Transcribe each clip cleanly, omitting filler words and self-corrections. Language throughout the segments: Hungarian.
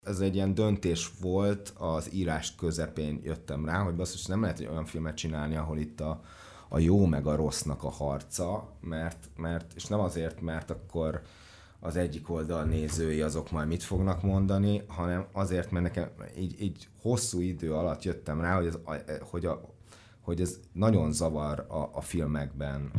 Ez egy ilyen döntés volt, az írás közepén jöttem rá, hogy basszus, nem lehet egy olyan filmet csinálni, ahol itt a jó meg a rossznak a harca, mert és nem azért, mert akkor az egyik oldal nézői azok majd mit fognak mondani, hanem azért, mert nekem így hosszú idő alatt jöttem rá, hogy ez nagyon zavar a filmekben.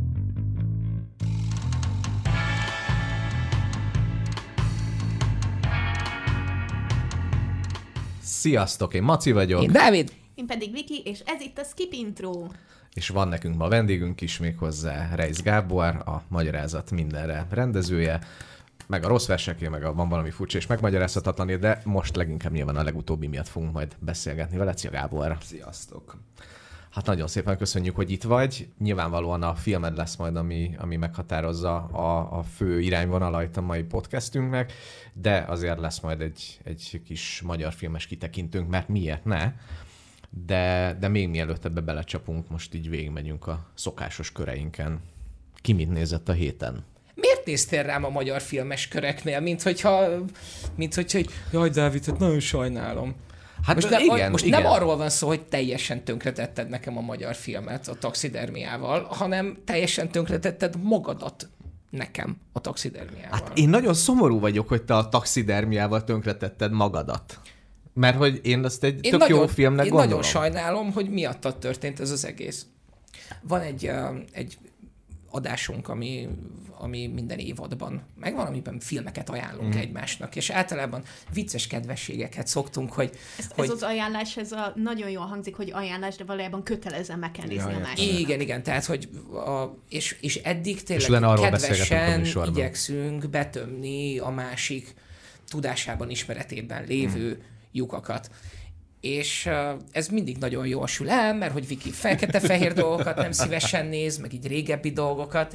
Sziasztok, én Maci vagyok. Én Dávid. Én pedig Viki, és ez itt a Skip Intro. És van nekünk ma vendégünk is, méghozzá Reisz Gábor, a Magyarázat mindenre rendezője, meg a rossz verseké, meg van valami furcsa és megmagyarázhatatlan, de most leginkább nyilván a legutóbbi miatt fogunk majd beszélgetni vele. Szia Gábor! Sziasztok! Hát nagyon szépen köszönjük, hogy itt vagy. Nyilvánvalóan a filmed lesz majd, ami meghatározza a fő irányvonala itt a mai podcastünknek, de azért lesz majd egy kis magyar filmes kitekintőnk, mert miért ne? De még mielőtt ebbe belecsapunk, most így végigmegyünk a szokásos köreinken. Ki mit nézett a héten? Miért néztél rám a magyar filmes köreknél, mint hogyha jaj, Dávid, hát nagyon sajnálom. Hát most nem arról van szó, hogy teljesen tönkretetted nekem a magyar filmet a taxidermiával, hanem teljesen tönkretetted magadat nekem a taxidermiával. Hát én nagyon szomorú vagyok, hogy te a taxidermiával tönkretetted magadat. Mert hogy én azt egy jó filmnek gondolom. Én nagyon sajnálom, hogy miattad történt ez az egész. Van egy adásunk, ami minden évadban megvan, amiben filmeket ajánlunk egymásnak, és általában vicces kedvességeket szoktunk, hogy... Ez az ajánlás, nagyon jól hangzik, hogy ajánlás, de valójában kötelezően meg kell nézni a másiknak. Igen, tehát, hogy és eddig tényleg kedvesen igyekszünk betömni a másik tudásában, ismeretében lévő lyukakat. És ez mindig nagyon jól sül el, mert hogy Viki fekete-fehér dolgokat nem szívesen néz, meg így régebbi dolgokat,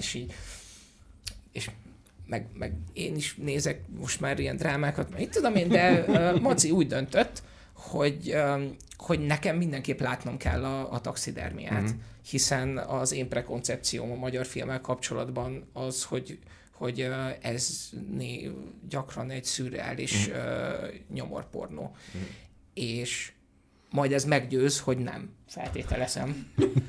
és meg én is nézek most már ilyen drámákat, meg itt tudom én, de Maci úgy döntött, hogy nekem mindenképp látnom kell a taxidermiát, hiszen az én prekoncepcióm a magyar filmmel kapcsolatban az, hogy ez gyakran egy szürreális nyomorpornó. És majd ez meggyőz, hogy nem. Feltételezem.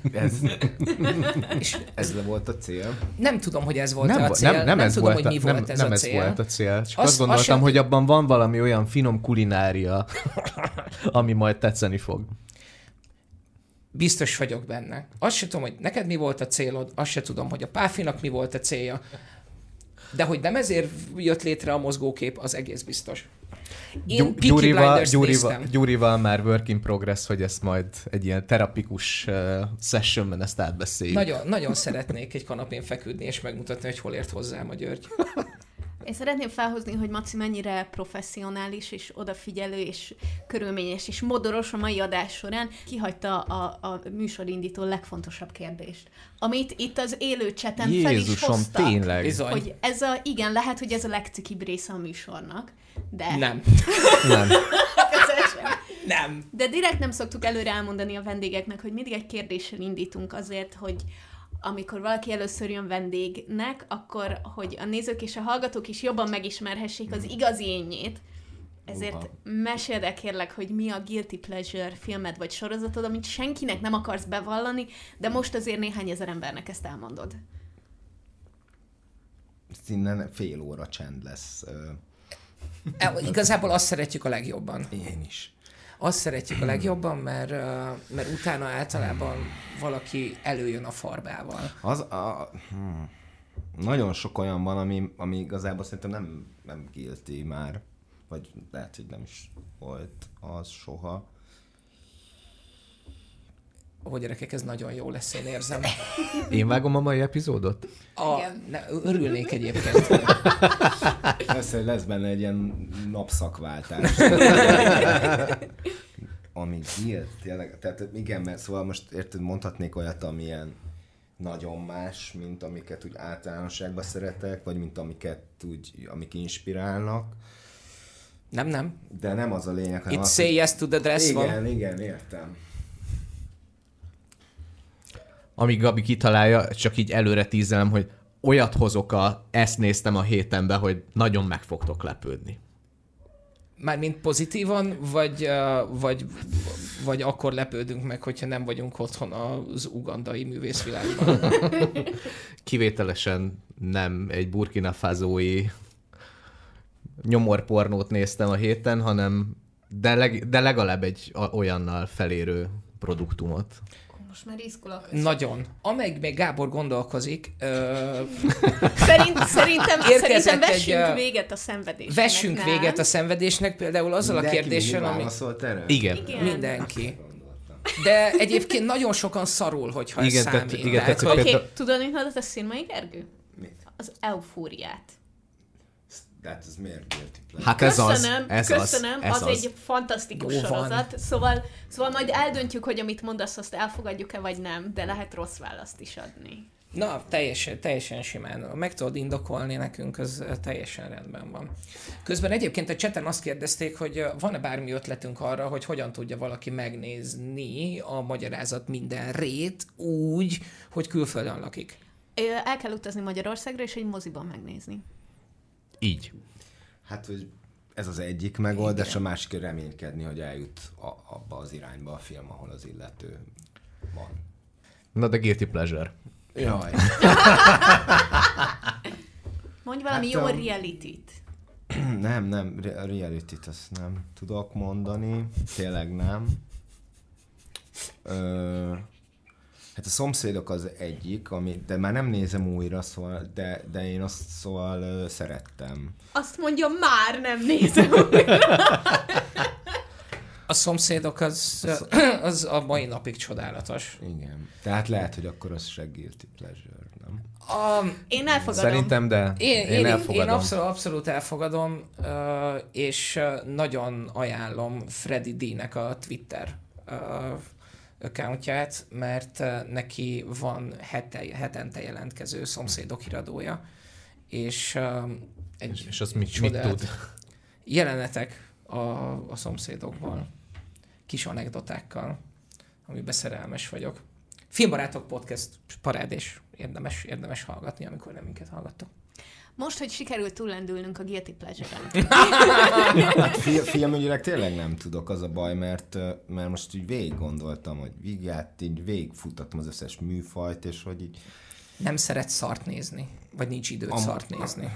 Ez volt a cél? Nem tudom, hogy ez volt a cél. Nem tudom, hogy mi volt ez a cél. Nem ez volt a cél. Csak azt gondoltam, hogy abban van valami olyan finom kulinária, ami majd tetszeni fog. Biztos vagyok benne. Azt sem tudom, hogy neked mi volt a célod, azt sem tudom, hogy a Páfinak mi volt a célja. De hogy nem ezért jött létre a mozgókép, az egész biztos. Én Peaky Blinders néztem. Gyurival már work in progress, hogy ezt majd egy ilyen terapikus sessionben ezt átbeszéljük. Nagyon szeretnék egy kanapén feküdni, és megmutatni, hogy hol ért hozzám a György. Én szeretném felhozni, hogy Maci mennyire professzionális, és odafigyelő, és körülményes, és modoros a mai adás során. Kihagyta a műsorindító legfontosabb kérdést, amit itt az élő cseten fel is hoztak. Tényleg. Bizony. Hogy igen, lehet, hogy ez a legcikibb része a műsornak, de... Nem. Nem. De direkt nem szoktuk előre elmondani a vendégeknek, hogy mindig egy kérdéssel indítunk azért, hogy amikor valaki először jön vendégnek, akkor, hogy a nézők és a hallgatók is jobban megismerhessék az igazi énjét. Ezért meséld el kérlek, hogy mi a guilty pleasure filmed vagy sorozatod, amit senkinek nem akarsz bevallani, de most azért néhány ezer embernek ezt elmondod. Innen fél óra csend lesz. Igazából azt szeretjük a legjobban. Én is. Azt szeretjük a legjobban, mert utána általában valaki előjön a farbával. Nagyon sok olyan van, ami igazából szerintem nem guilty már. Vagy lehet, hogy nem is volt az soha. Ó, gyerekek, ez nagyon jó lesz, én érzem. Én vágom a mai epizódot? Örülnék egyébként. Lesz benne egy ilyen napszakváltás. Ami guilt, tényleg, tehát igen, mert szóval most érted, mondhatnék olyat, amilyen nagyon más, mint amiket úgy általánosságban szeretek, vagy mint amik inspirálnak. Nem. De nem az a lényeg, hanem It's say yes to the dress van. Igen, értem. Amíg Gabi kitalálja, csak így előre tízelem, hogy olyat hozok ezt néztem a hétenben, hogy nagyon meg fogtok lepődni. Mármint pozitívan, vagy akkor lepődünk meg, hogyha nem vagyunk otthon az ugandai művészvilágban? Kivételesen nem egy Burkina Fasói nyomorpornót néztem a héten, hanem de legalább egy olyannal felérő produktumot. Most már izgulok. Nagyon. Amelyik még Gábor gondolkozik... Szerintem vessünk véget a szenvedésnek. Vessünk véget a szenvedésnek, például azzal a kérdéssel, ami... Igen. Mindenki. De egyébként nagyon sokan szarul, hogyha ez számít. Oké, tudod, mit mondott a Szirmai Gergő? Mit? Az eufóriát. Tehát ez miért guilty pleasure? Hát Köszönöm, az egy fantasztikus sorozat. Szóval majd eldöntjük, hogy amit mondasz, azt elfogadjuk-e vagy nem, de lehet rossz választ is adni. Na, teljesen simán. Meg tudod indokolni nekünk, az teljesen rendben van. Közben egyébként a chaten azt kérdezték, hogy van-e bármi ötletünk arra, hogy hogyan tudja valaki megnézni a magyarázat minden rét úgy, hogy külföldön lakik. El kell utazni Magyarországra, és egy moziban megnézni. Így. Hát, hogy ez az egyik megoldás, igen. A másik reménykedni, hogy eljut abba az irányba a film, ahol az illető van. Na, de guilty pleasure. Jaj. Mondj valami jó reality-t. Nem, reality-t azt nem tudok mondani. Tényleg nem. Hát a Szomszédok az egyik, de már nem nézem újra, szóval, de én azt szóval szerettem. Azt mondja, már nem nézem újra. A Szomszédok az a mai napig csodálatos. Igen. Tehát lehet, hogy akkor az se guilty pleasure, nem? Én elfogadom. Szerintem, de én elfogadom. Én abszolút elfogadom, és nagyon ajánlom Freddy D-nek a Twitter accountját, mert neki van hetente jelentkező Szomszédok híradója, és és az mit tud? Jelenetek a Szomszédokból, kis anekdotákkal, amiben szerelmes vagyok. Filmbarátok podcast parádés, érdemes hallgatni, amikor nem minket hallgattok. Most, hogy sikerült túllendülnünk a guilty pleasure-en. Hát filmügyileg tényleg nem tudok, az a baj, mert most így végig gondoltam, hogy így végigfuttattam az összes műfajt, és hogy így... Nem szeretsz szart nézni? Vagy nincs időt szart nézni?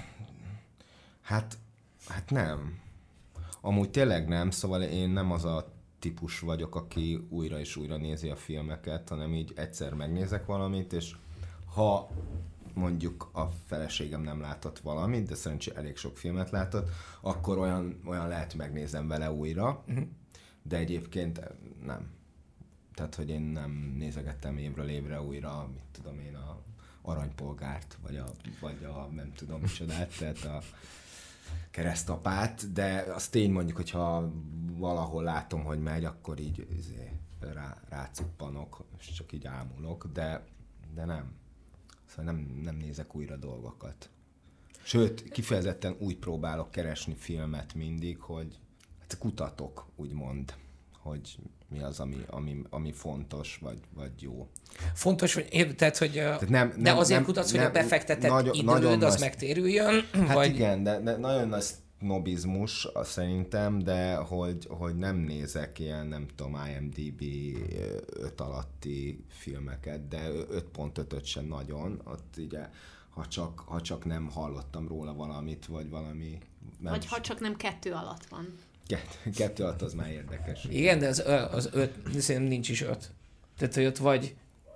Hát nem. Amúgy tényleg nem, szóval én nem az a típus vagyok, aki újra és újra nézi a filmeket, hanem így egyszer megnézek valamit, és ha mondjuk a feleségem nem látott valamit, de szerencsére elég sok filmet látott, akkor olyan lehet, hogy megnézem vele újra, de egyébként nem. Tehát, hogy én nem nézegettem évről évre újra, mit tudom én, a Aranypolgárt, vagy a nem tudom micsodát, tehát a Keresztapát, de az tény mondjuk, hogyha valahol látom, hogy megy, akkor így rácuppanok, és csak így ámulok, de nem. Szóval nem nézek újra dolgokat. Sőt, kifejezetten úgy próbálok keresni filmet mindig, hogy hát kutatok, úgymond, hogy mi az, ami fontos, vagy jó. Fontos, hogy de azért kutatsz, hogy a befektetett időd az megtérüljön? Hát vagy... igen, de nagyon nagy sznobizmus szerintem, de hogy nem nézek ilyen, nem tudom, IMDb 5 alatti filmeket, de 5.5-öt sem nagyon. Ott ugye, ha csak nem hallottam róla valamit, vagy valami... Vagy ha csak nem 2 alatt van. 2 alatt az már érdekes. Igen, de az 5, szerintem nincs is 5. Tehát, hogy ott vagy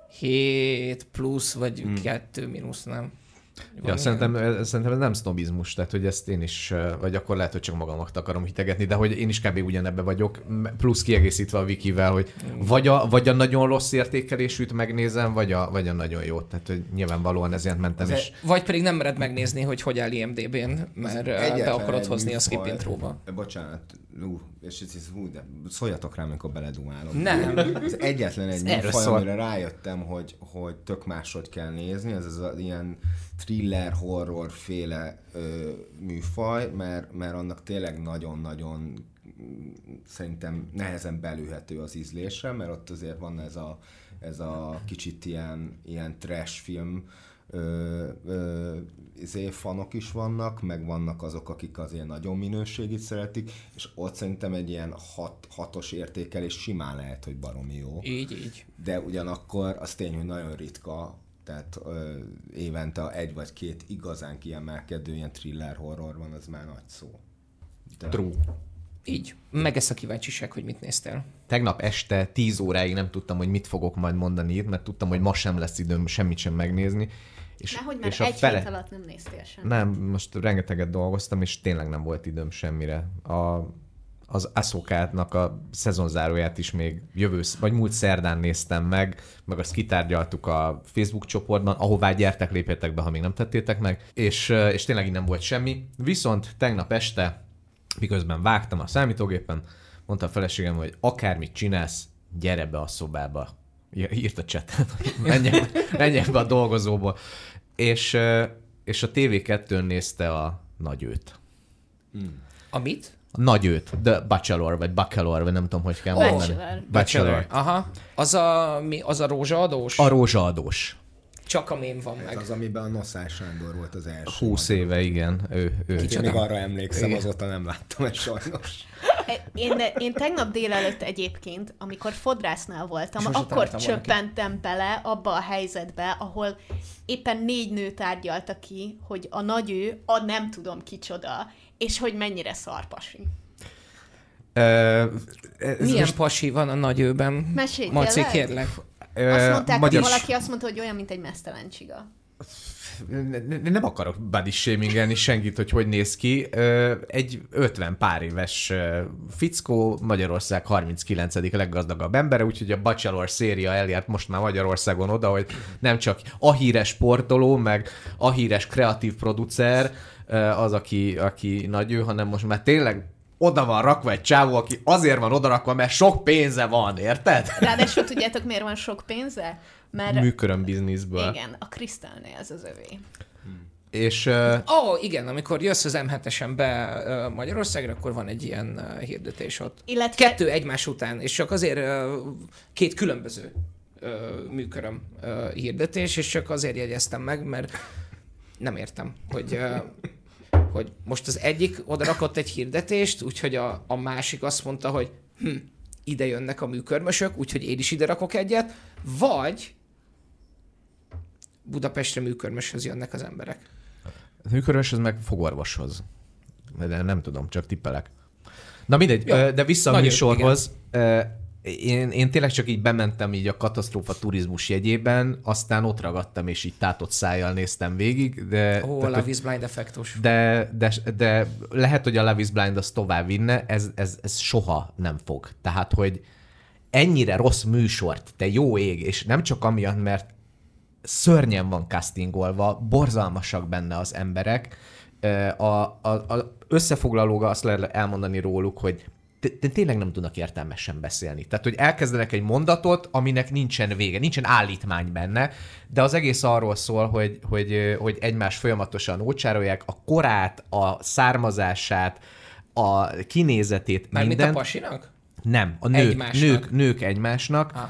7 plusz, vagy 2 mínusz, nem? Ja, szerintem ez nem sznobizmus, tehát hogy ezt én is, vagy akkor lehet, hogy csak magamat akarom hitegetni, de hogy én is kb. Ugyanebben vagyok, plusz kiegészítve a Wikivel, hogy vagy a nagyon rossz értékelésűt megnézem, vagy a nagyon jót, tehát hogy nyilvánvalóan ezért mentem is. Vagy pedig nem mered megnézni, hogy áll IMDb-n, mert be akarod hozni a skip intróba. Bocsánat, de szóljatok rám, amikor beledumálom. Nem. Ez egyetlen egy műfaj, amire rájöttem, hogy tök máshogy kell nézni, ez az ilyen thriller, horror féle műfaj, mert annak tényleg nagyon-nagyon szerintem nehezen belülhető az ízlésre, mert ott azért van ez a kicsit ilyen trash film fanok is vannak, meg vannak azok, akik az ilyen nagyon minőségit szeretik, és ott szerintem egy ilyen 6-os értékelés simán lehet, hogy baromi jó. Így. De ugyanakkor az tény, hogy nagyon ritka, tehát évente 1 vagy 2 igazán kiemelkedő ilyen thriller horror van, az már nagy szó. De... True. Így. Meg ezt a kíváncsiság, hogy mit néztél. Tegnap este 10 óráig nem tudtam, hogy mit fogok majd mondani itt, mert tudtam, hogy ma sem lesz időm semmit sem megnézni. Nehogy már egy hét alatt nem néztél semmit. Nem, most rengeteget dolgoztam, és tényleg nem volt időm semmire. Az Ahsoka-nak a szezonzáróját is még múlt szerdán néztem meg azt kitárgyaltuk a Facebook csoportban, ahová gyertek, lépjetek be, ha még nem tettétek meg, és tényleg így nem volt semmi. Viszont tegnap este, miközben vágtam a számítógépen, mondta a feleségem, hogy akármit csinálsz, gyere be a szobába. Írt a chaten, hogy menjek be a dolgozóba. És a TV2-n nézte a Nagyőt. Amit? A Nagyőt, The Bachelor, vagy Bachelor, vagy nem tudom, hogy kell mondani. Bachelor. Aha. Az a rózsaadós? A rózsaadós. Csak a mém van meg. Az, amiben a Noszás Sándor volt az első. 20 éve, igen. Ő. Én még arra emlékszem, igen. Azóta nem láttam ezt sajnos. Én tegnap délelőtt egyébként, amikor fodrásznál voltam, akkor csöppentem bele abba a helyzetbe, ahol éppen 4 nő tárgyalta ki, hogy a nagyő a nem tudom kicsoda, és hogy mennyire szarpasi. Milyen pasi van a nagyőben? Mesélj, Maci, kérlek. Azt mondták, hogy valaki azt mondta, hogy olyan, mint egy meztelen csiga. Nem akarok body shamingelni senkit, hogy néz ki. Egy 50 pár éves fickó, Magyarország 39. leggazdagabb embere, úgyhogy a Bachelor széria eljárt most már Magyarországon oda, hogy nem csak a híres sportoló, meg a híres kreatív producer az, aki nagy ő, hanem most már tényleg oda van rakva egy csávó, aki azért van odarakva, mert sok pénze van, érted? Ráadásul tudjátok, miért van sok pénze? Mert... Műköröm bizniszből. Igen, a Crystalnél ez az övé. És... igen, amikor jössz az M7-esen be Magyarországra, akkor van egy ilyen hirdetés ott. Illetve... 2 egymás után, és csak azért 2 különböző műköröm hirdetés, és csak azért jegyeztem meg, mert nem értem, hogy most az egyik oda rakott egy hirdetést, úgyhogy a másik azt mondta, hogy ide jönnek a műkörmösök, úgyhogy én is ide rakok egyet, vagy Budapestre műkörmöshöz jönnek az emberek. A műkörmöshöz meg fogorvoshoz. De nem tudom, csak tippelek. Na mindegy, de vissza a műsorhoz. Én tényleg csak így bementem így a katasztrófa turizmus jegyében, aztán ott ragadtam, és így tátott szájjal néztem végig. De, a Love is Blind effektus. De lehet, hogy a Love is Blind az tovább vinne, ez soha nem fog. Tehát, hogy ennyire rossz műsort, te jó ég, és nem csak amiatt, mert szörnyen van castingolva, borzalmasak benne az emberek. Összefoglalóga azt lehet elmondani róluk, hogy tényleg nem tudnak értelmesen beszélni. Tehát, hogy elkezdenek egy mondatot, aminek nincsen vége, nincsen állítmány benne, de az egész arról szól, hogy egymást folyamatosan ócsárolják, a korát, a származását, a kinézetét, mindent. Mármint a pasinak? Nem, a nők egymásnak,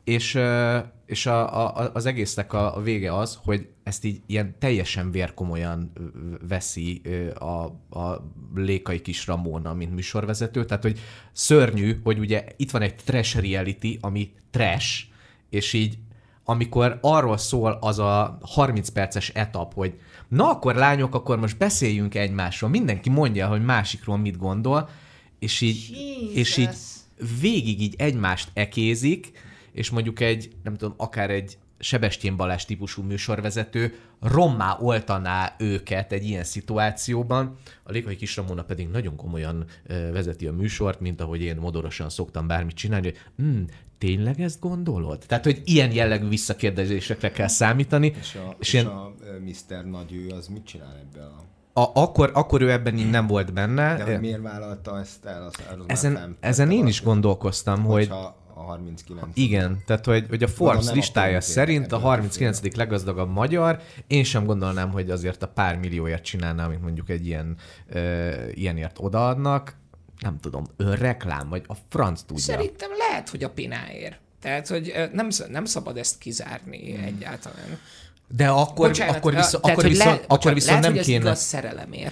és az egésznek a vége az, hogy ezt így ilyen teljesen vérkomolyan veszi a Lékai Kis Ramona, mint műsorvezető. Tehát, hogy szörnyű, hogy ugye itt van egy trash reality, ami trash, és így amikor arról szól az a 30 perces etap, hogy na akkor lányok, akkor most beszéljünk egymásról, mindenki mondja, hogy másikról mit gondol, és így végig így egymást ekézik, és mondjuk nem tudom, akár egy Sebestyén Balázs típusú műsorvezető rommá oltaná őket egy ilyen szituációban. A Lékai Kis Ramona pedig nagyon komolyan vezeti a műsort, mint ahogy én modorosan szoktam bármit csinálni, hogy tényleg ezt gondolod? Tehát, hogy ilyen jellegű visszakérdezésekre kell számítani. És a Mr. Nagyő az mit csinál ebbe Akkor ő ebben így nem volt benne. De hogy miért vállalta ezt el? Ezen én is gondolkoztam, hogy a 39. Igen, tehát hogy a Forbes listája szerint a 39. leggazdagabb magyar, én sem gondolnám, hogy azért a pár millióért csinálná, amit mondjuk egy ilyenért odaadnak. Nem tudom, önreklám, vagy a franc tudja. Szerintem lehet, hogy a pináért. Tehát, hogy nem szabad ezt kizárni egyáltalán. De akkor viszont nem kéne. Igaz szerelemért.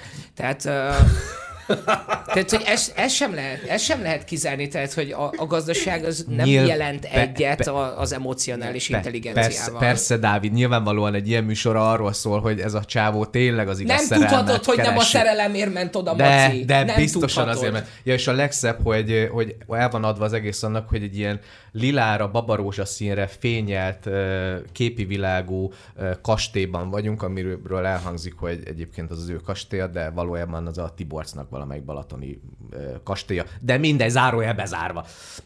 Tehát, hogy ez sem lehet kizárni, tehát, hogy a gazdaság az nem jelent egyet az emocionális intelligenciával. Persze, Dávid, nyilvánvalóan egy ilyen műsor arról szól, hogy ez a csávó tényleg az igaz szerelmet Nem tudhatod, hogy nem a szerelemért ment oda, Maci. De nem biztosan tudhatod. azért ment. Ja, és a legszebb, hogy el van adva az egész annak, hogy egy ilyen lilára, babarózsaszínre fényelt, képi világú kastélyban vagyunk, amiről elhangzik, hogy egyébként az ő kastélya, de valójában az a Tiborcnak valamelyik balatoni kastélya. De mindegy, zárójel bezárva.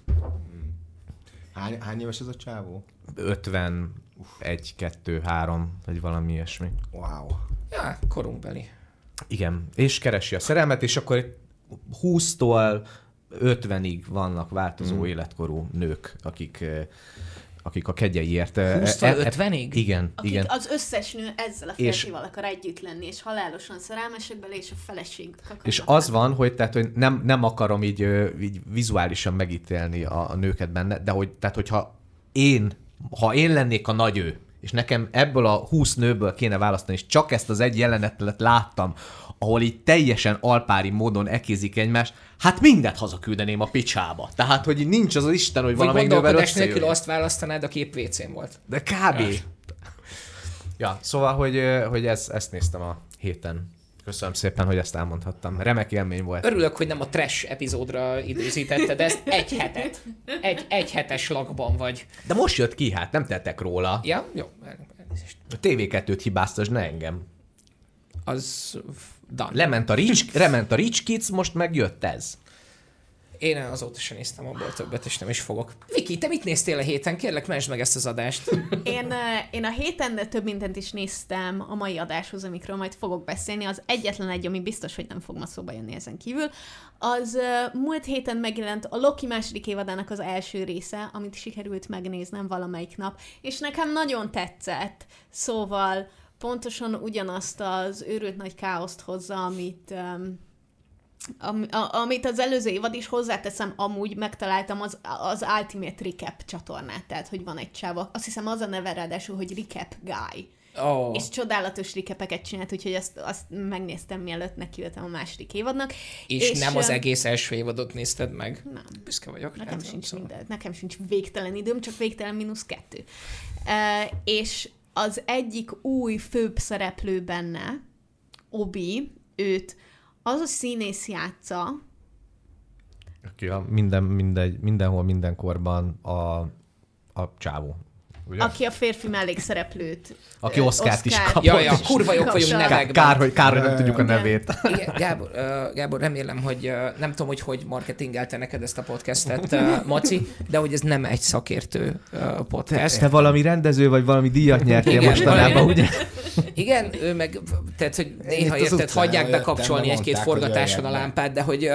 Hány éves ez a csávó? 51, 2, 3, vagy valami ilyesmi. Wow. Ja, korunkbeli. Igen, és keresi a szerelmet, és akkor 20-tól 50-ig vannak változó életkorú nők, akik a kegyeiért... 20-től 50-ig? Igen, akik igen. az összes nő ezzel a férfival akar együtt lenni, és halálosan szerelmesek bele, és a feleség. És az van, hogy nem akarom így vizuálisan megítélni a nőket benne, de hogyha ha én lennék a nagy ő, és nekem ebből a 20 nőből kéne választani, és csak ezt az egy jelenetet láttam, ahol így teljesen alpári módon ekézik egymást, hát mindet hazaküldeném a picsába. Tehát, hogy nincs az Isten, hogy valamelyik nővel összejöjjön. nélkül azt választanád, aki épp WC-n volt. De kb. Ja, szóval, hogy ezt néztem a héten. Köszönöm szépen, hogy ezt elmondhattam. Remek élmény volt. Örülök, hogy nem a trash epizódra időzítetted ezt. Egy hetet. Egy hetes lakban vagy. De most jött ki, hát nem tettek róla. Ja, jó. Elnézést. A TV2-t hibáztas, ne engem. Az... done. Lement a Rich Kids, most meg jött ez. Én azóta sem néztem abból többet, és nem is fogok. Viki, te mit néztél a héten? Kérlek, mentsd meg ezt az adást. Én a héten több mindent is néztem a mai adáshoz, amikről majd fogok beszélni. Az egyetlen egy, ami biztos, hogy nem fog ma szóba jönni ezen kívül, az múlt héten megjelent a Loki második évadának az első része, amit sikerült megnéznem valamelyik nap, és nekem nagyon tetszett. Szóval pontosan ugyanazt az őrült nagy káoszt hozza, amit az előző évad is, hozzáteszem, amúgy megtaláltam az Ultimate Recap csatornát, tehát, hogy van egy csáva. Azt hiszem az a neve ráadásul, hogy Recap Guy. Oh. És csodálatos recapeket csinált, úgyhogy azt megnéztem, mielőtt nekiültem a második évadnak. És nem az egész első évadot nézted meg? Nem. Büszke vagyok. Nekem sincs végtelen időm, csak végtelen -2. És az egyik új főbb szereplő benne, Obi, őt az a színész játsza, aki mindenhol, mindenkorban a csávó. Ugye? Aki a férfi mellékszereplőt. Aki Oscárt is kapott. Ja, kurva jók vagyunk nevekben. Kár, hogy nem tudjuk a nevét. Igen, Gábor, remélem, hogy nem tudom, hogy marketingelte neked ezt a podcastet, Maci, de hogy ez nem egy szakértő podcast. Te valami rendező, vagy valami díjat nyertél mostanában, ugye? Igen, ő meg, tehát, hogy néha érted, hagyják bekapcsolni egy-két forgatáson a lámpát, de hogy...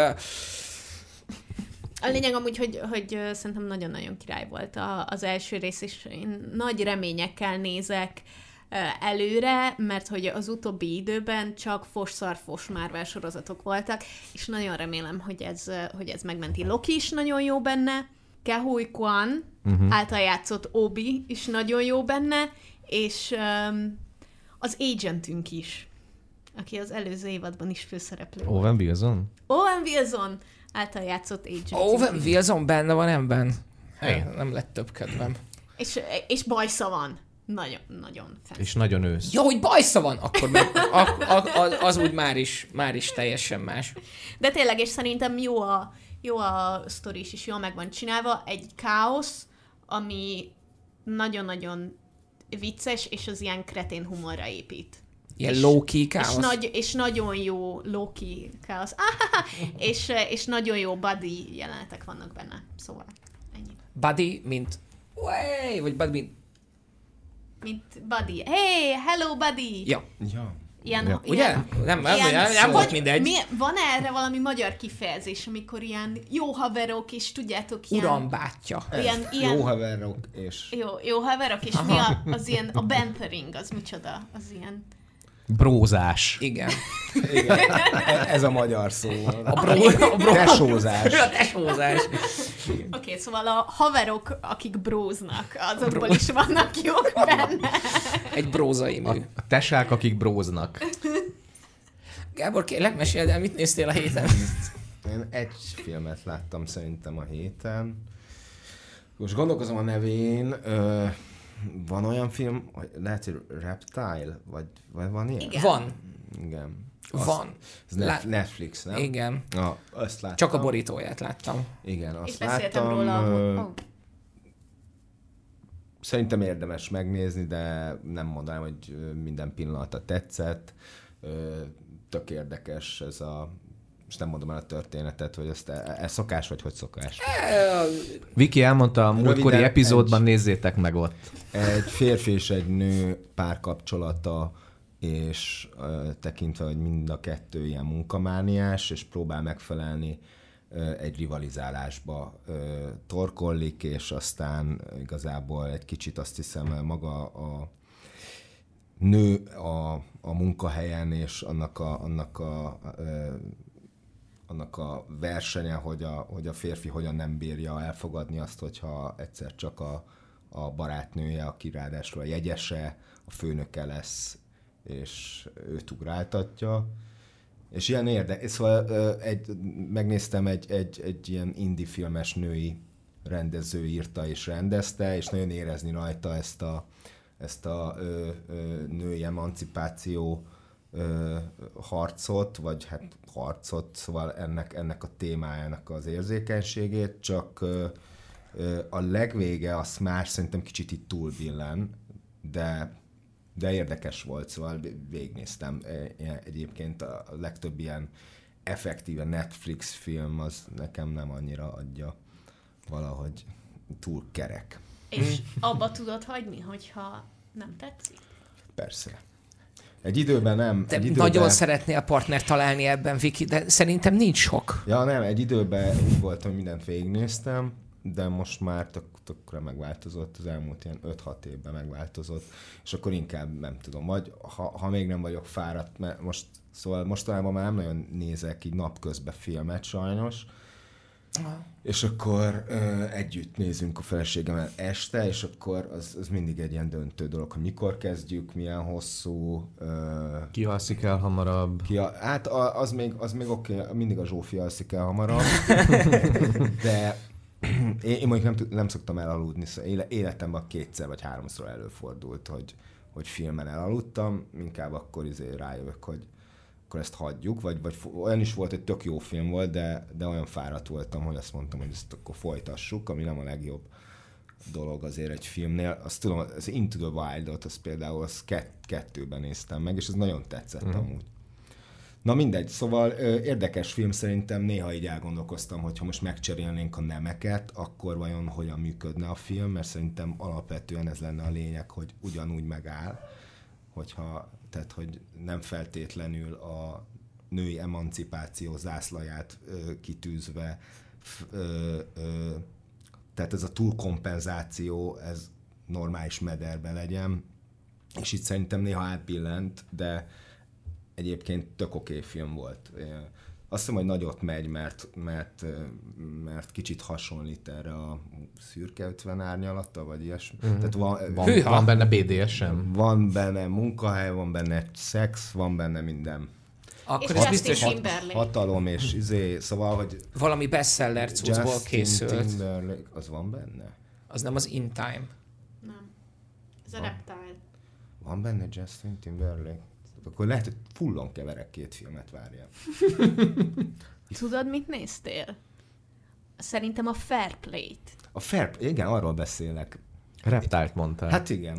A lényeg amúgy, hogy szerintem nagyon-nagyon király volt az első rész, és én nagy reményekkel nézek előre, mert hogy az utóbbi időben csak fos Marvel sorozatok voltak, és nagyon remélem, hogy ez megmenti. Loki is nagyon jó benne, Ke Huy Quan által játszott Obi is nagyon jó benne, és az agentünk is, aki az előző évadban is főszereplő volt. Owen Wilson? Owen Wilson által játszott agent. Owen Wilson benne van ebben? Nem lett több kedvem. És bajsza van. Nagyon fenn. És nagyon ősz. Ja, hogy bajsza van, akkor meg, az úgy már is teljesen más. De tényleg, és szerintem jó a sztori is, és jól meg van csinálva. Egy káosz, ami nagyon-nagyon vicces, és az ilyen kretén humorra épít. Ilyen low-key káosz. És nagyon jó low-key káosz. És nagyon jó buddy jelenetek vannak benne. Szóval ennyi. Buddy, mint... Vagy buddy, mint buddy. Hey, hello buddy! Ja. Ilyen, ugye? Nem volt mindegy. Van erre valami magyar kifejezés, amikor ilyen jó haverok, és tudjátok, ilyen... Urambátyja. Ilyen, jó haverok, és... Jó haverok, és mi az ilyen, a bantering, az micsoda? Az ilyen... Brózás. Igen. Igen. Ez a magyar szó. Tesózás. A tesózás. Oké, szóval a haverok, akik bróznak, azokból is vannak jók benne. Egy brózai mű. A tesák, akik bróznak. Gábor, kérlek, meséld el, mit néztél a héten? Én egy filmet láttam szerintem a héten. Most gondolkozom a nevén. Van olyan film, lehet, hogy Reptile? Vagy van ilyen? Igen. Van. Igen. Van. Ez Netflix, nem? Igen. Azt láttam. Csak a borítóját láttam. Igen, azt és beszéltem róla. Szerintem érdemes megnézni, de nem mondanám, hogy minden pillanata tetszett. Tök érdekes ez a... És nem mondom el a történetet, hogy ez szokás, vagy hogy szokás? Viki elmondta a múltkori epizódban, nézzétek meg ott. Egy férfi és egy nő párkapcsolata, és tekintve, hogy mind a kettő ilyen munkamániás, és próbál megfelelni egy rivalizálásba torkollik, és aztán igazából egy kicsit azt hiszem maga a nő a munkahelyen, és annak a versenye, hogy a férfi hogyan nem bírja elfogadni azt, hogyha egyszer csak a barátnője, aki ráadásul a jegyese, a főnöke lesz, és őt ugráltatja. És ilyen érdekes, szóval megnéztem egy ilyen indie filmes női rendező írta és rendezte, és nagyon érezni rajta ezt a női emancipáció harcot, vagy hát harcot, szóval ennek a témájának az érzékenységét, csak a legvége az más, szerintem kicsit itt túlbillen, de érdekes volt, szóval végignéztem. Egyébként a legtöbb ilyen effektíve Netflix film az nekem nem annyira adja, valahogy túl kerek. És abba tudod hagyni, hogyha nem tetszik? Persze. Egy időben nem. Te nagyon szeretnél partnert találni ebben, Viki, de szerintem nincs sok. Ja, nem, egy időben úgy voltam, hogy mindent végignéztem, de most már tökre megváltozott, az elmúlt ilyen 5-6 évben megváltozott, és akkor inkább nem tudom, vagy ha még nem vagyok fáradt, mert mostanában már nem nagyon nézek így napközben filmet sajnos, és akkor együtt nézünk a feleségemmel este, és akkor az mindig egy ilyen döntő dolog, hogy mikor kezdjük, milyen hosszú. Ki alszik el hamarabb? Hát az még oké, mindig a Zsófi alszik el hamarabb, de én mondjuk nem szoktam elaludni, szóval életemben 2-szer vagy 3-szor előfordult, hogy filmen elaludtam, inkább akkor rájövök, hogy akkor ezt hagyjuk, vagy olyan is volt, hogy tök jó film volt, de olyan fáradt voltam, hogy azt mondtam, hogy ezt akkor folytassuk, ami nem a legjobb dolog azért egy filmnél. Azt tudom, az Into the Wild-ot, az például az 2-ben néztem meg, és ez nagyon tetszett amúgy. Na mindegy, szóval érdekes film, szerintem néha így elgondolkoztam, hogy ha most megcserélnénk a nemeket, akkor vajon hogyan működne a film, mert szerintem alapvetően ez lenne a lényeg, hogy ugyanúgy megáll, tehát hogy nem feltétlenül a női emancipáció zászlaját kitűzve, tehát ez a túlkompenzáció, ez normális mederbe legyen, és itt szerintem néha átbillent, de egyébként tök oké film volt. Azt hiszem, hogy nagyot megy, mert kicsit hasonlít erre a szürke 50 árnyalata, vagy ilyesmi. Tehát van benne BDSM. Van benne munkahely, van benne szex, van benne minden. Akkor és ez biztos hatalom, és szóval, hogy... Valami bestseller cuccból készült. Timberlake, az van benne? Az nem az In Time. Nem. Ez a Reptile. Van benne Justin Timberlake? Akkor lehet, hogy fullon keverek 2 filmet, várjál. Tudod, mit néztél? Szerintem a Fair Play-t. Igen, arról beszélek. Reptile-t mondtál. Hát igen.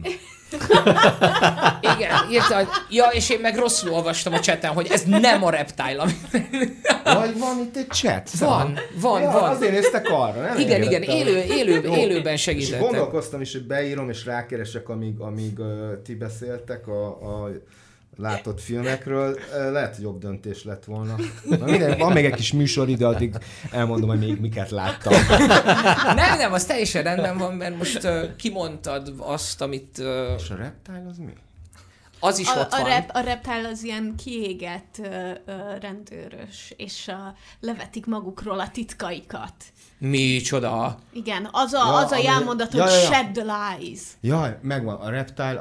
Igen, írta, hogy és én meg rosszul olvastam a chaten, hogy ez nem a Reptile. Vagy van itt egy chat? Van. Azért néztek arra, nem? Igen, élőben segítettek. És gondolkoztam is, hogy beírom, és rákeresek, amíg ti beszéltek a látott filmekről, lehet, hogy jobb döntés lett volna. Van még egy kis műsoridő, addig elmondom, hogy még miket láttam. Nem, az teljesen rendben van, mert most kimondtad azt, amit... És a Reptile az mi? Az is ott van. A Reptile az ilyen kiégett rendőrös, és levetik magukról a titkaikat. Micsoda? Igen, az a jelmondat, hogy shed the lies. Jaj, megvan. A Reptile,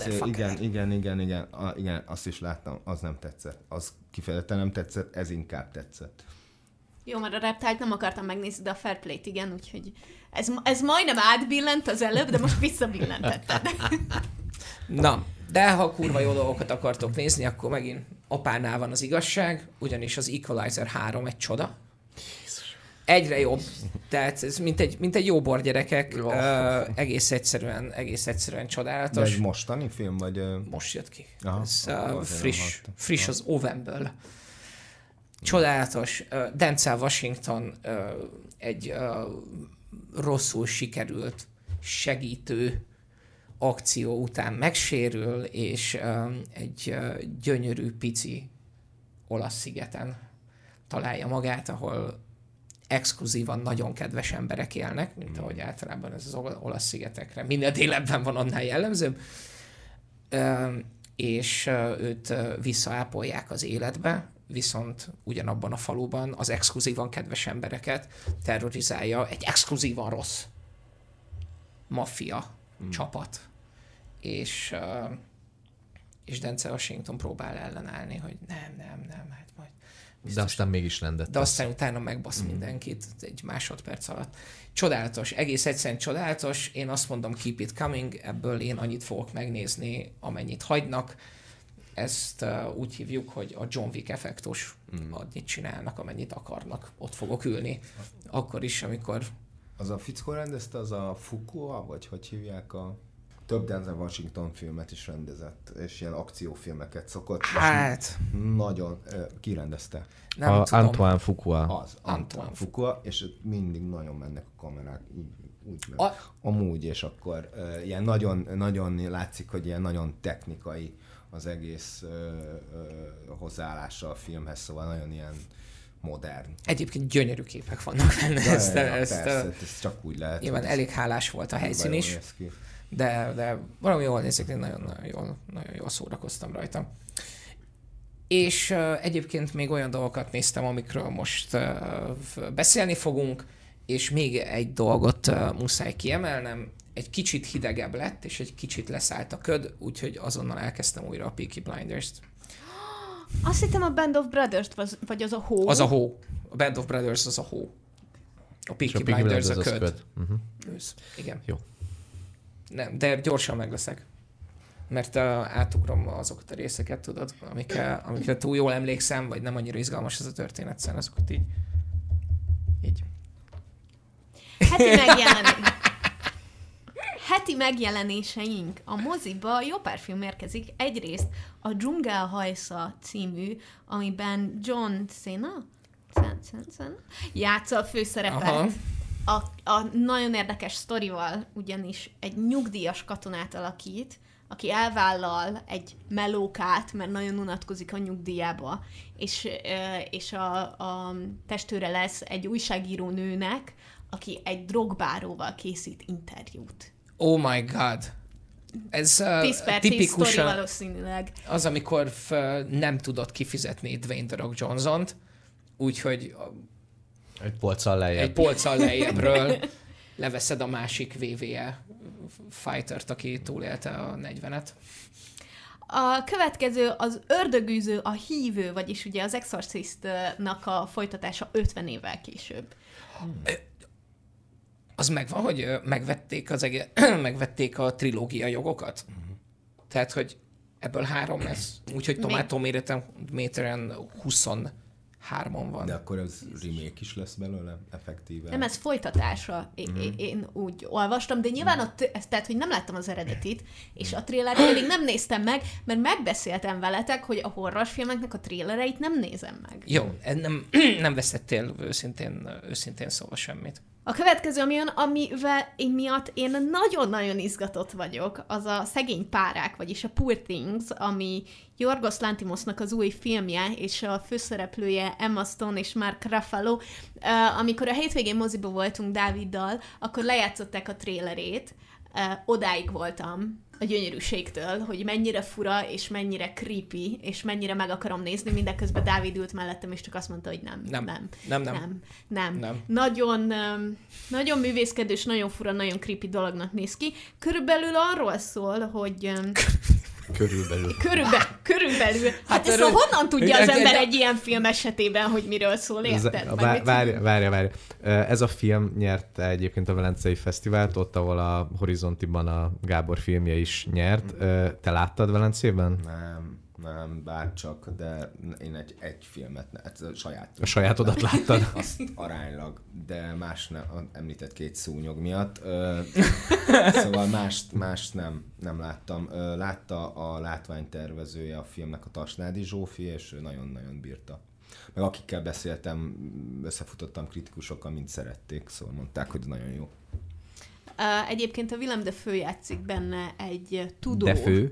igen, azt is láttam, az nem tetszett. Az kifejezetten nem tetszett, ez inkább tetszett. Jó, mert a Reptile-t nem akartam megnézni, de a Fair Play-t igen, úgyhogy ez majdnem átbillent az előbb, de most visszabillentetted. Na, de ha kurva jó dolgokat akartok nézni, akkor megint apánál van az igazság, ugyanis az Equalizer 3 egy csoda. Egyre jobb. Tehát ez mint egy jó bor, gyerekek. Egész egyszerűen csodálatos. De egy mostani film, vagy... Most jött ki. Aha, ez friss az ovenből. Csodálatos. Denzel Washington egy rosszul sikerült segítő akció után megsérül, és egy gyönyörű, pici olasz szigeten találja magát, ahol exkluzívan nagyon kedves emberek élnek, mint ahogy általában ez az olasz szigetekre minél délebben van, annál jellemzőbb, és őt visszaápolják az életbe, viszont ugyanabban a faluban az exkluzívan kedves embereket terrorizálja egy exkluzívan rossz maffia csapat. És Denzel Washington próbál ellenállni, hogy nem, hát majd biztos. De aztán mégis rendet. De aztán utána megbasz mindenkit egy másodperc alatt. Csodálatos, egész egyszerűen csodálatos. Én azt mondom, keep it coming, ebből én annyit fogok megnézni, amennyit hagynak. Ezt úgy hívjuk, hogy a John Wick effektus, annyit csinálnak, amennyit akarnak. Ott fogok ülni. Akkor is, amikor... Az a fickó rendezte, az a Fuqua, vagy hogy hívják a... Több Denzel Washington filmet is rendezett, és ilyen akciófilmeket szokott. Hát... Nagyon kirendezte. Nem tudom. Antoine Fuqua. Az, Antoine Fuqua, és mindig nagyon mennek a kamerák, úgy amúgy, és akkor ilyen nagyon látszik, hogy ilyen nagyon technikai az egész hozzáállása a filmhez, szóval nagyon ilyen modern. Egyébként gyönyörű képek vannak benne. Ez csak úgy lehet. Nyilván elég hálás volt a helyszín is, de valami jól nézik, én nagyon jól szórakoztam rajta. És egyébként még olyan dolgokat néztem, amikről most beszélni fogunk, és még egy dolgot muszáj kiemelnem. Egy kicsit hidegebb lett, és egy kicsit leszállt a köd, úgyhogy azonnal elkezdtem újra a Peaky Blinders-t. Azt hittem a Band of Brothers-t, vagy az a hó? Az a hó. A Band of Brothers az a hó. A Peaky Blinders a köd. Igen. Jó. Nem, de gyorsan meg leszek. Mert átugrom azokat a részeket, tudod, amikre túl jól emlékszem, vagy nem annyira izgalmas ez a történet, szóval azokat így. Heti megjelenéseink. A moziba jó pár film érkezik. Egyrészt a Dzsungelhajsza című, amiben John Cena játsza a főszerepet. A nagyon érdekes sztorival, ugyanis egy nyugdíjas katonát alakít, aki elvállal egy melókát, mert nagyon unatkozik a nyugdíjába, és a testőre lesz egy újságíró nőnek, aki egy drogbáróval készít interjút. Oh my god! Ez 10 per 10 sztori valószínűleg. Az, amikor nem tudod kifizetni Dwayne The Rock Johnson-t, úgyhogy egy polccal lejjebbről leveszed a másik WWE fightert, aki túlélte a 40-et. A következő az Ördögűző, a hívő, vagyis ugye az Exorcist-nak a folytatása 50 évvel később. Az megvan, hogy megvették a trilógia jogokat? Tehát, hogy ebből 3 lesz. Úgyhogy Tomato-méteren 23-on van. De akkor ez remake is lesz belőle, effektíve? Nem, ez folytatása. Én úgy olvastam, de nyilván tehát, hogy nem láttam az eredetit, és a trélert pedig nem néztem meg, mert megbeszéltem veletek, hogy a horrorfilmeknek a trélereit nem nézem meg. Jó, nem veszettél őszintén szóval semmit. A következő, amivel miatt én nagyon-nagyon izgatott vagyok, az a Szegény párák, vagyis a Poor Things, ami Yorgos Lanthimosnak az új filmje, és a főszereplője Emma Stone és Mark Ruffalo. Amikor a hétvégén moziba voltunk Dáviddal, akkor lejátszották a trélerét, odáig voltam, a gyönyörűségtől, hogy mennyire fura, és mennyire creepy, és mennyire meg akarom nézni, mindeközben Dávid ült mellettem, és csak azt mondta, hogy nem. Nagyon művészkedős, nagyon fura, nagyon creepy dolognak néz ki. Körülbelül arról szól, hogy... Körülbelül. Hát ezt honnan tudja az ember egy ilyen film esetében, hogy miről szól, érted? Várja. Ez a film nyerte egyébként a Velencei Fesztivált, ott, ahol a Horizontiban a Gábor filmje is nyert. Te láttad Velencében? Nem, bárcsak, de én egy filmet, a sajátodat láttad? Azt aránylag, de más nem, említett 2 szúnyog miatt. Szóval mást nem láttam. Látta a látványtervezője a filmnek, a Tasnádi Zsófi, és ő nagyon-nagyon bírta. Meg akikkel beszéltem, összefutottam kritikusokkal, mind szerették, szóval mondták, hogy nagyon jó. Egyébként a Willem Dafoe játszik benne egy tudó.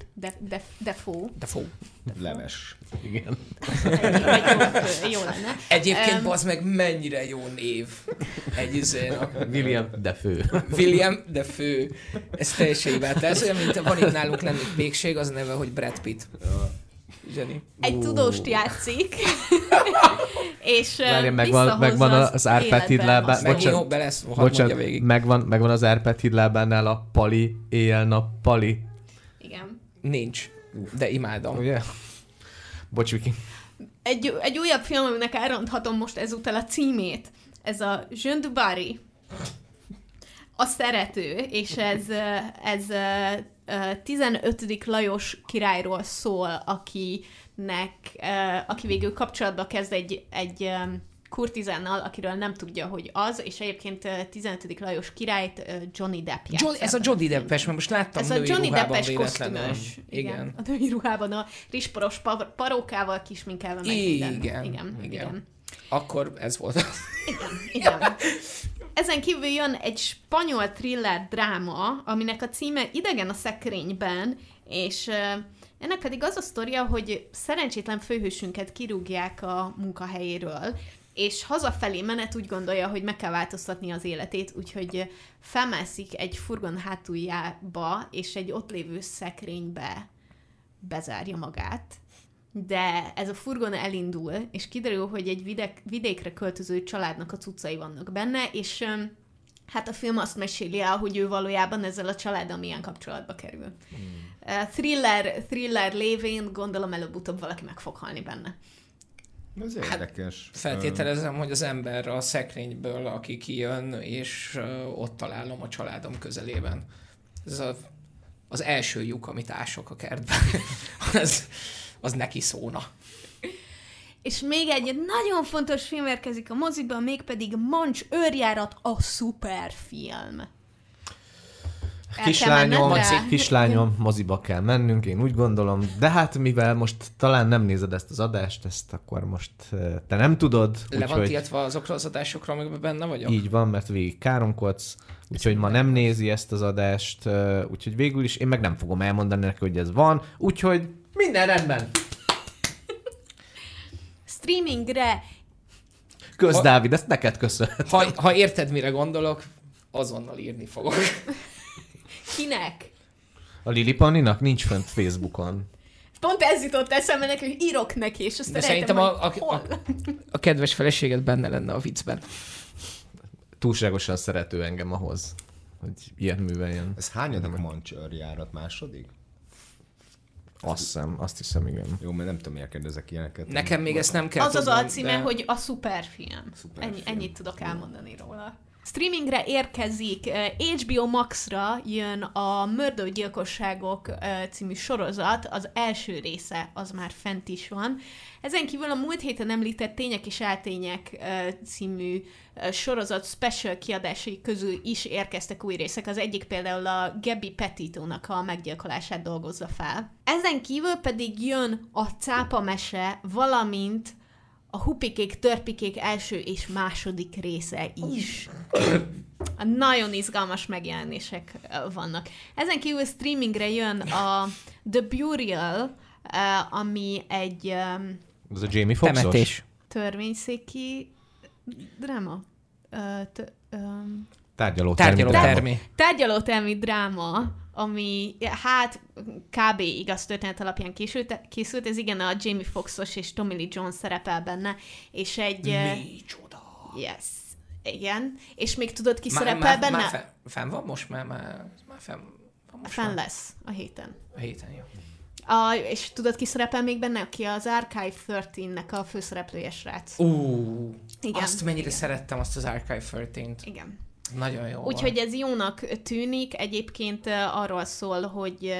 Dafoe. Leves. Igen. Jó lenne. Egyébként az meg mennyire jó név. William Dafoe. William Dafoe. Ez teljesen hibát. Ez olyan, mint van itt nálunk lenni pékség, az a neve, hogy Brad Pitt. Zseni. Egy tudóst játszik, és megvan az Árpád hídlábán. Megvan az Árpád hídlábánál a Pali, éjjel-nappali. Igen. Nincs, de imádom. Ugye? Bocs, Viki. Egy újabb film, aminek elronthatom most ezúttal a címét. Ez a Jean du Barry. A szerető, és ez 15. Lajos királyról szól, aki végül kapcsolatba kezd egy kurtizánnal, akiről nem tudja, hogy az, és egyébként 15. Lajos királyt Johnny Depp játszik. Ez a Johnny Deppes, mert most láttam női ruhában véletlenül. Ez a Johnny Deppes kosztümös. Igen. A női ruhában a risporos parókával, kisminkelve meg minden. Igen. Akkor ez volt. Igen. Ezen kívül jön egy spanyol thriller dráma, aminek a címe Idegen a szekrényben, és ennek pedig az a sztoria, hogy szerencsétlen főhősünket kirúgják a munkahelyéről, és hazafelé menet úgy gondolja, hogy meg kell változtatni az életét, úgyhogy felmászik egy furgon hátuljába, és egy ott lévő szekrénybe bezárja magát. De ez a furgon elindul, és kiderül, hogy egy vidékre költöző családnak a cuccai vannak benne, és hát a film azt meséli el, hogy ő valójában ezzel a családdal milyen kapcsolatba kerül. Thriller lévén gondolom előbb-utóbb valaki meg fog halni benne. Ez érdekes. Feltételezem, hogy az ember a szekrényből, aki kijön, és ott találom a családom közelében. Ez az első lyuk, amit ások a kertben. az neki szóna. És még egy nagyon fontos film érkezik a moziban, mégpedig Mancs őrjárat, a szuperfilm. Kislányom, moziba kell mennünk, én úgy gondolom, de hát mivel most talán nem nézed ezt az adást, ezt akkor most te nem tudod. Le van tiltva azokról az adásokról, amikben benne vagyok? Így van, mert végig káromkodsz, úgyhogy ma nem nézi ezt az adást, úgyhogy végül is én meg nem fogom elmondani neki, hogy ez van, úgyhogy minden rendben. Streamingre. Dávid, ezt neked köszönhetem. Ha érted, mire gondolok, azonnal írni fogok. Kinek? A Lili Panninak nincs fent Facebookon. Pont ez jutott eszembe neki, hogy írok neki, és azt szerintem a kedves feleséget benne lenne a viccben. Túlságosan szerető engem ahhoz, hogy ilyet műveljen. Ez hányadik Mancs őrjárat? Második? Azt hiszem, igen. Jó, mert nem tudom, miért kérdezek ilyeneket. Nekem még ezt nem kell az tudnom. Az alcíme, hogy a szuperfilm. Ennyit tudok elmondani róla. Streamingre érkezik, HBO Max-ra jön a Mördőgyilkosságok című sorozat, az első része az már fent is van. Ezen kívül a múlt héten említett Tények és Áltények című sorozat special kiadásai közül is érkeztek új részek. Az egyik például a Gabby Petito-nak a meggyilkolását dolgozza fel. Ezen kívül pedig jön a Cápa mese, valamint a Hupikék, Törpikék első és második része is. Nagyon izgalmas megjelenések vannak. Ezen kívül streamingre jön a The Burial, ami egy az a Jamie Foxxos? Törvényszéki dráma. Tárgyalótermi dráma, ami hát kb. Igaz történet alapján készült. Ez igen, a Jamie Foxxos és Tommy Lee Jones szerepel benne, és egy... Micsoda! Yes. Igen. És még tudod, ki szerepel benne? Már fenn van most? Már fenn lesz a héten. A héten, jó. És tudod, ki szerepel még benne? Aki az Archive 13-nek a főszereplője srác. Igen, azt mennyire szerettem, azt az Archive 13-t. Igen. Nagyon jó. Úgyhogy ez jónak tűnik. Egyébként arról szól, hogy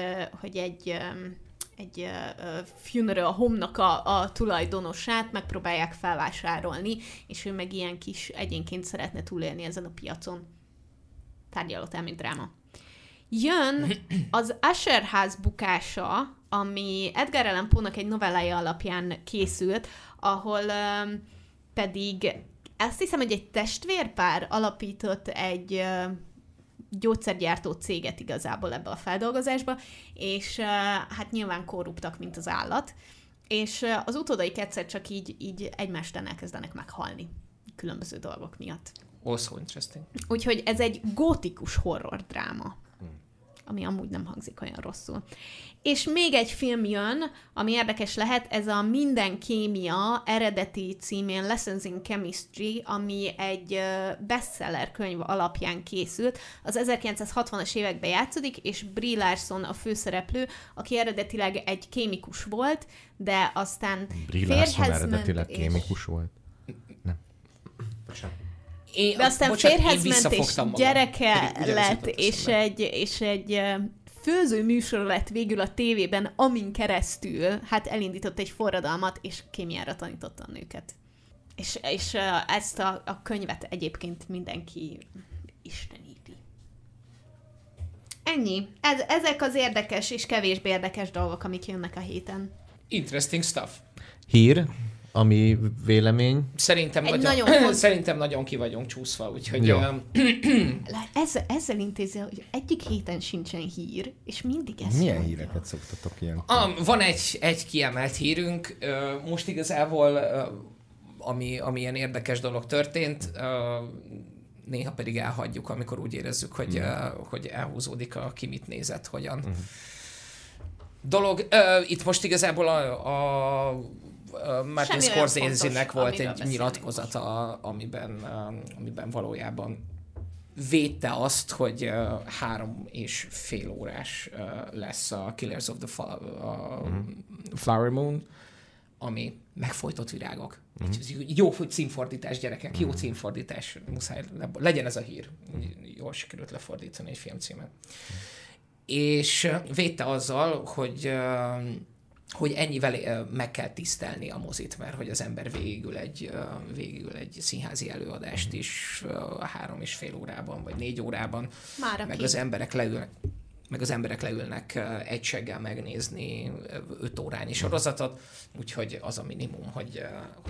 egy funeral home-nak a tulajdonosát megpróbálják felvásárolni, és ő meg ilyen kis egyénként szeretne túlélni ezen a piacon. Tárgyalótelmény dráma. Jön az Usher ház bukása, ami Edgar Allan Poe-nak egy novellája alapján készült, ahol pedig azt hiszem, hogy egy testvérpár alapított egy gyógyszergyártó céget igazából ebbe a feldolgozásba, és hát nyilván korruptak, mint az állat, és az utódaik egyszer csak így egymástán elkezdenek meghalni különböző dolgok miatt. Also interesting. Úgyhogy ez egy gótikus horror dráma, ami amúgy nem hangzik olyan rosszul. És még egy film jön, ami érdekes lehet, ez a Minden kémia eredeti címén Lessons in Chemistry, ami egy bestseller könyv alapján készült. Az 1960-as években játszódik, és Brie Larson a főszereplő, aki eredetileg egy kémikus volt, de aztán Brie Larson eredetileg kémikus volt? Nem. De aztán férjhez ment, és gyereke lett, és egy főzőműsor lett végül a tévében, amin keresztül hát elindított egy forradalmat, és kémiára tanította a nőket. És ezt a könyvet egyébként mindenki isteníti. Ennyi. Ezek az érdekes és kevésbé érdekes dolgok, amik jönnek a héten. Interesting stuff. Hír, ami vélemény. Szerintem nagyon ki vagyunk csúszva, úgyhogy... Ezzel intézi, hogy egyik héten sincsen hír, és mindig ez. Milyen híreket szoktatok ilyen? Van egy kiemelt hírünk. Most igazából, ami ilyen érdekes dolog történt, néha pedig elhagyjuk, amikor úgy érezzük, hogy elhúzódik a ki mit nézett, hogyan. dolog. Itt most igazából a Martin Scorsese-nek volt egy nyilatkozata, amiben valójában védte azt, hogy 3,5 órás lesz a Killers of the Flower Moon, ami megfojtott virágok. Jó címfordítás, gyerekek, jó címfordítás. Muszáj legyen ez a hír. Jól sikerült lefordítani egy filmcímet. És védte azzal, hogy ennyivel meg kell tisztelni a mozit, mert hogy az ember végül egy színházi előadást is 3,5 órában, vagy 4 órában, meg az emberek leülnek egyseggel megnézni 5 órányi sorozatot, úgyhogy az a minimum, hogy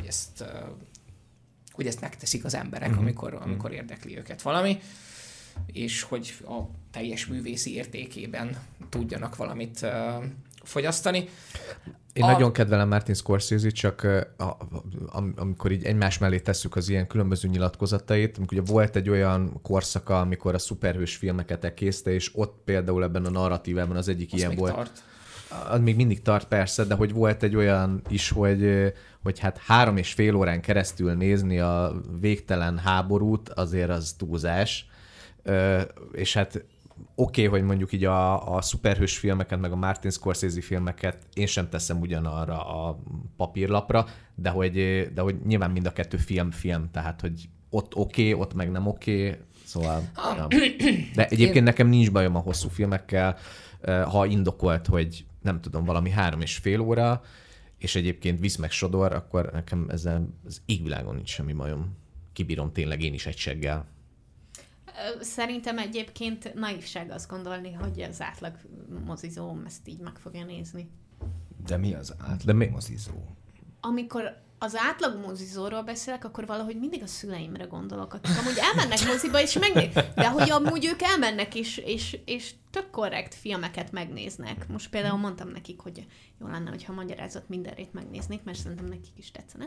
ezt megteszik az emberek, amikor érdekli őket valami, és hogy a teljes művészi értékében tudjanak valamit fogyasztani. Én nagyon kedvelem Martin Scorsese-t, csak amikor így egymás mellé tesszük az ilyen különböző nyilatkozatait, amikor ugye volt egy olyan korszaka, amikor a szuperhős filmeket elkészte, és ott például ebben a narratívában az egyik ilyen volt. Tart. Az még mindig tart persze, de hogy volt egy olyan is, hogy hát 3,5 órán keresztül nézni a végtelen háborút, azért az túlzás. És hát oké, hogy mondjuk így a szuperhős filmeket, meg a Martin Scorsese filmeket én sem teszem ugyanarra a papírlapra, de hogy nyilván mind a kettő film, tehát hogy ott oké, ott meg nem oké, szóval... Ja. De egyébként nekem nincs bajom a hosszú filmekkel, ha indokolt, hogy nem tudom, valami 3,5 óra, és egyébként visz meg sodor, akkor nekem ezzel az égvilágon nincs semmi bajom. Kibírom tényleg én is egyseggel. Szerintem egyébként naivság azt gondolni, hogy az átlag mozizó ezt így meg fogja nézni. De mi az átlag mozizó? az átlag mozizóról beszélek, akkor valahogy mindig a szüleimre gondolok, akik amúgy elmennek moziba és megnéznek, de hogy amúgy ők elmennek és tök korrekt filmeket megnéznek. Most például mondtam nekik, hogy jó lenne, hogyha magyarázat mindenrét megnéznék, mert szerintem nekik is tetszene.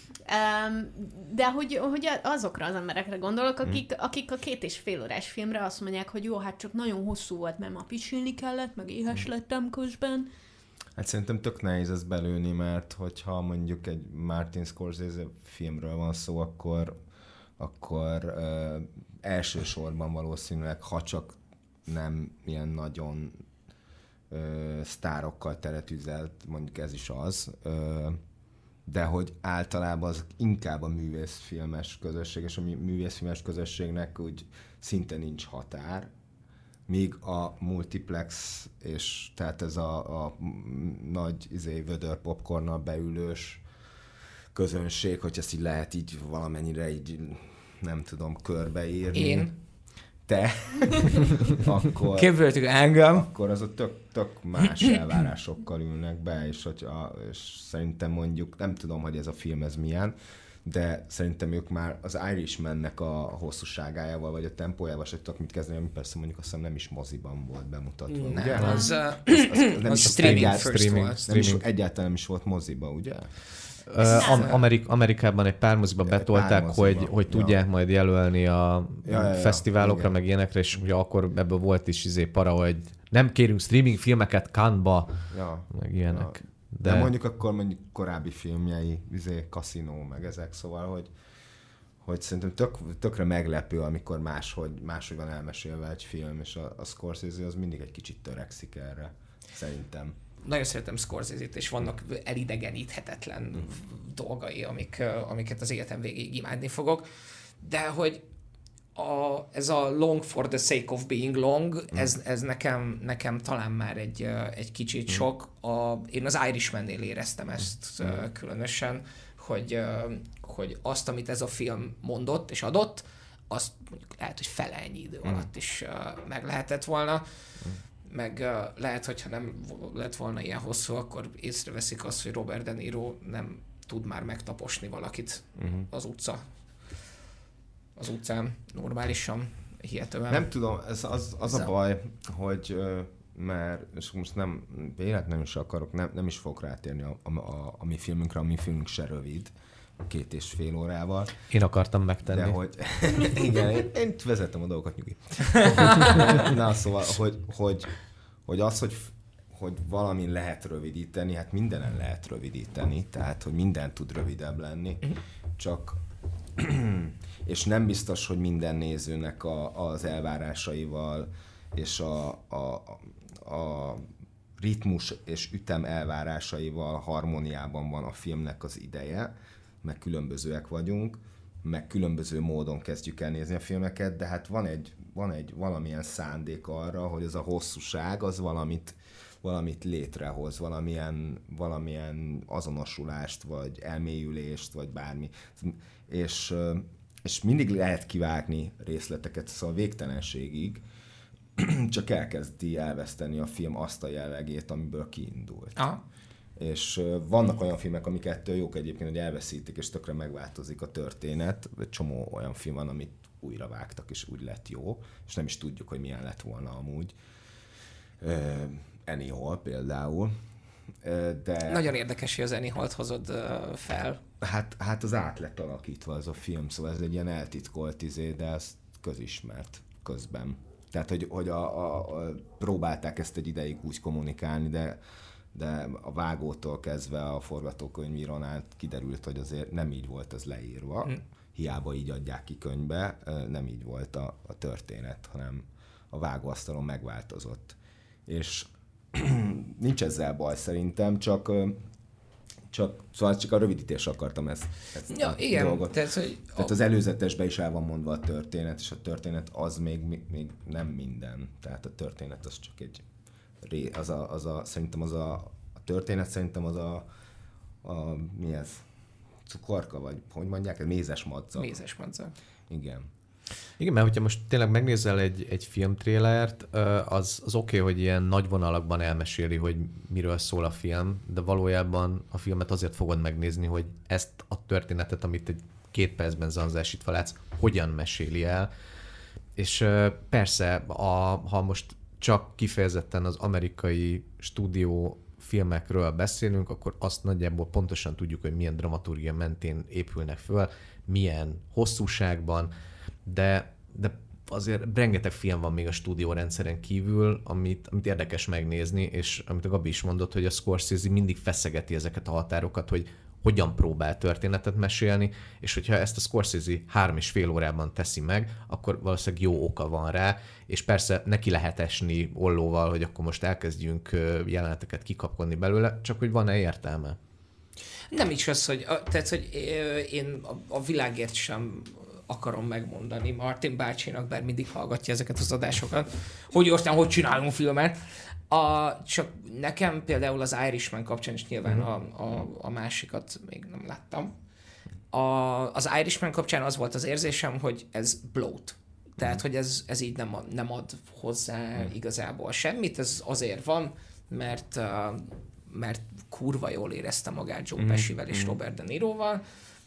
De hogy azokra az emberekre gondolok, akik a 2,5 órás filmre azt mondják, hogy jó, hát csak nagyon hosszú volt, mert ma pisilni kellett, meg éhes lettem közben. Hát szerintem tök nehéz ezt belőni, mert hogyha mondjuk egy Martin Scorsese filmről van szó, akkor elsősorban valószínűleg, ha csak nem ilyen nagyon sztárokkal teletűzelt, mondjuk ez is az, de hogy általában az inkább a művészfilmes közösség, és a művészfilmes közösségnek úgy szinte nincs határ, míg a multiplex, és tehát ez a nagy vödör popcornnal beülős közönség, hogy ezt így lehet így valamennyire így, nem tudom, körbeírni. Én. Te. Akkor, képzeltük engem. Akkor az a tök más elvárásokkal ülnek be, és szerintem mondjuk, nem tudom, hogy ez a film ez milyen, de szerintem ők már az Irishmannek a hosszúságájával, vagy a tempójával se tudtak mit kezdeni, ami persze mondjuk azt hiszem nem is moziban volt bemutatva, ugye? Az nem is streaming first volt. Egyáltalán nem is volt moziba, ugye? Amerikában egy pár moziba betolták, hogy tudják majd jelölni a fesztiválokra, igen, meg ilyenekre, és ugye akkor ebből volt is para, hogy nem kérünk streaming filmeket Cannes-ba, meg ilyenek. Ja. De mondjuk akkor korábbi filmjei, Casino, meg ezek, szóval, hogy szerintem tökre meglepő, amikor máshogy van elmesélve egy film, és a Scorsese az mindig egy kicsit törekszik erre, szerintem. Nagyon szeretem Scorsese-t, és vannak elidegeníthetetlen dolgai, amiket az életem végéig imádni fogok, de hogy ez a long for the sake of being long, ez nekem talán már egy kicsit sok. Én az Irishmannél éreztem ezt különösen, hogy azt, amit ez a film mondott és adott, azt mondjuk lehet, hogy fele ennyi idő alatt is meg lehetett volna. Meg lehet, hogyha nem lett volna ilyen hosszú, akkor észreveszik azt, hogy Robert De Niro nem tud már megtaposni valakit az utcán normálisan, hihetően. Nem tudom, az a baj, hogy mert és most nem véletlenül is akarok, nem is fogok rátérni a mi filmünkre, a mi filmünk se rövid, 2,5 órával. Én akartam megtenni. De hogy, igen, én vezettem a dolgokat, nyugi. Na, szóval, hogy az, hogy valamin lehet rövidíteni, hát mindenen lehet rövidíteni, tehát, hogy minden tud rövidebb lenni, csak és nem biztos, hogy minden nézőnek az elvárásaival és a ritmus és ütem elvárásaival harmóniában van a filmnek az ideje, meg különbözőek vagyunk, meg különböző módon kezdjük el nézni a filmeket, de hát van egy valamilyen szándék arra, hogy az a hosszúság az valamit létrehoz, valamilyen azonosulást, vagy elmélyülést, vagy bármi. És mindig lehet kivágni részleteket, szóval végtelenségig, csak elkezdi elveszteni a film azt a jellegét, amiből kiindult. Aha. És vannak olyan filmek, amik ettől jók egyébként, hogy elveszítik, és tökre megváltozik a történet. Egy csomó olyan film van, amit újra vágtak, és úgy lett jó, és nem is tudjuk, hogy milyen lett volna amúgy. Annie Hall például. De... Nagyon érdekes, hogy az Annie Hallt hozod fel. Hát az át lett alakítva az a film, szóval ez egy ilyen eltitkolt de ez közismert közben. Tehát, hogy próbálták ezt egy ideig úgy kommunikálni, de a vágótól kezdve a forgatókönyvíron át kiderült, hogy azért nem így volt az leírva. Hiába így adják ki könyvbe, nem így volt a történet, hanem a vágóasztalon megváltozott. És nincs ezzel baj szerintem, csak a rövidítésre akartam ezt ja, a igen, dolgot. Tehát az előzetesben is el van mondva a történet, és a történet az még nem minden. Tehát a történet az csak egy szerintem a történet szerintem az a mi ez? Cukorka, vagy hogy mondják? Mézes madza. Mézes madza. Igen. Igen, mert hogyha most tényleg megnézel egy filmtrélert, az oké, hogy ilyen nagy vonalakban elmeséli, hogy miről szól a film, de valójában a filmet azért fogod megnézni, hogy ezt a történetet, amit egy 2 percben zanzásítva látsz, hogyan meséli el. És persze, ha most csak kifejezetten az amerikai stúdió filmekről beszélünk, akkor azt nagyjából pontosan tudjuk, hogy milyen dramaturgia mentén épülnek föl, milyen hosszúságban, de azért rengeteg film van még a stúdiórendszeren kívül, amit érdekes megnézni, és amit a Gabi is mondott, hogy a Scorsese mindig feszegeti ezeket a határokat, hogy hogyan próbál történetet mesélni, és hogyha ezt a Scorsese 3,5 órában teszi meg, akkor valószínűleg jó oka van rá, és persze neki lehet esni ollóval, hogy akkor most elkezdjünk jeleneteket kikapkodni belőle, csak hogy van-e értelme? Nem is az, hogy én a világért sem akarom megmondani Martin bácsinak, bár mindig hallgatja ezeket az adásokat, hogy aztán hogy csinálunk filmet. Csak nekem például az Irishman kapcsán is nyilván a másikat még nem láttam. Az Irishman kapcsán az volt az érzésem, hogy ez bloat. Tehát, hogy ez így nem ad hozzá igazából semmit. Ez azért van, mert kurva jól érezte magát Joe Pescivel és Robert De Niroval.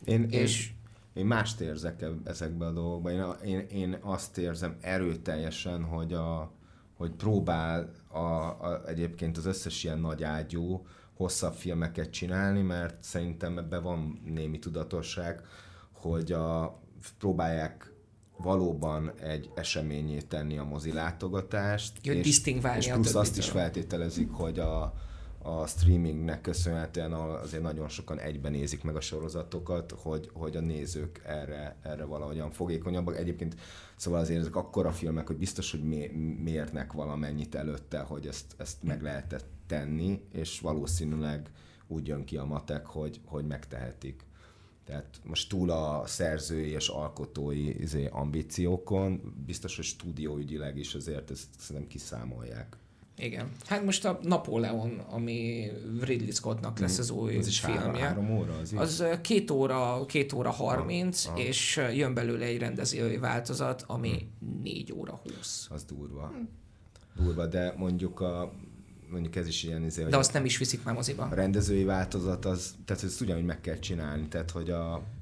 Én mást érzek ezekben a dolgokban. Én azt érzem erőteljesen, hogy próbál egyébként az összes ilyen nagy ágyú, hosszabb filmeket csinálni, mert szerintem ebben van némi tudatosság, hogy próbálják valóban egy eseményé tenni a mozilátogatást, és plusz azt is feltételezik, hogy a streamingnek köszönhetően azért nagyon sokan egyben nézik meg a sorozatokat, hogy a nézők erre valahogyan fogékonyabbak. Egyébként szóval azért ezek akkora filmek, hogy biztos, hogy mérnek valamennyit előtte, hogy ezt meg lehetett tenni, és valószínűleg úgy jön ki a matek, hogy megtehetik. Tehát most túl a szerzői és alkotói ambíciókon, biztos, hogy stúdióügyileg is azért ezt szerintem kiszámolják. Igen. Hát most a Napóleon, ami Ridley Scottnak lesz az új filmje. 3 óra az 2 óra 30, és jön belőle egy rendezői változat, ami 4 óra 20. Az durva. Durva, de mondjuk ez is ilyen de azt nem is viszik már moziba. A rendezői változat, tehát ezt ugyanúgy meg kell csinálni, tehát hogy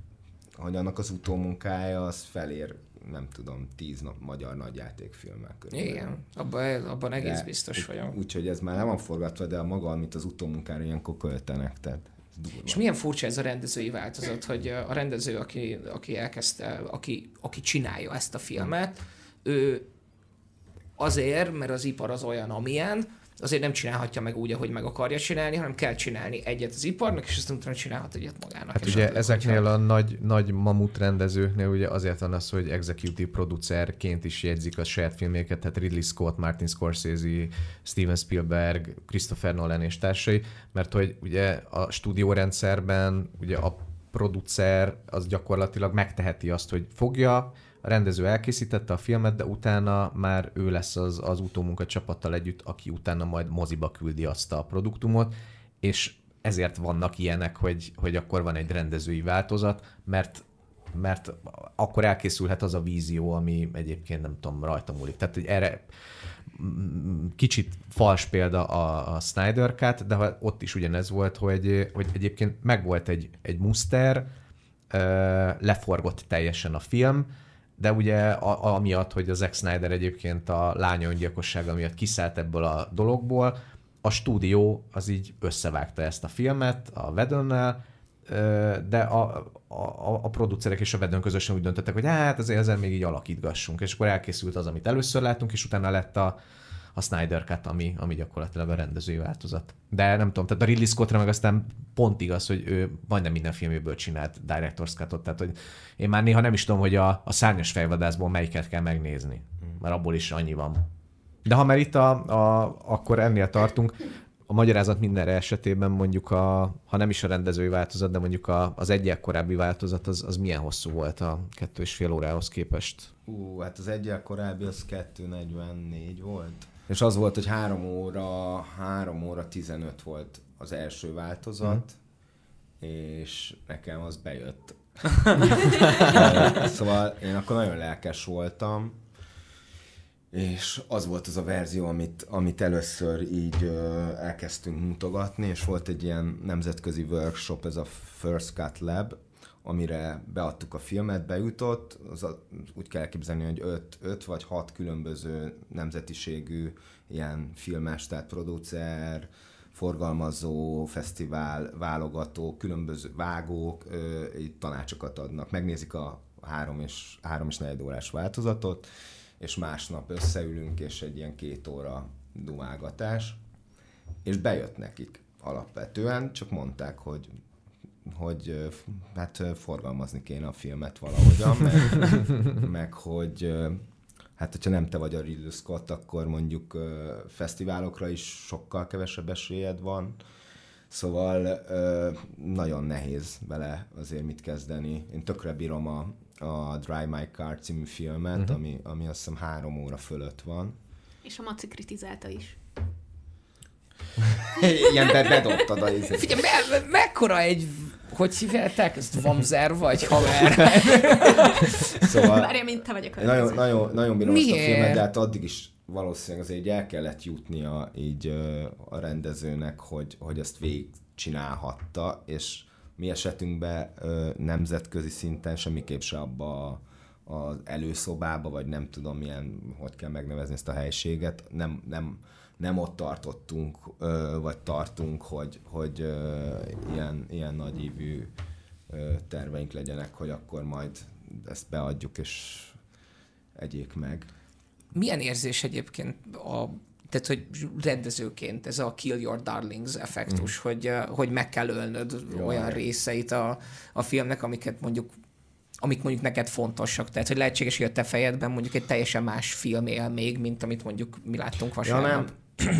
annak az utómunkája az felér, nem tudom, 10 magyar nagyjátékfilmmel körülbelül. Igen, abban egész biztos vagyok. Úgyhogy ez már nem van forgatva, de maga, amit az utómunkára ilyenkor költenek, tehát durva. És milyen furcsa ez a rendezői változat, hogy a rendező, aki elkezdte, aki csinálja ezt a filmet, ő azért, mert az ipar az olyan, amilyen, azért nem csinálhatja meg úgy, ahogy meg akarja csinálni, hanem kell csinálni egyet az iparnak, és aztán utána csinálhat egyet magának. Hát ugye ezeknél a nagy mamut rendezőknél ugye azért van az, hogy executive producerként is jegyzik a saját filméket, tehát Ridley Scott, Martin Scorsese, Steven Spielberg, Christopher Nolan és társai, mert hogy ugye a stúdiórendszerben ugye a producer az gyakorlatilag megteheti azt, hogy fogja, a rendező elkészítette a filmet, de utána már ő lesz az utómunka csapattal együtt, aki utána majd moziba küldi azt a produktumot, és ezért vannak ilyenek, hogy akkor van egy rendezői változat, mert akkor elkészülhet az a vízió, ami egyébként nem tudom, rajta múlik. Tehát hogy erre kicsit fals példa a Snyder Cut, de ott is ugyanez volt, hogy egyébként megvolt egy muszter, leforgott teljesen a film, de ugye amiatt, hogy a Zack Snyder egyébként a lánya öngyilkossága miatt kiszállt ebből a dologból, a stúdió az így összevágta ezt a filmet a Whedonnel, de a producerek és a Whedon közösen úgy döntöttek, hogy hát azért ezzel még így alakítgassunk, és akkor elkészült az, amit először látunk, és utána lett a Snyder Cut, ami gyakorlatilag a rendezői változat. De nem tudom, tehát a Ridley Scottra meg aztán pont igaz, hogy ő majdnem minden filméből csinált Director's Cut-ot, tehát hogy én már néha nem is tudom, hogy a Szárnyas fejvadászból melyiket kell megnézni, mert abból is annyi van. De ha már itt akkor ennél tartunk, a magyarázat mindenre esetében mondjuk ha nem is a rendezői változat, de mondjuk az egyel korábbi változat, az milyen hosszú volt a 2,5 órához képest? Hát az egyel korábbi az 2:44 volt. És az volt, hogy 3 óra 15 volt az első változat, és nekem az bejött Szóval én akkor nagyon lelkes voltam, és az volt az a verzió, amit először így elkezdtünk mutogatni, és volt egy ilyen nemzetközi workshop, ez a First Cut Lab, amire beadtuk a filmet, bejutott, úgy kell elképzelni, hogy 5 vagy 6 különböző nemzetiségű ilyen filmes, tehát producer, forgalmazó, fesztivál, válogató, különböző vágók így tanácsokat adnak. Megnézik a 3 és 4 órás változatot, és másnap összeülünk, és egy ilyen 2 óra dumálgatás, és bejött nekik alapvetően, csak mondták, hogy hát forgalmazni kéne a filmet valahogyan, meg hogy hát, hogyha nem te vagy a Ridley Scott, akkor mondjuk fesztiválokra is sokkal kevesebb esélyed van. Szóval nagyon nehéz vele azért mit kezdeni. Én tökre bírom a Drive My Car című filmet, ami azt hiszem 3 óra fölött van. És a Maci kritizálta is. Ilyen bedobtad a izét. Figyelj, mekkora egy, hogy hívjátok, ezt Vamzer vagy haver? Szóval várja, mint te vagyok. Nagyon bírom ezt a filmet, de hát addig is valószínűleg azért el kellett jutnia így a rendezőnek, hogy ezt végig csinálhatta, és mi esetünkben nemzetközi szinten semmiképp se abba az előszobába, vagy nem tudom milyen, hogy kell megnevezni ezt a helységet, nem ott tartottunk, vagy tartunk, hogy ilyen nagyívű terveink legyenek, hogy akkor majd ezt beadjuk, és egyék meg. Milyen érzés egyébként tehát, hogy rendezőként ez a Kill Your Darlings effektus, hogy meg kell ölnöd olyan részeit a filmnek, amik mondjuk neked fontosak. Tehát, hogy lehetséges, hogy a te fejedben mondjuk egy teljesen más film él még, mint amit mondjuk mi láttunk vasárnap.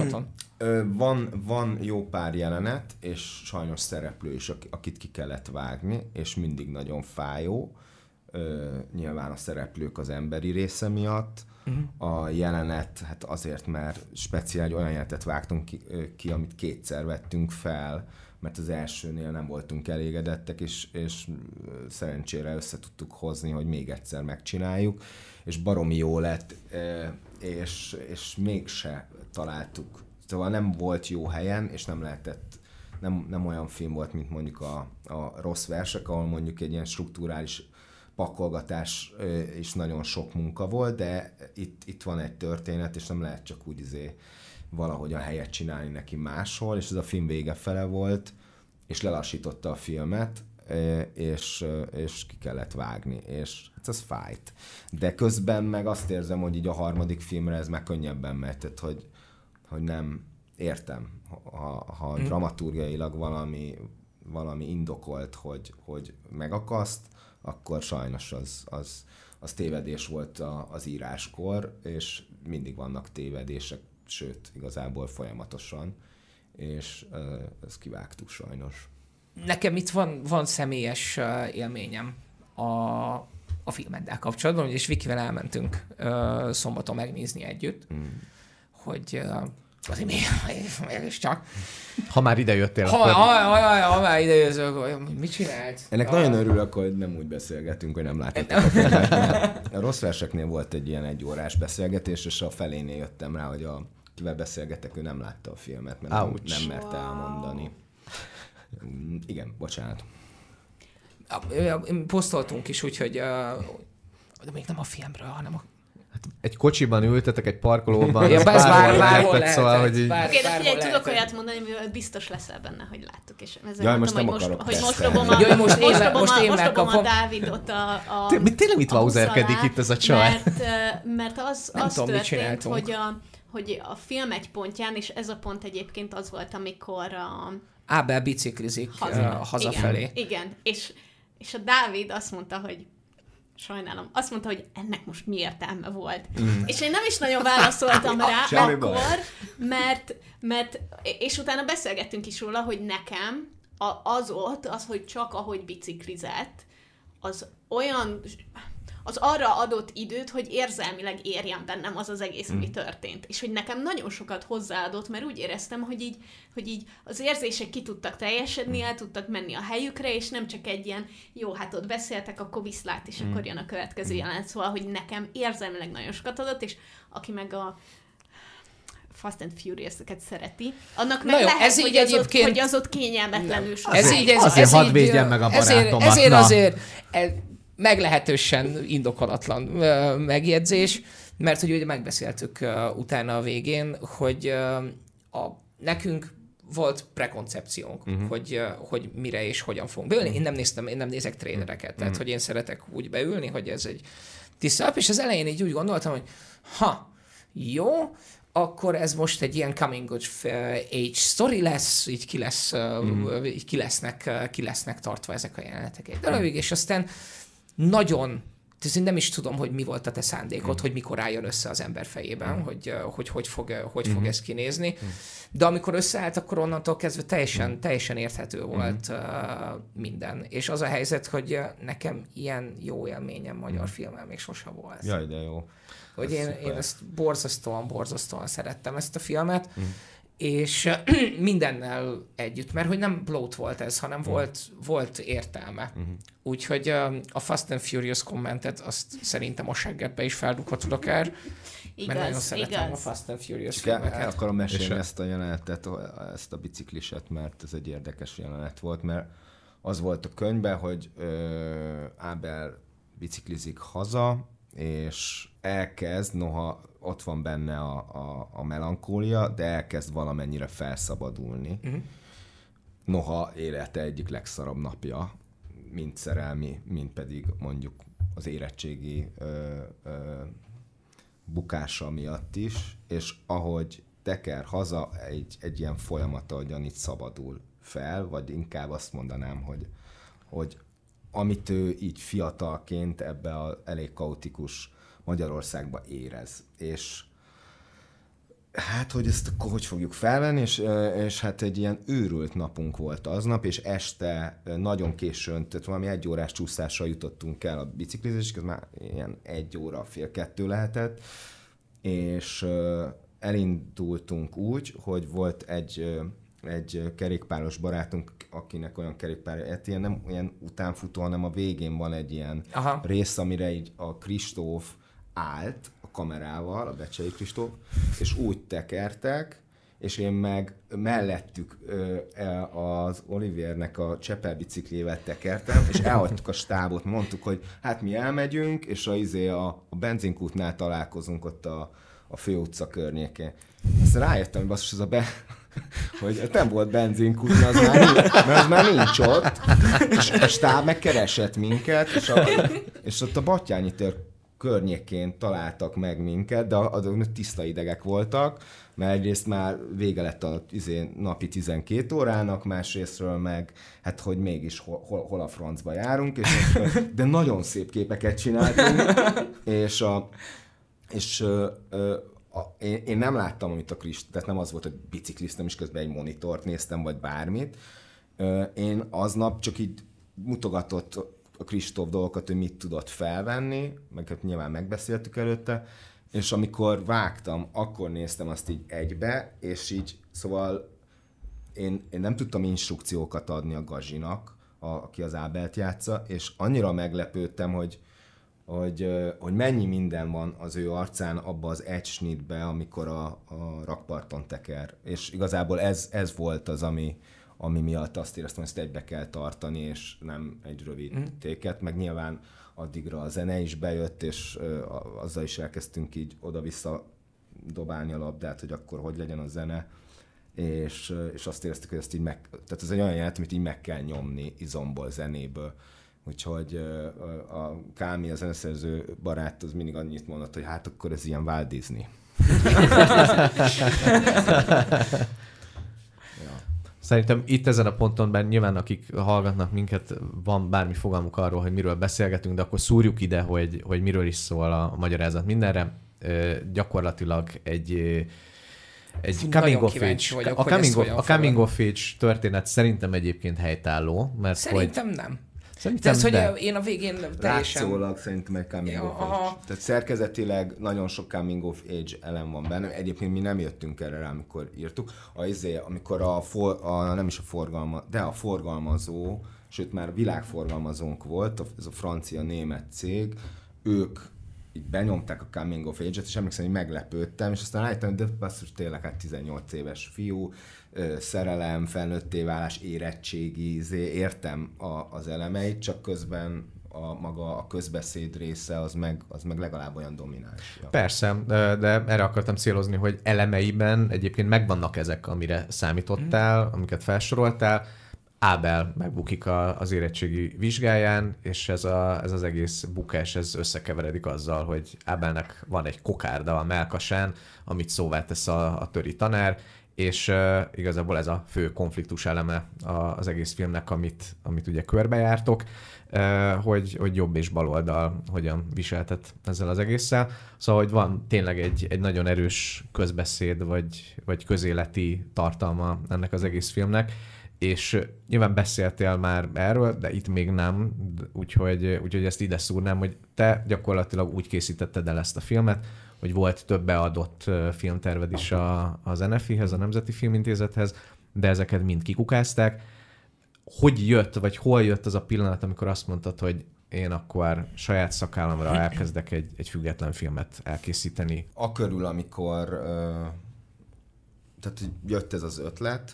Van jó pár jelenet, és sajnos szereplő is, akit ki kellett vágni, és mindig nagyon fájó. Nyilván a szereplők az emberi része miatt. A jelenet, hát azért, mert speciál olyan jelenetet vágtunk ki, amit 2-szer vettünk fel, mert az elsőnél nem voltunk elégedettek, és szerencsére össze tudtuk hozni, hogy még egyszer megcsináljuk, és baromi jó lett, és mégse találtuk. Szóval nem volt jó helyen, és nem lehetett, nem olyan film volt, mint mondjuk a Rossz versek, ahol mondjuk egy ilyen strukturális pakolgatás is nagyon sok munka volt, de itt van egy történet, és nem lehet csak úgy valahogy a helyet csinálni neki máshol, és ez a film vége fele volt, és lelassította a filmet, és ki kellett vágni, és hát ez fájt. De közben meg azt érzem, hogy így a harmadik filmre ez már könnyebben megy, tehát hogy nem értem, ha dramaturgiailag valami indokolt, hogy megakaszt, akkor sajnos az tévedés volt az íráskor, és mindig vannak tévedések, sőt, igazából folyamatosan, és ezt kivágtuk sajnos. Nekem itt van személyes élményem a filmeddel kapcsolatban, és Vikivel elmentünk szombaton megnézni együtt, hogy azért mégis csak. Ha már idejöttél, akkor... Ha már idejöttél, akkor mit csinált? Ennek nagyon örülök, hogy nem úgy beszélgetünk, hogy nem láthatjuk a filmet. A Rossz verseknél volt egy ilyen 1 órás beszélgetés, és a felénél jöttem rá, hogy kivel beszélgetek, ő nem látta a filmet, mert nem merte elmondani. Igen, bocsánat. Posztoltunk is, úgyhogy de még nem a filmről, hanem a... Egy kocsiban ültetek, egy parkolóban, ja, bárhol lehetett, szóval, hogy így... Oké, de figyelj, tudok olyat mondani, mivel biztos leszel benne, hogy láttuk, és ezzel most nem akarok most robom a Dávidot a tényleg mit vauzerkedik itt ez a csaj? Mert az történt, hogy a film egy pontján, és ez a pont egyébként az volt, amikor Ábel biciklizik hazafelé. Igen, és a Dávid azt mondta, hogy sajnálom. Azt mondta, hogy ennek most mi értelme volt. És én nem is nagyon válaszoltam rá akkor, mert és utána beszélgettünk is róla, hogy nekem az, hogy csak ahogy biciklizett, az az arra adott időt, hogy érzelmileg érjen bennem az egész, ami történt. És hogy nekem nagyon sokat hozzáadott, mert úgy éreztem, hogy így az érzések ki tudtak teljesedni, el tudtak menni a helyükre, és nem csak egy ilyen, jó, hát ott beszéltek, akkor viszlát, és akkor jön a következő jelenet. Szóval, hogy nekem érzelmileg nagyon sokat adott, és aki meg a Fast and Furious-eket szereti, annak meg lehet, hogy az ott kényelmetlenül sokáig. Azért hadd védjen meg a barátomat. Ezért azért meglehetősen indokolatlan megjegyzés, mert hogy ugye megbeszéltük utána a végén, hogy nekünk volt prekoncepciónk, hogy mire és hogyan fogunk beülni. Én nem nézek trélereket, tehát hogy én szeretek úgy beülni, hogy ez egy tiszta nap, és az elején így úgy gondoltam, hogy jó, akkor ez most egy ilyen coming of age story lesz, így ki lesznek tartva ezek a jelenetek egy darabig, és aztán nagyon, én nem is tudom, hogy mi volt a te szándékod, hogy mikor álljon össze az ember fejében, hogy fog ez kinézni. De amikor összeállt, akkor onnantól kezdve teljesen érthető volt minden. És az a helyzet, hogy nekem ilyen jó élményem magyar filmmel még sosem volt. Jaj, de jó. Hogy én ezt borzasztóan szerettem ezt a filmet, és mindennel együtt, mert hogy nem bloat volt ez, hanem volt értelme. Úgyhogy a Fast and Furious kommentet azt szerintem a seggedbe is feldughatod akár, mert nagyon szeretem a Fast and Furious filmeket. El akarom mesélni ezt a jelenetet, ezt a bicikliset, mert ez egy érdekes jelenet volt, mert az volt a könyvben, hogy Abel biciklizik haza, és elkezd, noha ott van benne a melankólia, de elkezd valamennyire felszabadulni. Noha élete egyik legszarabb napja, mind szerelmi, mind pedig mondjuk az érettségi bukása miatt is, és ahogy teker haza, egy ilyen folyamat, ahogyan itt szabadul fel, vagy inkább azt mondanám, hogy amit ő így fiatalként ebbe az elég kaotikus Magyarországba érez. És hát, hogy ezt akkor hogy fogjuk felvenni, és hát egy ilyen őrült napunk volt aznap, és este nagyon későn, tehát valami 1 órás csúszással jutottunk el a biciklizésig, ez már ilyen 1 óra, fél 2 lehetett, és elindultunk úgy, hogy volt egy kerékpáros barátunk, akinek olyan kerékpárja, nem olyan utánfutó, hanem a végén van egy ilyen rész, amire így a Kristóf állt a kamerával, a Becsei Kristóf, és úgy tekertek, és én meg mellettük az Olivérnek a Csepel biciklével tekertem, és elhagytuk a stábot, mondtuk, hogy hát mi elmegyünk, és a benzinkútnál találkozunk ott a főutca környékén. Aztán rájöttem, hogy basszus, hogy nem volt benzinkút, mert az már nincs ott, és a stáb megkeresett minket, és ott a Battyányi tér környékén találtak meg minket, de azok tiszta idegek voltak, mert egyrészt már vége lett a napi 12 órának, másrésztről meg, hát hogy mégis hol a francba járunk, de nagyon szép képeket csináltunk, és én nem láttam, amit a Kristóf, tehát nem az volt, hogy bicikliztem, és közben egy monitort néztem, vagy bármit. Én aznap csak így mutogatott a Kristóf dolgokat, hogy mit tudott felvenni, meg hát nyilván megbeszéltük előtte, és amikor vágtam, akkor néztem azt így egybe, és így, szóval én nem tudtam instrukciókat adni a Gazsinak, aki az Ábelt játsza, és annyira meglepődtem, hogy mennyi minden van az ő arcán abba az egy snitbe, amikor a rakparton teker. És igazából ez volt az, ami miatt azt éreztem, hogy ezt egybe kell tartani, és nem egy rövid téket, meg nyilván addigra a zene is bejött, és azzal is elkezdtünk így oda-vissza dobálni a labdát, hogy akkor hogy legyen a zene, és azt éreztük, hogy ezt így tehát ez egy olyan jelenet, amit így meg kell nyomni izomból, zenéből. Úgyhogy a Kámi, a zeneszerző barát, az mindig annyit mondott, hogy hát akkor ez ilyen Walt Disney. Szerintem itt ezen a ponton, nyilván akik hallgatnak minket, van bármi fogalmuk arról, hogy miről beszélgetünk, de akkor szúrjuk ide, hogy miről is szól a magyarázat mindenre. Gyakorlatilag egy coming of age. A coming of age történet szerintem egyébként helytálló. Mert szerintem nem. Szerintem, tehát, hogy én a végén teljesen... Látszólag szerintem egy coming of age. Tehát szerkezetileg nagyon sok coming of age elem van benne. Egyébként mi nem jöttünk erre rá, amikor írtuk. Amikor nem is a forgalmazó, sőt már világforgalmazónk volt, ez a francia-német cég, ők így benyomták a coming of age-et, és emlékszem, hogy meglepődtem, és aztán rájöttem, hogy de basszus, tényleg hát 18 éves fiú, szerelem, felnőtté válás, érettségi, értem az elemeit, csak közben maga a közbeszéd része az meg legalább olyan domináns. Ja. Persze, de erre akartam célozni, hogy elemeiben egyébként megvannak ezek, amire számítottál, amiket felsoroltál. Ábel megbukik az érettségi vizsgáján, és ez az egész bukás ez összekeveredik azzal, hogy Ábelnek van egy kokárda a mellkasán, amit szóvá tesz a töri tanár, és igazából ez a fő konfliktus eleme az egész filmnek, amit ugye körbejártok, hogy jobb és baloldal hogyan viseltet ezzel az egésszel. Szóval, hogy van tényleg egy nagyon erős közbeszéd, vagy közéleti tartalma ennek az egész filmnek, és nyilván beszéltél már erről, de itt még nem, úgyhogy ezt ide szúrnám, hogy te gyakorlatilag úgy készítetted el ezt a filmet, hogy volt több beadott filmterved is az NFI-hez, a Nemzeti Filmintézethez, de ezeket mind kikukázták. Hogy jött, vagy hol jött az a pillanat, amikor azt mondtad, hogy én akkor saját szakállamra elkezdek egy független filmet elkészíteni? Akörül, amikor tehát jött ez az ötlet,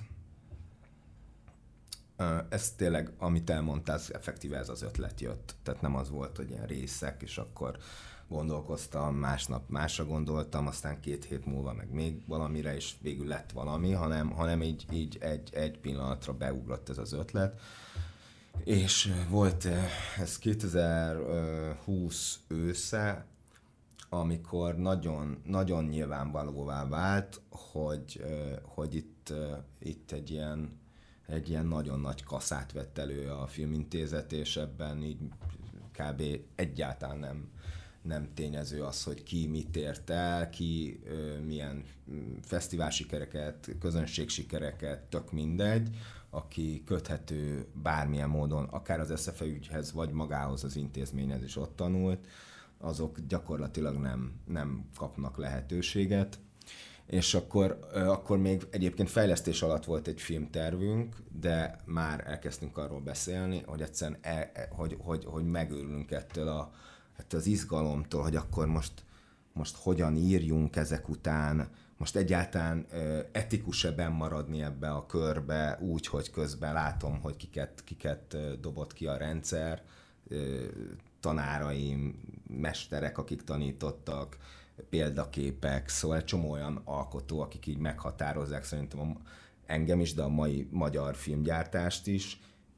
ez tényleg, amit elmondtál, effektíve ez az ötlet jött. Tehát nem az volt, hogy ilyen részek, és akkor gondolkoztam, másnap másra gondoltam, aztán 2 hét múlva meg még valamire, és végül lett valami, hanem így egy pillanatra beugrott ez az ötlet. És volt ez 2020 ősze, amikor nagyon, nagyon nyilvánvalóvá vált, hogy itt egy ilyen nagyon nagy kaszát vett elő a Filmintézet, és ebben így kb. Egyáltalán nem tényező az, hogy ki mit ért el, ki milyen fesztivál sikereket, közönség sikereket, tök mindegy, aki köthető bármilyen módon, akár az SZFE ügyhez, vagy magához az intézményhez is ott tanult, azok gyakorlatilag nem kapnak lehetőséget. És akkor még egyébként fejlesztés alatt volt egy filmtervünk, de már elkezdtünk arról beszélni, hogy egyszerűen hogy megőrülünk ettől az izgalomtól, hogy akkor most hogyan írjunk ezek után, most egyáltalán etikus-e maradni ebbe a körbe úgy, hogy közben látom, hogy kiket dobott ki a rendszer, tanáraim, mesterek, akik tanítottak, példaképek, szóval egy csomó olyan alkotó, akik így meghatározzák szerintem engem is, de a mai magyar filmgyártást is,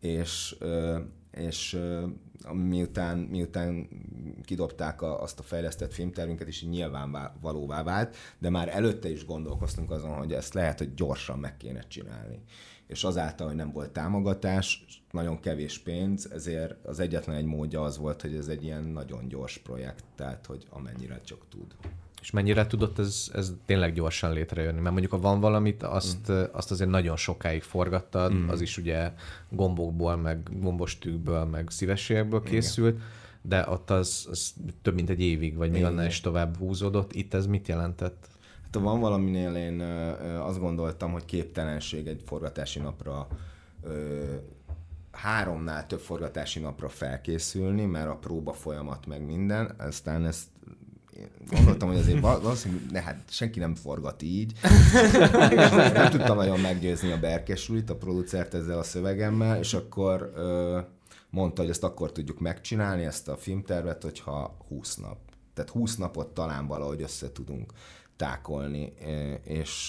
és miután kidobták azt a fejlesztett filmtervünket, és nyilvánvalóvá vált, de már előtte is gondolkoztunk azon, hogy ezt lehet, hogy gyorsan meg kéne csinálni. És azáltal, hogy nem volt támogatás, nagyon kevés pénz, ezért az egyetlen egy módja az volt, hogy ez egy ilyen nagyon gyors projekt, tehát hogy amennyire csak tud. És mennyire tudott ez tényleg gyorsan létrejönni? Mert mondjuk, ha van valamit, azt azért nagyon sokáig forgattad, az is ugye gombokból, meg gombostűkből, meg szívességekből készült, de ott az több mint egy évig, vagy még annál is tovább húzódott. Itt ez mit jelentett? Hát van valaminél én azt gondoltam, hogy képtelenség egy forgatási napra 3-nál több forgatási napra felkészülni, mert a próba folyamat meg minden, aztán ezt gondoltam, hogy azért valószínűleg hát senki nem forgat így. Nem tudtam nagyon meggyőzni a Berkesulit, a producert ezzel a szövegemmel, és akkor mondta, hogy ezt akkor tudjuk megcsinálni, ezt a filmtervet, hogyha 20 nap. Tehát 20 napot talán valahogy össze tudunk tákolni, és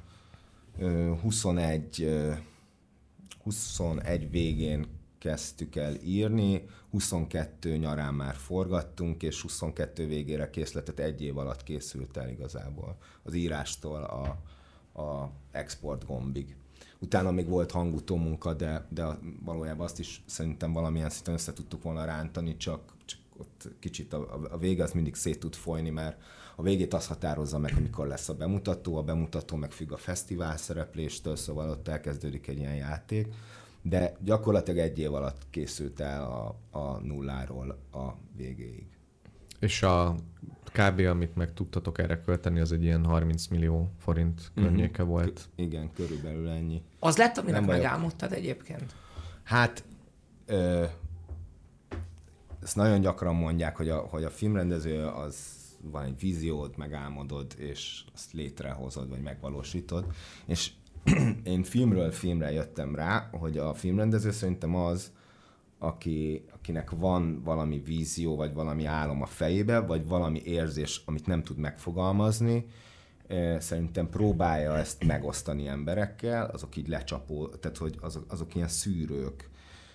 21 végén kezdtük el írni, 22 nyarán már forgattunk, és 22 végére készletet 1 év alatt készült el igazából az írástól a export gombig. Utána még volt hangutó munka, de valójában azt is szerintem valamilyen szinten össze tudtuk volna rántani, csak ott kicsit a vége az mindig szét tud folyni, mert a végét az határozza meg, amikor lesz a bemutató meg függ a fesztivál szerepléstől, szóval ott elkezdődik egy ilyen játék. de gyakorlatilag 1 év alatt készült el a nulláról a végéig. És a kb. Amit meg tudtatok erre költeni, az egy ilyen 30 millió forint környéke volt. Igen, körülbelül ennyi. Az lett, aminek megálmodtad egyébként? Hát, ezt nagyon gyakran mondják, hogy a filmrendező az van egy víziód, megálmodod, és azt létrehozod, vagy megvalósítod. És én filmről filmre jöttem rá, hogy a filmrendező szerintem az, akinek van valami vízió, vagy valami álom a fejébe, vagy valami érzés, amit nem tud megfogalmazni, szerintem próbálja ezt megosztani emberekkel, azok így tehát hogy azok ilyen szűrők,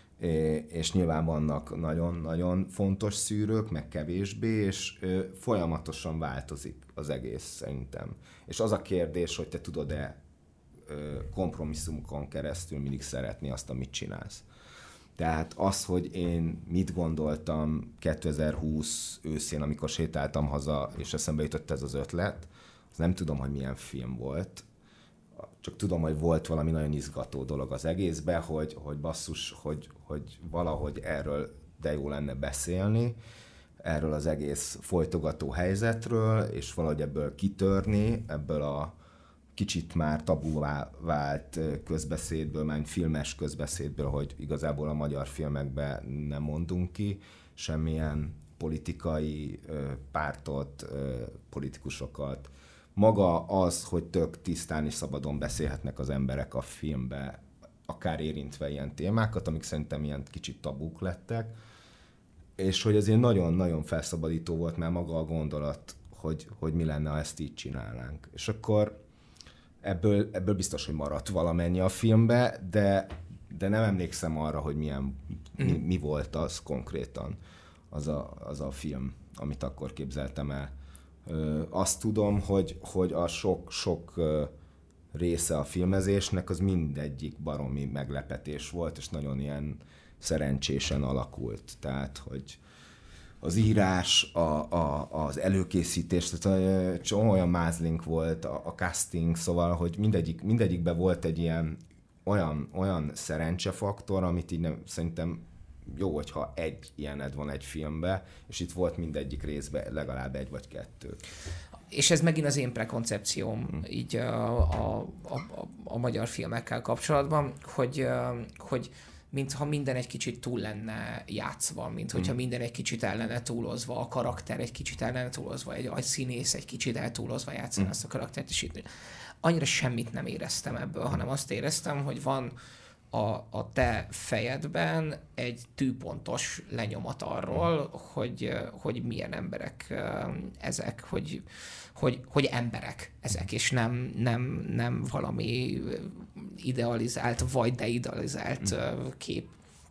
és nyilván vannak nagyon-nagyon fontos szűrők, meg kevésbé, és folyamatosan változik az egész szerintem. És az a kérdés, hogy te tudod-e kompromisszumokon keresztül mindig szeretni azt, amit csinálsz. Tehát az, hogy én mit gondoltam 2020 őszén, amikor sétáltam haza, és eszembe jutott ez az ötlet, az nem tudom, hogy milyen film volt, csak tudom, hogy volt valami nagyon izgató dolog az egészben, hogy basszus, hogy valahogy erről de jó lenne beszélni, erről az egész folytogató helyzetről, és valahogy ebből kitörni, ebből a kicsit már tabuvá vált közbeszédből, már filmes közbeszédből, hogy igazából a magyar filmekben nem mondunk ki semmilyen politikai pártot, politikusokat. Maga az, hogy tök tisztán és szabadon beszélhetnek az emberek a filmbe, akár érintve ilyen témákat, amik szerintem ilyen kicsit tabuk lettek, és hogy azért nagyon-nagyon felszabadító volt már maga a gondolat, hogy mi lenne, ha ezt így csinálnánk. És akkor ebből biztos, hogy maradt valamennyi a filmbe, de nem emlékszem arra, hogy mi volt az konkrétan az a film, amit akkor képzeltem el. Azt tudom, hogy a sok része a filmezésnek az mindegyik baromi meglepetés volt, és nagyon ilyen szerencsésen alakult. Tehát, hogy az írás, az előkészítés, tehát olyan mázlink volt, a casting, szóval, hogy mindegyikben volt egy ilyen olyan szerencsefaktor, amit így szerintem jó, hogyha egy ilyened van egy filmbe, és itt volt mindegyik részben legalább 1 vagy 2. És ez megint az én prekoncepcióm így a magyar filmekkel kapcsolatban, hogy mintha minden egy kicsit túl lenne játszva, hogyha minden egy kicsit el lenne túlozva, a karakter egy kicsit el lenne túlozva, a színész egy kicsit eltúlozva játszani azt a karaktert, és itt annyira semmit nem éreztem ebből, hanem azt éreztem, hogy van a te fejedben egy tűpontos lenyomat arról, hogy milyen emberek ezek, hogy emberek ezek, és nem valami idealizált vagy deidealizált kép.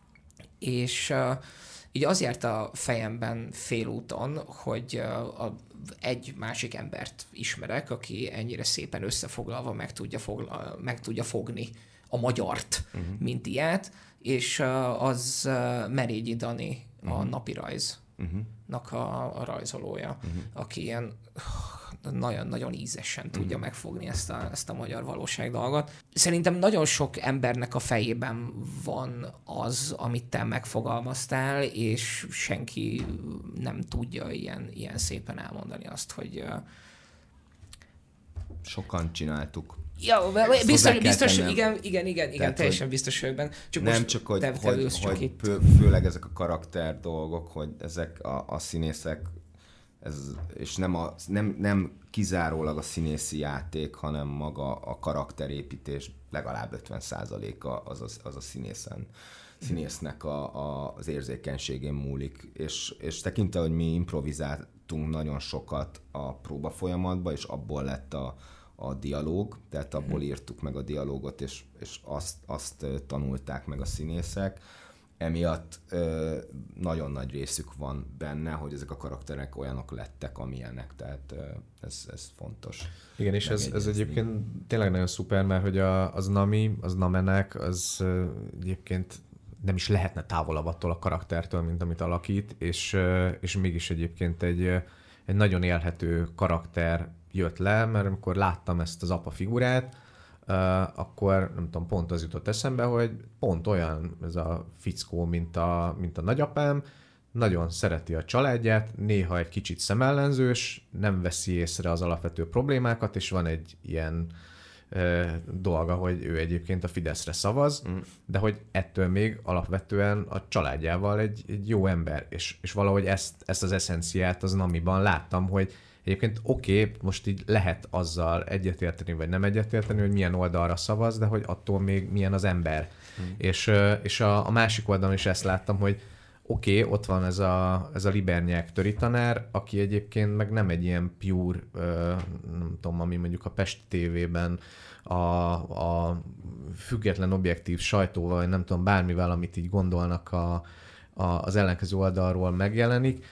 És így az járt a fejemben félúton, hogy egy másik embert ismerek, aki ennyire szépen összefoglalva meg tudja fogni a magyart, mint ilyet, és az Merényi Dani, a Napirajznak a rajzolója, aki ilyen nagyon-nagyon ízesen tudja megfogni ezt a magyar valóság dolgot. Szerintem nagyon sok embernek a fejében van az, amit te megfogalmaztál, és senki nem tudja ilyen szépen elmondani azt, hogy... Sokan csináltuk. Ja, biztos, igen, teljesen biztos vagyok benne. Csak hogy főleg ezek a karakter dolgok, hogy ezek a színészek, és nem kizárólag a színészi játék, hanem maga a karakterépítés legalább 50%-a az a színésznek az érzékenységén múlik. És tekintve, hogy mi improvizáltunk nagyon sokat a próba folyamatban, és abból lett a dialóg, tehát abból írtuk meg a dialógot, és azt tanulták meg a színészek. Emiatt nagyon nagy részük van benne, hogy ezek a karakterek olyanok lettek, amilyenek, tehát ez fontos. Igen, és ez egyébként tényleg nagyon szuper, mert hogy az Nami, az Namenek, az egyébként nem is lehetne távolabb attól a karaktertől, mint amit alakít, és mégis egyébként egy nagyon élhető karakter jött le, mert amikor láttam ezt az apa figurát, akkor nem tudom, pont az jutott eszembe, hogy pont olyan ez a fickó, mint a nagyapám, nagyon szereti a családját, néha egy kicsit szemellenzős, nem veszi észre az alapvető problémákat, és van egy ilyen dolga, hogy ő egyébként a Fideszre szavaz, de hogy ettől még alapvetően a családjával egy jó ember, és valahogy ezt az eszenciát az Namiban láttam, hogy egyébként most így lehet azzal egyetérteni, vagy nem egyetérteni, hogy milyen oldalra szavaz, de hogy attól még milyen az ember. És a másik oldalon is ezt láttam, hogy ott van ez a Libernyák töritanár, aki egyébként meg nem egy ilyen pure, nem tudom, ami mondjuk a Pesti TV-ben a független objektív sajtóval, vagy nem tudom, bármivel, amit így gondolnak az ellenkező oldalról megjelenik,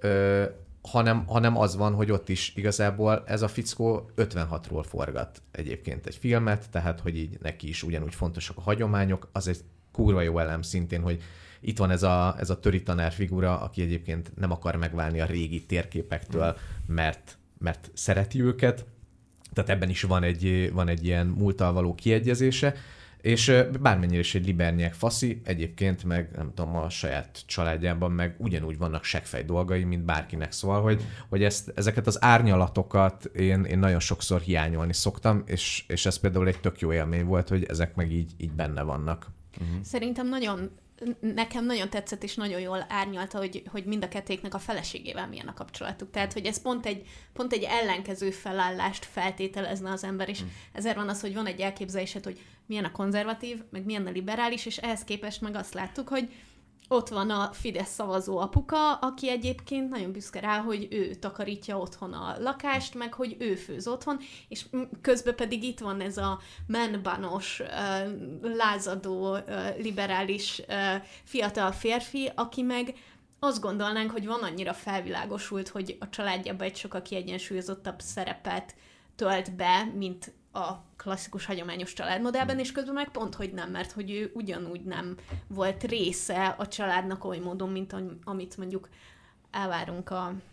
hanem az van, hogy ott is igazából ez a fickó 56-ról forgat egyébként egy filmet, tehát hogy így neki is ugyanúgy fontosak a hagyományok, az egy kurva jó elem szintén, hogy itt van ez a töritanár figura, aki egyébként nem akar megválni a régi térképektől, mert szereti őket, tehát ebben is van egy ilyen múlttal való kiegyezése, és bármennyire is egy Libernyák faszi, egyébként meg nem tudom, a saját családjában meg ugyanúgy vannak seggfej dolgai, mint bárkinek, szóval, hogy ezeket az árnyalatokat én nagyon sokszor hiányolni szoktam, és ez például egy tök jó élmény volt, hogy ezek meg így benne vannak. Szerintem nekem nagyon tetszett, és nagyon jól árnyalta, hogy mind a kettéknek a feleségével milyen a kapcsolatuk. Tehát, hogy ez pont egy ellenkező felállást feltételezne az ember, és ezért van az, hogy van egy elképzelésed, hogy milyen a konzervatív, meg milyen a liberális, és ehhez képest meg azt láttuk, hogy ott van a Fidesz szavazó apuka, aki egyébként nagyon büszke rá, hogy ő takarítja otthon a lakást, meg hogy ő főz otthon, és közben pedig itt van ez a menbanos, lázadó, liberális fiatal férfi, aki meg azt gondolnánk, hogy van annyira felvilágosult, hogy a családjában egy sokkal kiegyensúlyozottabb szerepet tölt be, mint a klasszikus hagyományos családmodellben, és közben meg pont, hogy nem, mert hogy ő ugyanúgy nem volt része a családnak oly módon, mint amit mondjuk elvárunk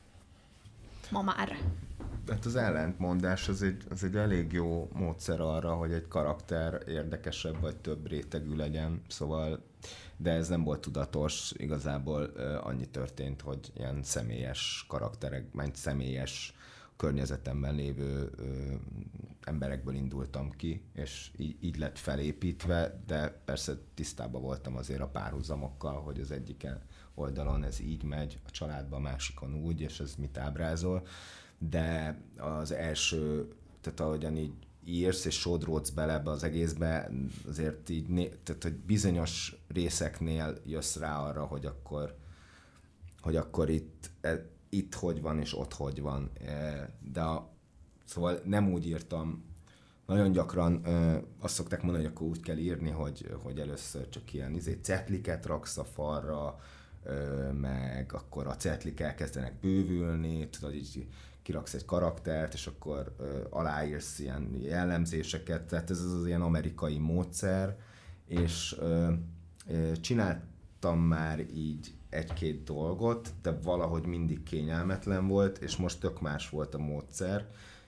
ma már. Hát az ellentmondás az egy elég jó módszer arra, hogy egy karakter érdekesebb vagy több rétegű legyen, szóval, de ez nem volt tudatos, igazából annyi történt, hogy ilyen személyes karakterek, személyes környezetemben lévő emberekből indultam ki, és így lett felépítve, de persze tisztában voltam azért a párhuzamokkal, hogy az egyik oldalon ez így megy, a családban, a másikon úgy, és ez mit ábrázol, de az első, tehát ahogyan így írsz és sodródsz bele ebbe az egészbe, azért így, tehát hogy bizonyos részeknél jössz rá arra, hogy akkor itt hogy van, és ott hogy van. Szóval nem úgy írtam. Nagyon gyakran azt szokták mondani, hogy akkor úgy kell írni, hogy először csak ilyen cetliket raksz a falra, meg akkor a cetlik elkezdenek bővülni, tudod, így kiraksz egy karaktert, és akkor aláírsz ilyen jellemzéseket, tehát ez az ilyen amerikai módszer, és csináltam már így egy-két dolgot, de valahogy mindig kényelmetlen volt, és most tök más volt a módszer,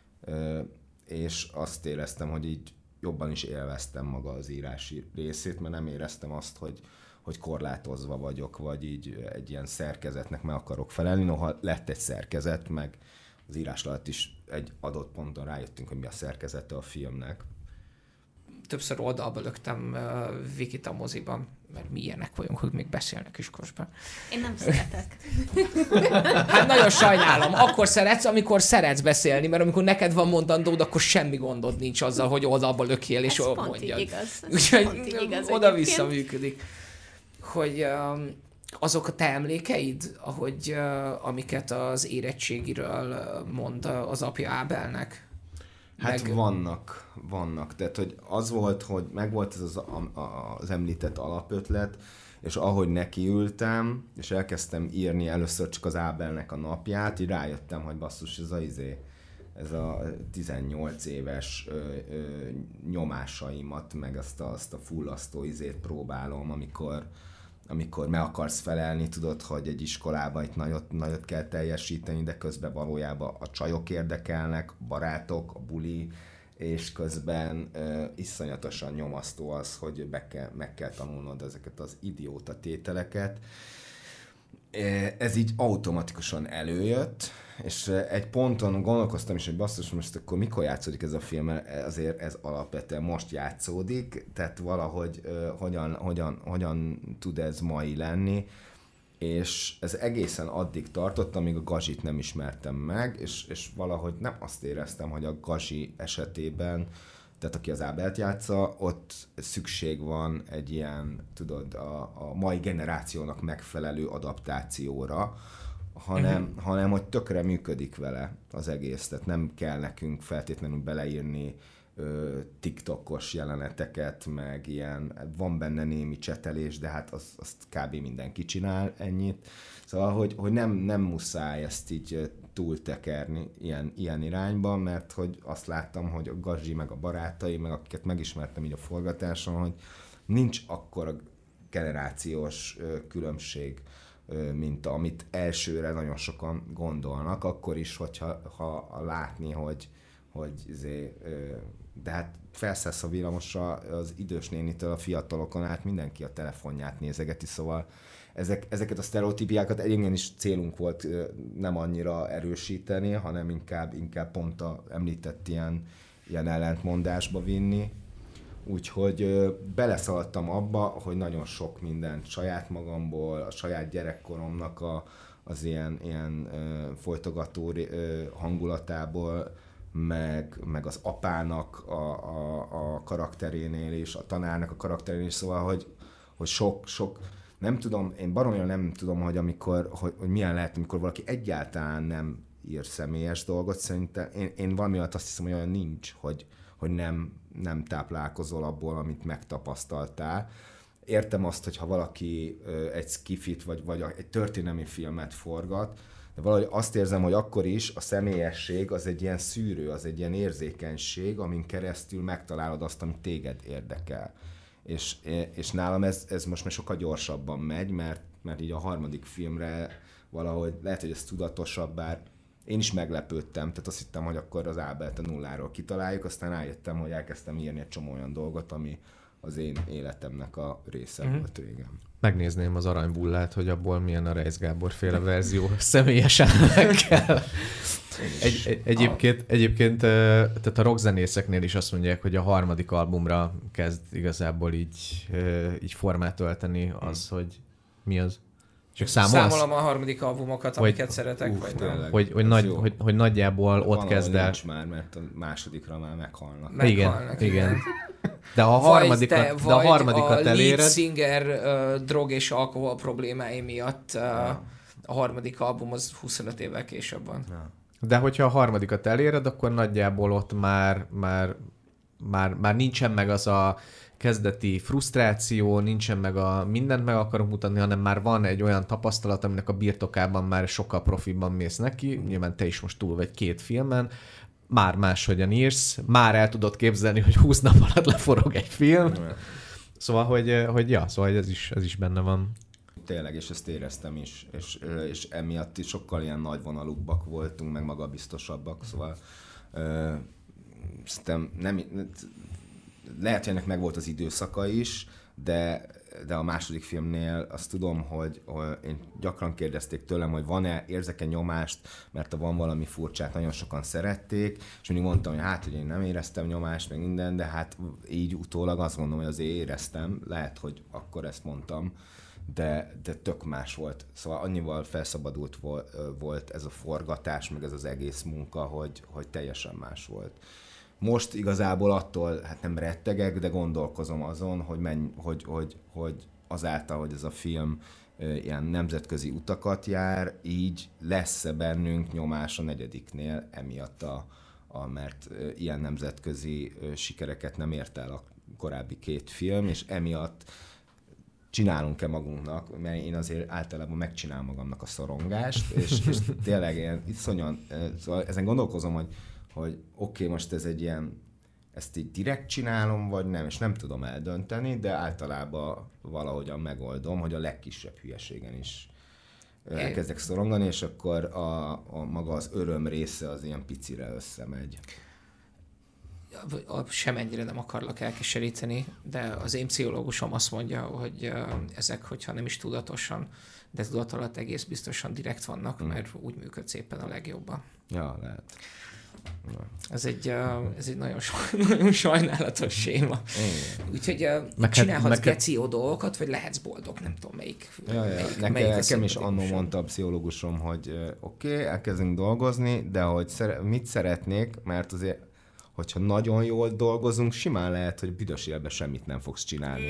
és azt éreztem, hogy így jobban is élveztem maga az írási részét, mert nem éreztem azt, hogy korlátozva vagyok, vagy így egy ilyen szerkezetnek meg akarok felelni. Noha lett egy szerkezet, meg az írás alatt is egy adott ponton rájöttünk, hogy mi a szerkezete a filmnek. Többször oldalba löktem Vikit a moziban, mert mi ilyenek vagyunk, hogy még beszélnek iskosban. Én nem szeretek. Hát nagyon sajnálom. Akkor szeretsz, amikor szeretsz beszélni, mert amikor neked van mondandód, akkor semmi gondod nincs azzal, hogy oldalba lökjél és mondjad. Úgyhogy oda-vissza működik. Hogy azok a te emlékeid, amiket az érettségiről mond az apja Ábelnek? Hát vannak. Tehát, hogy az volt, hogy megvolt ez az említett alapötlet, és ahogy nekiültem, és elkezdtem írni először csak az Ábelnek a napját, így rájöttem, hogy basszus, ez a 18 éves nyomásaimat, meg azt a fullasztó próbálom, amikor meg akarsz felelni, tudod, hogy egy iskolában itt nagyot kell teljesíteni, de közben valójában a csajok érdekelnek, a barátok, a buli, és közben iszonyatosan nyomasztó az, hogy meg kell tanulnod ezeket az idióta tételeket. Ez így automatikusan előjött, és egy ponton gondolkoztam is, hogy basszus, most akkor mikor játszódik ez a film, azért ez alapvetően most játszódik, tehát valahogy hogyan tud ez mai lenni, és ez egészen addig tartott, amíg a Gazsit nem ismertem meg, és valahogy nem azt éreztem, hogy a Gazi esetében, tehát aki az Ábelt játsza, ott szükség van egy ilyen, tudod, a mai generációnak megfelelő adaptációra, hanem hogy tökre működik vele az egész, tehát nem kell nekünk feltétlenül beleírni TikTokos jeleneteket, meg ilyen, van benne némi csetelés, de hát azt kb. Mindenki csinál ennyit. Szóval, hogy nem muszáj ezt így túltekerni ilyen irányba, mert hogy azt láttam, hogy a Gazi, meg a barátai, meg akiket megismertem így a forgatáson, hogy nincs akkora generációs különbség, mint amit elsőre nagyon sokan gondolnak, akkor is, hogyha látni, hogy de hát felszállsz a villamosra az idős nénitől a fiatalokon át, mindenki a telefonját nézegeti, szóval ezeket a sztereotípiákat egyébként is célunk volt nem annyira erősíteni, hanem inkább pont a említett ilyen ellentmondásba vinni. Úgyhogy beleszaladtam abba, hogy nagyon sok mindent saját magamból, a saját gyerekkoromnak az ilyen folytogató hangulatából, meg az apának a karakterénél is, a tanárnak a karakterénél is, szóval, hogy sok nem tudom, én baromira nem tudom, hogy milyen lehet, amikor valaki egyáltalán nem ír személyes dolgot, szerintem én valami alatt azt hiszem, hogy olyan nincs, hogy nem táplálkozol abból, amit megtapasztaltál. Értem azt, hogyha valaki egy skifit, vagy egy történelmi filmet forgat, de valahogy azt érzem, hogy akkor is a személyesség az egy ilyen szűrő, az egy ilyen érzékenység, amin keresztül megtalálod azt, ami téged érdekel. És nálam ez most már sokkal gyorsabban megy, mert így a harmadik filmre valahogy lehet, hogy ez tudatosabb, bár én is meglepődtem, tehát azt hittem, hogy akkor az Ábelt a nulláról kitaláljuk, aztán rájöttem, hogy elkezdtem írni egy csomó olyan dolgot, ami az én életemnek a része volt régen. Megnézném az Aranybullát, hogy abból milyen a Reisz Gábor féle verzió személyesen kell. Egyébként tehát a rockzenészeknél is azt mondják, hogy a harmadik albumra kezd igazából így formát ölteni az, hogy mi az. Csak számolom a harmadik albumokat, amiket szeretek, vagy nem. Hogy nagyjából ott kezd el. Nincs már, mert a másodikra már meghalnak. Igen. De a harmadikat eléred. lead singer drog és alkohol problémái miatt a harmadik album az 25 évvel később van. Ja. De hogyha a harmadikat eléred, akkor nagyjából ott már nincsen meg az a kezdeti frusztráció, nincsen meg mindent meg akarunk mutatni, hanem már van egy olyan tapasztalat, aminek a birtokában már sokkal profibban mész neki. Nyilván te is most túl vagy 2 filmen, már máshogyan írsz, már el tudod képzelni, hogy 20 nap alatt leforog egy film. Szóval, hogy ez is benne van. Tényleg, és ezt éreztem is, és emiatt is sokkal ilyen nagyvonalúbbak voltunk, meg magabiztosabbak, szóval szerintem lehet, hogy ennek meg volt az időszaka is, de a második filmnél azt tudom, hogy én gyakran kérdezték tőlem, hogy érzek-e nyomást, mert ha van valami furcsát, nagyon sokan szerették, és mindig mondtam, hogy hogy én nem éreztem nyomást, meg minden, de hát így utólag azt gondolom, hogy azért éreztem, lehet, hogy akkor ezt mondtam, de tök más volt. Szóval annyival felszabadult volt ez a forgatás, meg ez az egész munka, hogy teljesen más volt. Most igazából attól, hát nem rettegek, de gondolkozom azon, hogy azáltal, hogy ez a film ilyen nemzetközi utakat jár, így lesz-e bennünk nyomás a 4. emiatt, mert ilyen nemzetközi sikereket nem ért el a korábbi 2 film, és emiatt csinálunk-e magunknak, mert én azért általában megcsinálom magamnak a szorongást, és tényleg ilyen iszonyan, szóval ezen gondolkozom, hogy oké, most ez egy ilyen, ezt így direkt csinálom, vagy nem, és nem tudom eldönteni, de általában valahogyan megoldom, hogy a legkisebb hülyeségen is elkezdek szorongani, és akkor a maga az öröm része az ilyen picire összemegy. semennyire nem akarlak elkeseríteni, de az én pszichológusom azt mondja, hogy ezek, hogyha nem is tudatosan, de tudat alatt egész biztosan direkt vannak, mert úgy működsz éppen a legjobban. Ja, lehet. Ez egy nagyon sajnálatos séma. Úgyhogy csinálhatsz geció dolgokat, vagy lehetsz boldog, nem tudom melyik. Nekem is annó mondta a pszichológusom, hogy oké, elkezdünk dolgozni, de hogy mit szeretnék, mert azért hogyha nagyon jól dolgozunk, simán lehet, hogy büdös élben semmit nem fogsz csinálni.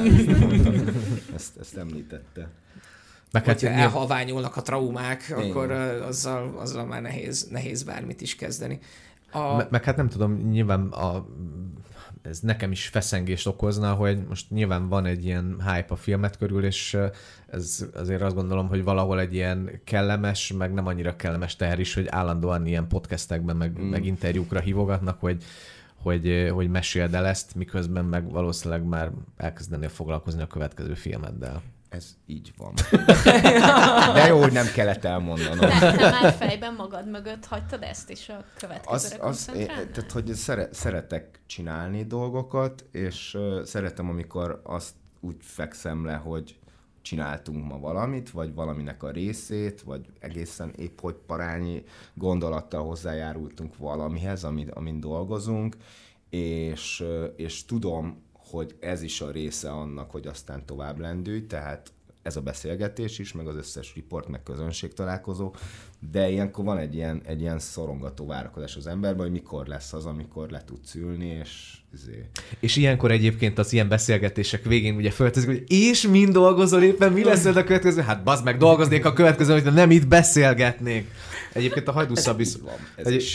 Ezt említette. Hogyha elhalványulnak a traumák, akkor azzal már nehéz bármit is kezdeni. Meg hát nem tudom, nyilván ez nekem is feszengést okozna, hogy most nyilván van egy ilyen hype a filmet körül, és ez azért azt gondolom, hogy valahol egy ilyen kellemes, meg nem annyira kellemes teher is, hogy állandóan ilyen podcastekben, meg interjúkra hívogatnak, hogy meséld el ezt, miközben meg valószínűleg már elkezdenél foglalkozni a következő filmeddel. Ez így van. De jó, hogy nem kellett elmondanom. Te már fejben magad mögött hagytad ezt, és a következőre koncentrálnál? Tehát, hogy szeretek csinálni dolgokat, és szeretem, amikor azt úgy fekszem le, hogy csináltunk ma valamit, vagy valaminek a részét, vagy egészen épp hogy parányi gondolattal hozzájárultunk valamihez, amin dolgozunk, és tudom, hogy ez is a része annak, hogy aztán tovább lendülj, tehát ez a beszélgetés is, meg az összes riport, meg közönségtalálkozó, de ilyenkor van egy ilyen szorongató várakozás az emberben, hogy mikor lesz az, amikor le tudsz ülni, és ilyenkor egyébként az ilyen beszélgetések végén ugye föltezik, hogy és mind dolgozol éppen, mi lesz a következő? Hát bazd meg, dolgoznék a következő, hogy nem itt beszélgetnék. Egyébként a Hajdú Szabi... Ez is.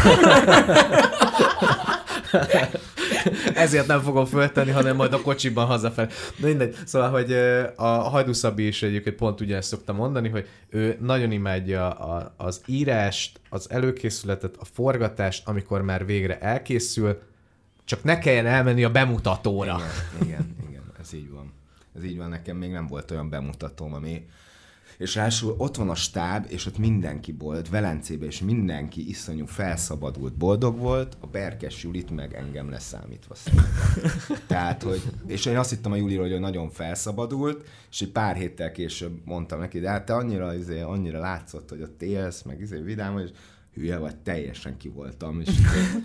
Ezért nem fogom föltenni, hanem majd a kocsiban hazafelé. De mindegy. Szóval, hogy a Hajdú Szabi is egyébként pont ugyanezt szokta mondani, hogy ő nagyon imádja az írást, az előkészületet, a forgatást, amikor már végre elkészül, csak ne kelljen elmenni a bemutatóra. Igen, ez így van. Ez így van, nekem még nem volt olyan bemutatóm, és ráadásul ott van a stáb, és ott mindenki volt, Velencében, és mindenki iszonyú felszabadult, boldog volt, a Berkes Julit meg engem leszámítva szerintem. Tehát, hogy, és én azt hittem a Juliról, hogy nagyon felszabadult, és egy pár héttel később mondtam neki, de hát te annyira látszott, hogy ott élsz, meg vidám, és hülye vagy, teljesen ki voltam, és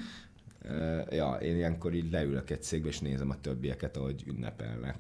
én ilyenkor így leülök egy székbe, és nézem a többieket, ahogy ünnepelnek.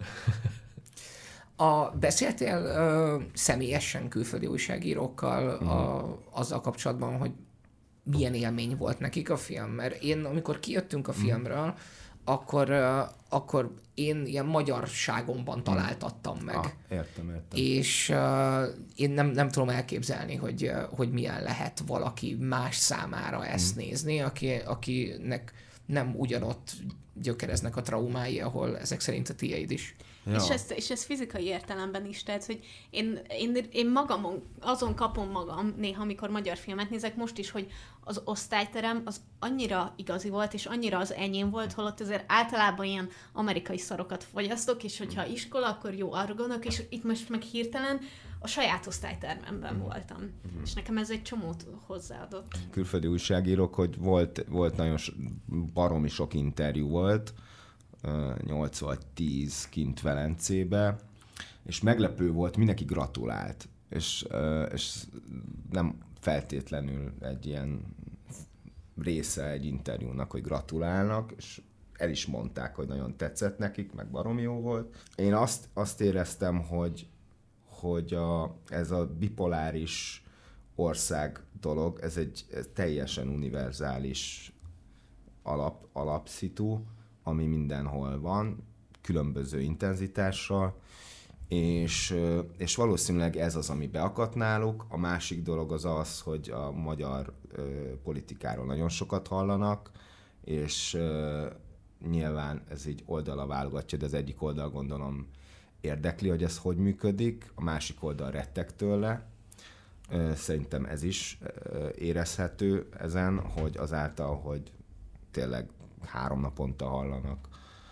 Beszéltél személyesen külföldi újságírókkal azzal kapcsolatban, hogy milyen élmény volt nekik a film? Mert én, amikor kijöttünk a filmről, akkor én ilyen magyarságomban találtattam meg. Értem. És én nem tudom elképzelni, hogy milyen lehet valaki más számára ezt nézni, akinek nem ugyanott gyökereznek a traumái, ahol ezek szerint a tiéd is. Ja. És ez fizikai értelemben is, tehát, hogy én magamon, azon kapom magam néha, amikor magyar filmet nézek, most is, hogy az osztályterem az annyira igazi volt, és annyira az enyém volt, holott azért általában ilyen amerikai szarokat fogyasztok, és hogyha iskola, akkor jó argonok, és itt most meg hirtelen a saját osztálytermemben voltam. És nekem ez egy csomót hozzáadott. Külföldi újságírók, hogy volt nagyon baromi sok interjú volt, 8 vagy 10 kint Velencébe, és meglepő volt, mindenki gratulált, és nem feltétlenül egy ilyen része egy interjúnak, hogy gratulálnak, és el is mondták, hogy nagyon tetszett nekik, meg baromi jó volt. Én azt éreztem, hogy ez a bipoláris ország dolog, ez egy teljesen univerzális alapszitu, ami mindenhol van, különböző intenzitással, és valószínűleg ez az, ami beakadt náluk. A másik dolog az, hogy a magyar politikáról nagyon sokat hallanak, és nyilván ez így oldala válogatja, de az egyik oldal gondolom érdekli, hogy ez hogy működik, a másik oldal retteg tőle. Szerintem ez is érezhető ezen, hogy azáltal, hogy tényleg 3 naponta hallanak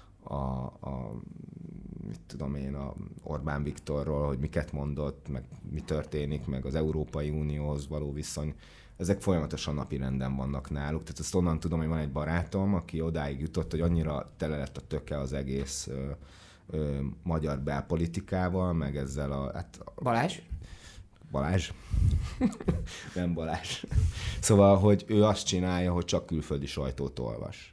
mit tudom én, a Orbán Viktorról, hogy miket mondott, meg mi történik, meg az Európai Unióhoz való viszony ezek folyamatosan napirenden vannak náluk. Tehát azt onnan tudom, hogy van egy barátom, aki odáig jutott, hogy annyira tele lett a töke az egész magyar belpolitikával, meg ezzel a... Balázs? Nem Balázs. Szóval, hogy ő azt csinálja, hogy csak külföldi sajtót olvas.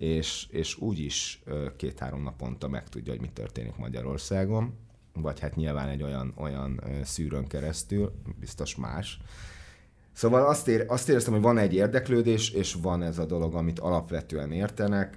És úgyis 2-3 naponta megtudja, hogy mi történik Magyarországon, vagy hát nyilván egy olyan szűrőn keresztül, biztos más. Szóval azt éreztem, hogy van egy érdeklődés, és van ez a dolog, amit alapvetően értenek.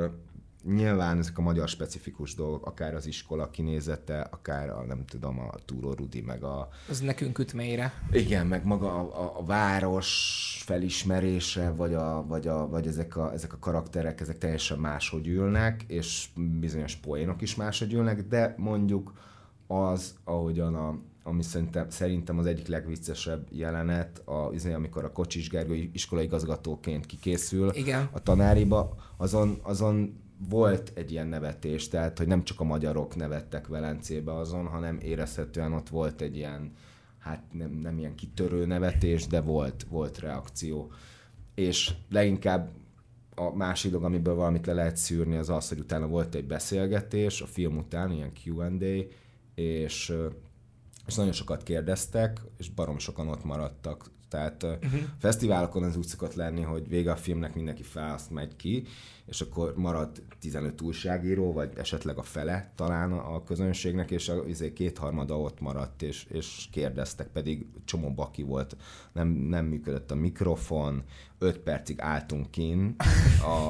Nyilván ezek a magyar specifikus dolgok, akár az iskola kinézete, akár a Túró Rudi, meg a... Az nekünk üt mélyre. Igen, meg maga a város felismerése, vagy ezek a karakterek, ezek teljesen máshogy ülnek, és bizonyos poénok is máshogy ülnek, de mondjuk az, ahogyan ami szerintem az egyik legviccesebb jelenet, amikor a Kocsis Gergő iskolaigazgatóként kikészül igen. a tanáriba, azon volt egy ilyen nevetés, tehát hogy nem csak a magyarok nevettek Velencébe azon, hanem érezhetően ott volt egy ilyen, hát nem ilyen kitörő nevetés, de volt reakció. És leginkább a másik dolog, amiből valamit le lehet szűrni, az az, hogy utána volt egy beszélgetés a film után, ilyen Q&A, és nagyon sokat kérdeztek, és barom sokan ott maradtak. Tehát fesztiválokon az úgy szokott lenni, hogy vége a filmnek mindenki fel, azt megy ki, és akkor marad 15 újságíró, vagy esetleg a fele talán a közönségnek, és azért 2/3 ott maradt, és kérdeztek, pedig csomó baki volt. Nem működött a mikrofon, 5 percig álltunk kint a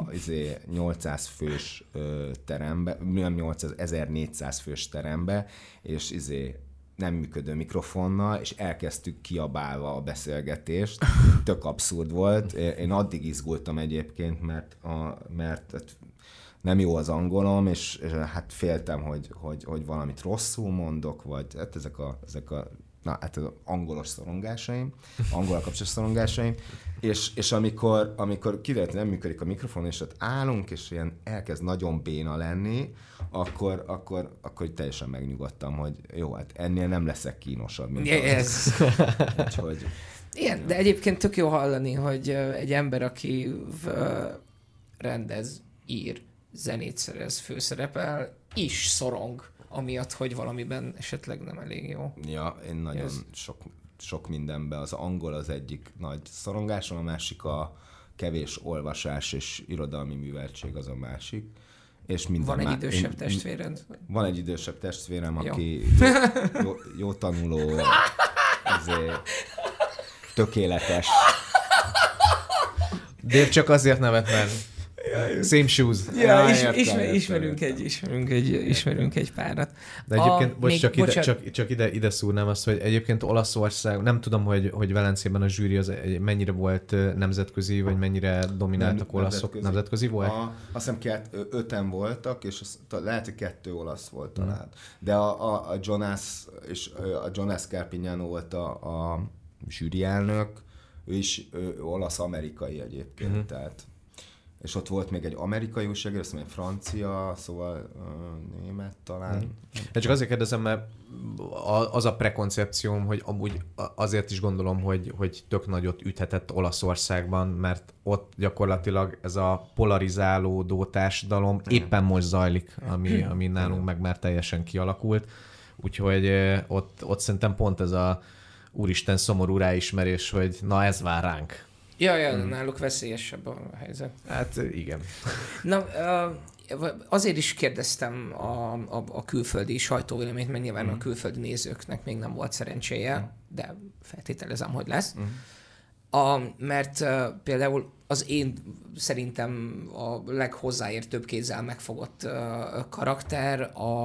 800 fős terembe, nem 800, 1400 fős terembe, és nem működő mikrofonnal, és elkezdtük kiabálva a beszélgetést. Tök abszurd volt. Én addig izgultam egyébként, mert nem jó az angolom, és hát féltem, hogy valamit rosszul mondok, vagy hát ezek a angolos szorongásaim, angolal kapcsolatos szorongásaim, és amikor kiderült, hogy nem működik a mikrofon, és ott állunk, és ilyen elkezd nagyon béna lenni, akkor teljesen megnyugodtam, hogy jó, hát ennél nem leszek kínosabb, mint ez. Úgyhogy... Igen, de egyébként tök jó hallani, hogy egy ember, aki rendez, ír, zenét szerez, főszerepel, is szorong, amiatt, hogy valamiben esetleg nem elég jó. Ja, én nagyon sok mindenben. Az angol az egyik nagy szorongásom, a másik a kevés olvasás és irodalmi műveltség az a másik. És van egy idősebb testvéred? Van egy idősebb testvérem, aki jó tanuló, tökéletes. Dave csak azért nevet, mert same shoes. Ja, ismerünk egy párat. De egyébként, csak ide szúrnám azt, hogy egyébként Olaszország, nem tudom, hogy Velencében a zsűri az mennyire volt nemzetközi, vagy mennyire domináltak olaszok. Nemzetközi volt? Azt hiszem 5-en voltak, és lehet, hogy 2 olasz volt talán. De a Jonas Carpignano volt a zsűri elnök, ő is olasz-amerikai egyébként, tehát... És ott volt még egy amerikai újságíró, azt mondja, egy francia, szóval német talán. De csak azért kérdezem, mert az a prekoncepcióm, hogy amúgy azért is gondolom, hogy tök nagyot üthetett Olaszországban, mert ott gyakorlatilag ez a polarizálódó társadalom éppen most zajlik, ami nálunk meg már teljesen kialakult. Úgyhogy ott szerintem pont ez a úristen szomorú ráismerés, hogy na ez vár ránk. Ja, náluk veszélyesebb a helyzet. Hát igen. Na, azért is kérdeztem a külföldi sajtóvéleményt, mert nyilván a külföldi nézőknek még nem volt szerencséje, de feltételezem, hogy lesz. Mert például az én szerintem a leghozzáértőbb kézzel megfogott karakter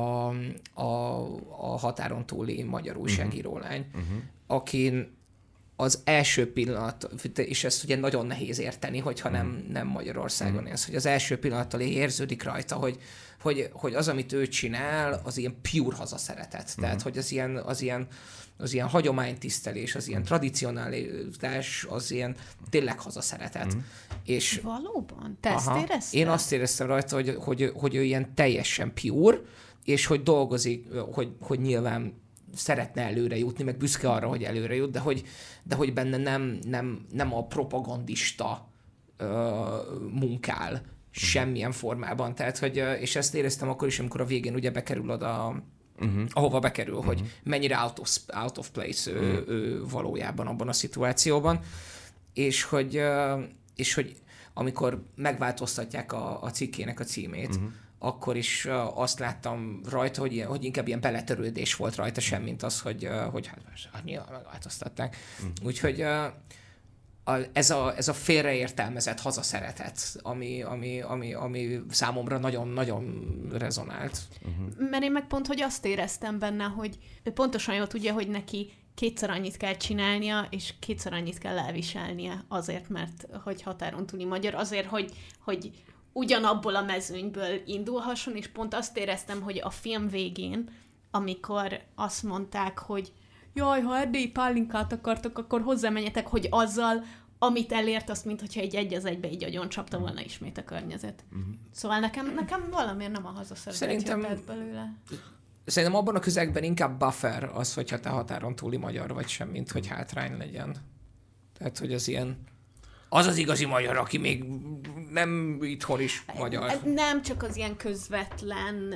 a határon túli magyar újságíró lány, akin az első pillanat, és ezt ugye nagyon nehéz érteni, hogyha nem Magyarországon élsz, hogy az első pillanattól érződik rajta, hogy az, amit ő csinál, az ilyen pure hazaszeretet. Tehát, hogy az ilyen hagyománytisztelés, az ilyen tradicionalitás, az ilyen tényleg hazaszeretet. És valóban? Te ezt érezted? Én azt éreztem rajta, hogy ő ilyen teljesen pure, és hogy dolgozik, hogy nyilván szeretne előre jutni, meg büszke arra, hogy előre jut, de hogy benne nem a propagandista munkál semmilyen formában. Tehát, hogy, és ezt éreztem akkor is, amikor a végén ugye bekerül oda, ahova bekerül, hogy mennyire out of place ő valójában abban a szituációban, és hogy amikor megváltoztatják a cikkének a címét, akkor is azt láttam rajta, hogy inkább ilyen beletörődés volt rajta, semmint az, hogy hát nyilván megváltoztatták. Úgyhogy ez a félreértelmezett hazaszeretet, ami számomra nagyon-nagyon rezonált. Mert én meg pont, hogy azt éreztem benne, hogy ő pontosan jól tudja, hogy neki kétszer annyit kell csinálnia, és kétszer annyit kell elviselnie azért, mert hogy határon túli magyar, azért, hogy ugyanabból a mezőnyből indulhasson, és pont azt éreztem, hogy a film végén, amikor azt mondták, hogy jaj, ha erdélyi pálinkát akartok, akkor hozzámenjetek, hogy azzal, amit elért, azt mintha egy az egybe így agyon csapta volna ismét a környezet. Szóval nekem valamiért nem a hazaszeretet jött belőle. Szerintem abban a közegben inkább buffer az, hogyha te határon túli magyar vagy sem, mint hogy hátrány legyen. Tehát, hogy az ilyen... Az az igazi magyar, aki még nem itthon is magyar. Nem csak az ilyen közvetlen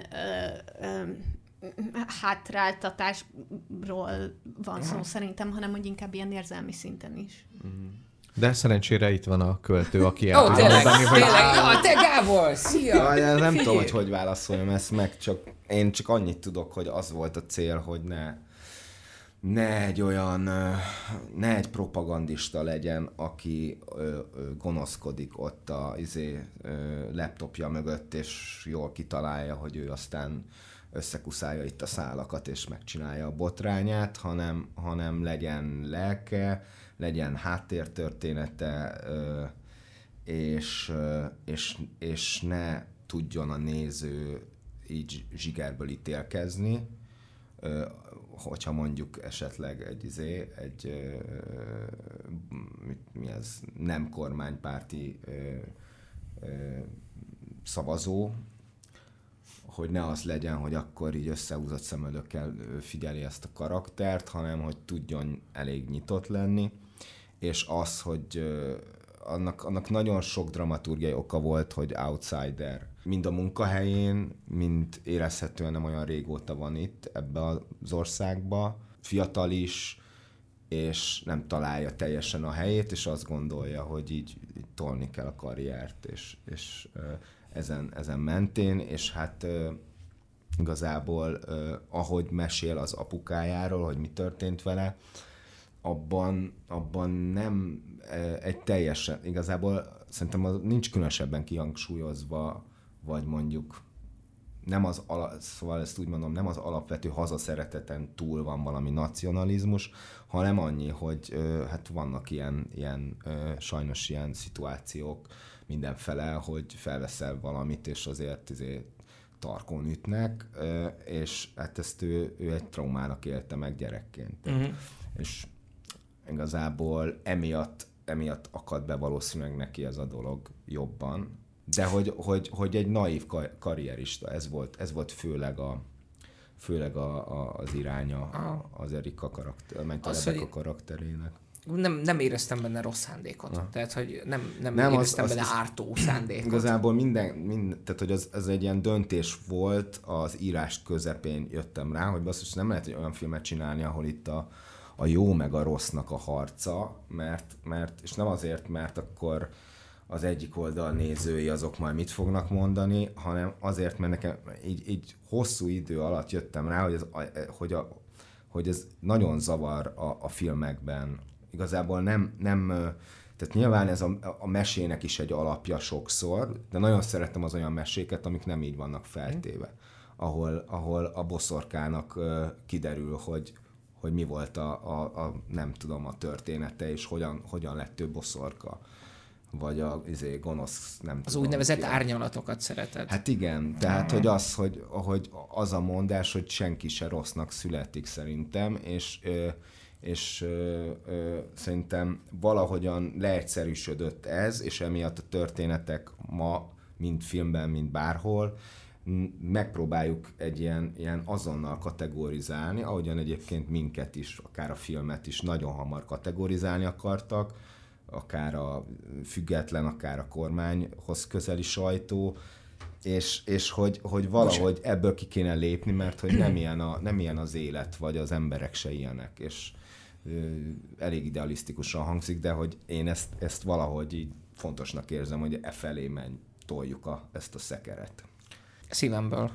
hátráltatásról van szó szerintem, hanem hogy inkább ilyen érzelmi szinten is. De szerencsére itt van a költő, aki tényleg, te Gábor, szia! Nem tudom, hogy válaszoljam ezt meg, én csak annyit tudok, hogy az volt a cél, hogy ne egy propagandista legyen, aki gonoszkodik ott a laptopja mögött, és jól kitalálja, hogy ő aztán összekuszálja itt a szálakat, és megcsinálja a botrányát, hanem legyen lelke, legyen háttértörténete, és ne tudjon a néző így zsigerből ítélkezni, hogyha mondjuk esetleg egy nem kormánypárti szavazó, hogy ne az legyen, hogy akkor így összehúzott szemöldökkel figyeli ezt a karaktert, hanem hogy tudjon elég nyitott lenni, és az, hogy annak nagyon sok dramaturgiai oka volt, hogy outsider. Mind a munkahelyén, mind érezhetően nem olyan régóta van itt ebbe az országba. Fiatal is, és nem találja teljesen a helyét, és azt gondolja, hogy így tolni kell a karriert, és ezen mentén, és hát igazából ahogy mesél az apukájáról, hogy mi történt vele, abban nem egy teljesen, igazából szerintem nincs különösebben kihangsúlyozva, vagy mondjuk szóval ezt úgy mondom, nem az alapvető hazaszereteten túl van valami nacionalizmus, hanem annyi, hogy hát vannak ilyen sajnos ilyen szituációk mindenfele, hogy felveszel valamit, és azért tarkon ütnek, és hát ezt ő egy traumának élte meg gyerekként. És igazából emiatt akad be valószínűleg neki ez a dolog jobban. De hogy egy naív karrierista, ez volt főleg az iránya az Erika Rebecca karakterének. Nem éreztem benne rossz szándékot. Tehát, hogy nem éreztem benne ártó szándékot. Igazából tehát, hogy ez egy ilyen döntés volt, az írás közepén jöttem rá, hogy basszus, nem lehet olyan filmet csinálni, ahol itt a jó meg a rossznak a harca, mert és nem azért, mert akkor az egyik oldal nézői azok majd mit fognak mondani, hanem azért, mert nekem így hosszú idő alatt jöttem rá, hogy ez nagyon zavar a filmekben. Igazából tehát nyilván ez a mesének is egy alapja sokszor, de nagyon szeretem az olyan meséket, amik nem így vannak feltéve. Ahol a boszorkának kiderül, hogy mi volt nem tudom, a története, és hogyan lett ő boszorka. Vagy a gonosz, nem az tudom. úgynevezett árnyalatokat szereted. Hát igen, tehát hogy az a mondás, hogy senki se rossznak születik szerintem, és szerintem valahogyan leegyszerűsödött ez, és emiatt a történetek ma, mind filmben, mind bárhol, megpróbáljuk egy ilyen azonnal kategorizálni, ahogyan egyébként minket is, akár a filmet is nagyon hamar kategorizálni akartak, akár a független, akár a kormányhoz közeli sajtó, és hogy valahogy ebből ki kéne lépni, mert hogy nem ilyen az élet, vagy az emberek se ilyenek, és elég idealisztikusan hangzik, de hogy én ezt valahogy így fontosnak érzem, hogy felé toljuk ezt a szekeret. Szívemből.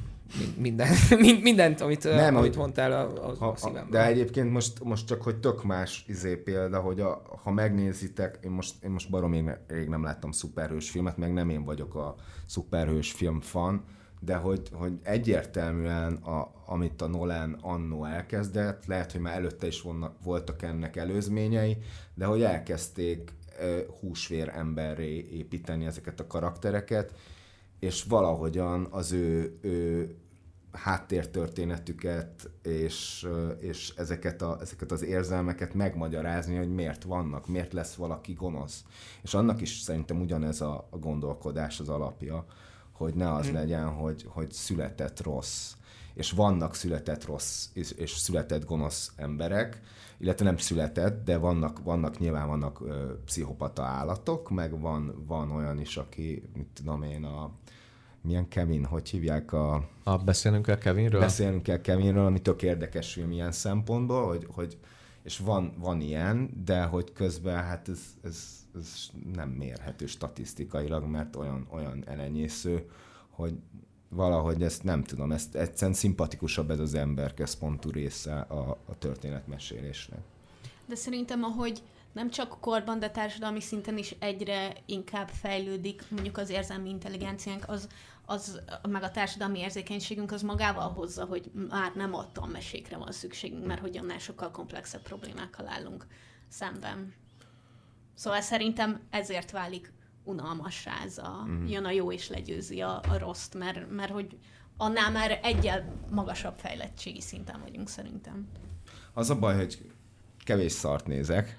Mindent, amit mondtál a szívemből. De egyébként most csak, hogy tök más példa, hogy ha megnézitek, én most baromi rég nem láttam szuperhős filmet, meg nem én vagyok a szuperhős film fan, de hogy egyértelműen, amit a Nolan annó elkezdett, lehet, hogy már előtte is voltak ennek előzményei, de hogy elkezdték húsvér emberré építeni ezeket a karaktereket, és valahogyan az ő háttértörténetüket és ezeket az érzelmeket megmagyarázni, hogy miért lesz valaki gonosz. És annak is szerintem ugyanez a gondolkodás az alapja, hogy ne az legyen, hogy született rossz. És vannak született rossz és született gonosz emberek, illetve nem született, de nyilván vannak pszichopata állatok, meg van olyan is, aki, mit tudom én, milyen Kevin, hogy hívják Beszélnünk kell Kevinről? Beszélnünk kell Kevinről, ami tök érdekes film ilyen szempontból, hogy és van ilyen, de hogy közben hát ez nem mérhető statisztikailag, mert olyan elenyésző, hogy valahogy ezt nem tudom, ezt egyszerűen szimpatikusabb ez az emberközpontú része a történetmesélésnek. De szerintem, ahogy nem csak korban, de társadalmi szinten is egyre inkább fejlődik, mondjuk az érzelmi intelligenciánk, az meg a társadalmi érzékenységünk az magával hozza, hogy már nem attól mesékre van szükségünk, mert hogy annál sokkal komplexebb problémákkal állunk szemben. Szóval szerintem ezért válik unalmassá ez jön a jó és legyőzi a rossz, mert hogy annál már egyel magasabb fejlettségi szinten vagyunk szerintem. Az a baj, hogy kevés szart nézek,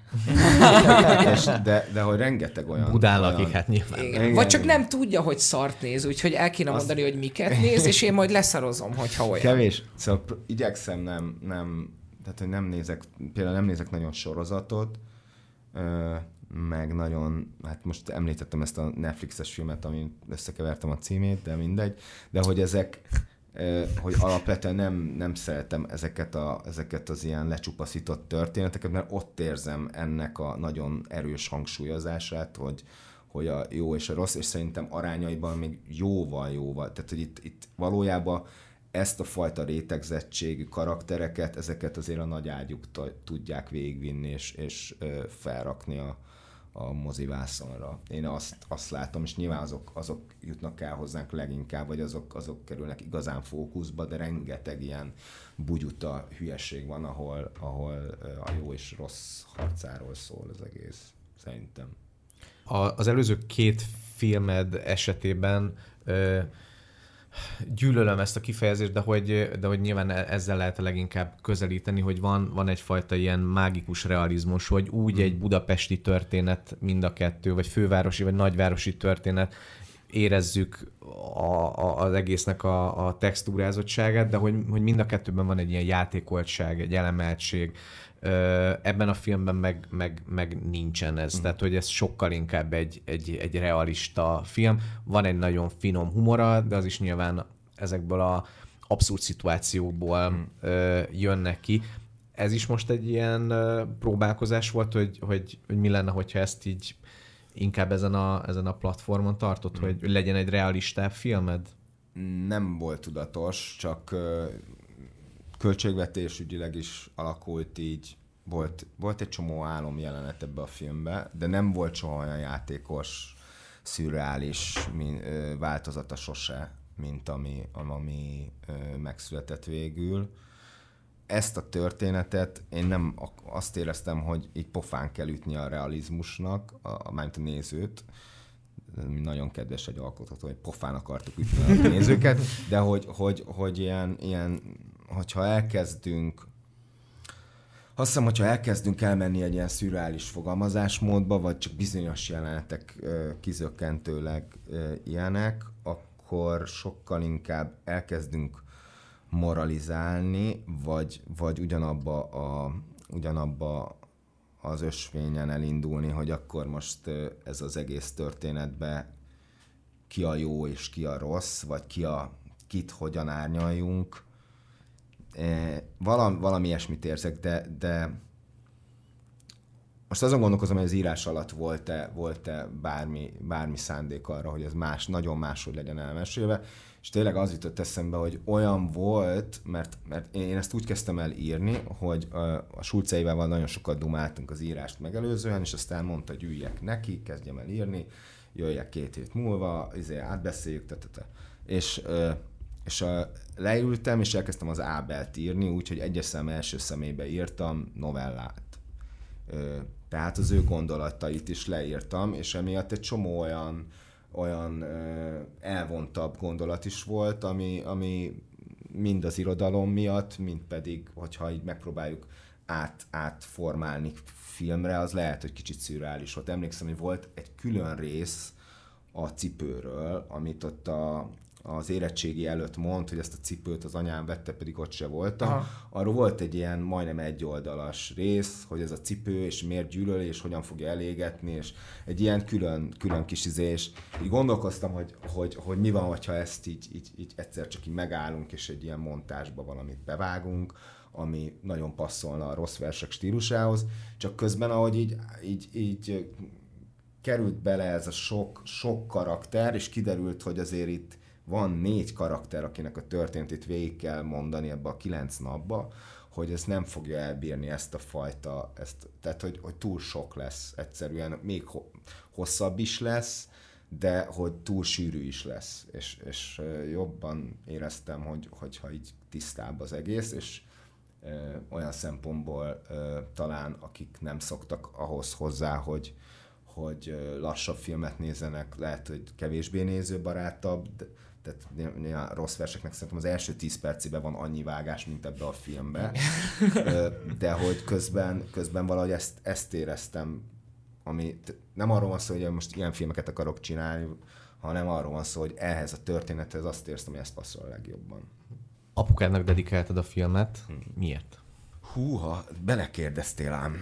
de hogy rengeteg olyan... Budán lakik, hát nyilván. Igen. Vagy csak nem tudja, hogy szart néz, úgyhogy el kéne mondani, hogy miket néz, és én majd leszarozom, hogyha olyan. Kevés, szóval igyekszem tehát hogy például nem nézek nagyon sorozatot, meg nagyon, hát most említettem ezt a Netflixes filmet, amin összekevertem a címét, de mindegy, de hogy hogy alapvetően nem szeretem ezeket az ilyen lecsupaszított történeteket, mert ott érzem ennek a nagyon erős hangsúlyozását, hogy a jó és a rossz, és szerintem arányaiban még jóval, tehát hogy itt valójában ezt a fajta rétegzettségű karaktereket, ezeket azért a nagy ágyuk tudják végigvinni és felrakni a mozivászonra. Én azt látom, és nyilván azok jutnak el hozzánk leginkább, vagy azok kerülnek igazán fókuszba, de rengeteg ilyen bugyuta hülyeség van, ahol a jó és rossz harcáról szól az egész, szerintem. Az előző két filmed esetében gyűlölöm ezt a kifejezést, de hogy nyilván ezzel lehet leginkább közelíteni, hogy van egyfajta ilyen mágikus realizmus, hogy úgy egy budapesti történet mind a kettő, vagy fővárosi, vagy nagyvárosi történet, érezzük az egésznek a textúrázottságát, de hogy mind a kettőben van egy ilyen játékoltság, egy elemeltség. Ebben a filmben meg nincsen ez. Tehát, hogy ez sokkal inkább egy realista film. Van egy nagyon finom humora, de az is nyilván ezekből az abszurd szituációkból jönnek ki. Ez is most egy ilyen próbálkozás volt, hogy mi lenne, hogyha ezt így inkább ezen a platformon tartott, hogy legyen egy realistább filmed? Nem volt tudatos, csak költségvetésügyileg is alakult így. Volt egy csomó álomjelenet ebbe a filmbe, de nem volt soha olyan játékos, szürreális változata sose, mint ami megszületett végül. Ezt a történetet én nem azt éreztem, hogy így pofán kell ütni a realizmusnak, mármint a nézőt. Nagyon kedves egy alkotó, hogy pofán akartuk ütni a nézőket, de hogy ilyen hogyha elkezdünk elmenni egy ilyen szürreális fogalmazásmódba, vagy csak bizonyos jelenetek kizökkentőleg ilyenek, akkor sokkal inkább elkezdünk moralizálni, vagy ugyanabba az ösvényen elindulni, hogy akkor most ez az egész történetben ki a jó és ki a rossz, vagy kit hogyan árnyaljunk. Valami ilyesmit érzek, de most azon gondolkozom, hogy az írás alatt volt-e bármi szándék arra, hogy ez nagyon máshogy legyen elmesélve, és tényleg az jutott eszembe, hogy olyan volt, mert én ezt úgy kezdtem el írni, hogy a Sulceivel nagyon sokat dumáltunk az írást megelőzően, és aztán mondta, hogy üljek neki, kezdjem el írni, jöjjek 2 hét múlva, átbeszéljük, és leültem, és elkezdtem az Ábelt írni, úgyhogy egyes szám első személybe írtam novellát. Tehát az ő gondolatait is leírtam, és emiatt egy csomó olyan elvontabb gondolat is volt, ami mind az irodalom miatt, mind pedig, hogyha így megpróbáljuk átformálni filmre, az lehet, hogy kicsit szürreális volt. Emlékszem, hogy volt egy külön rész a cipőről, amit ott az érettségi előtt mond, hogy ezt a cipőt az anyám vette, pedig ott se voltam. Aha. Arról volt egy ilyen majdnem 1 oldalas rész, hogy ez a cipő, és miért gyűlöli, és hogyan fogja elégetni, és egy ilyen külön kis izés. Így gondolkoztam, hogy mi van, hogyha ezt így egyszer csak így megállunk, és egy ilyen montásba valamit bevágunk, ami nagyon passzolna a rossz versek stílusához. Csak közben, ahogy így került bele ez a sok karakter, és kiderült, hogy azért itt van 4 karakter, akinek a történetét végig kell mondani ebbe a 9 napba, hogy ez nem fogja elbírni ezt a fajta, tehát hogy túl sok lesz egyszerűen, még hosszabb is lesz, de hogy túl sűrű is lesz, és jobban éreztem, hogyha így tisztább az egész, és olyan szempontból talán akik nem szoktak ahhoz hozzá, hogy lassabb filmet nézzenek, lehet, hogy kevésbé nézőbarátabb, tehát a rossz verseknek szerintem az első 10 percében van annyi vágás, mint ebbe a filmbe, de hogy közben valahogy ezt éreztem, ami nem arról van szó, hogy most ilyen filmeket akarok csinálni, hanem arról van szó, hogy ehhez a történethez azt érztem, hogy ezt passzol a legjobban. Apukádnak dedikáltad a filmet. Miért? Húha, belekérdeztél ám.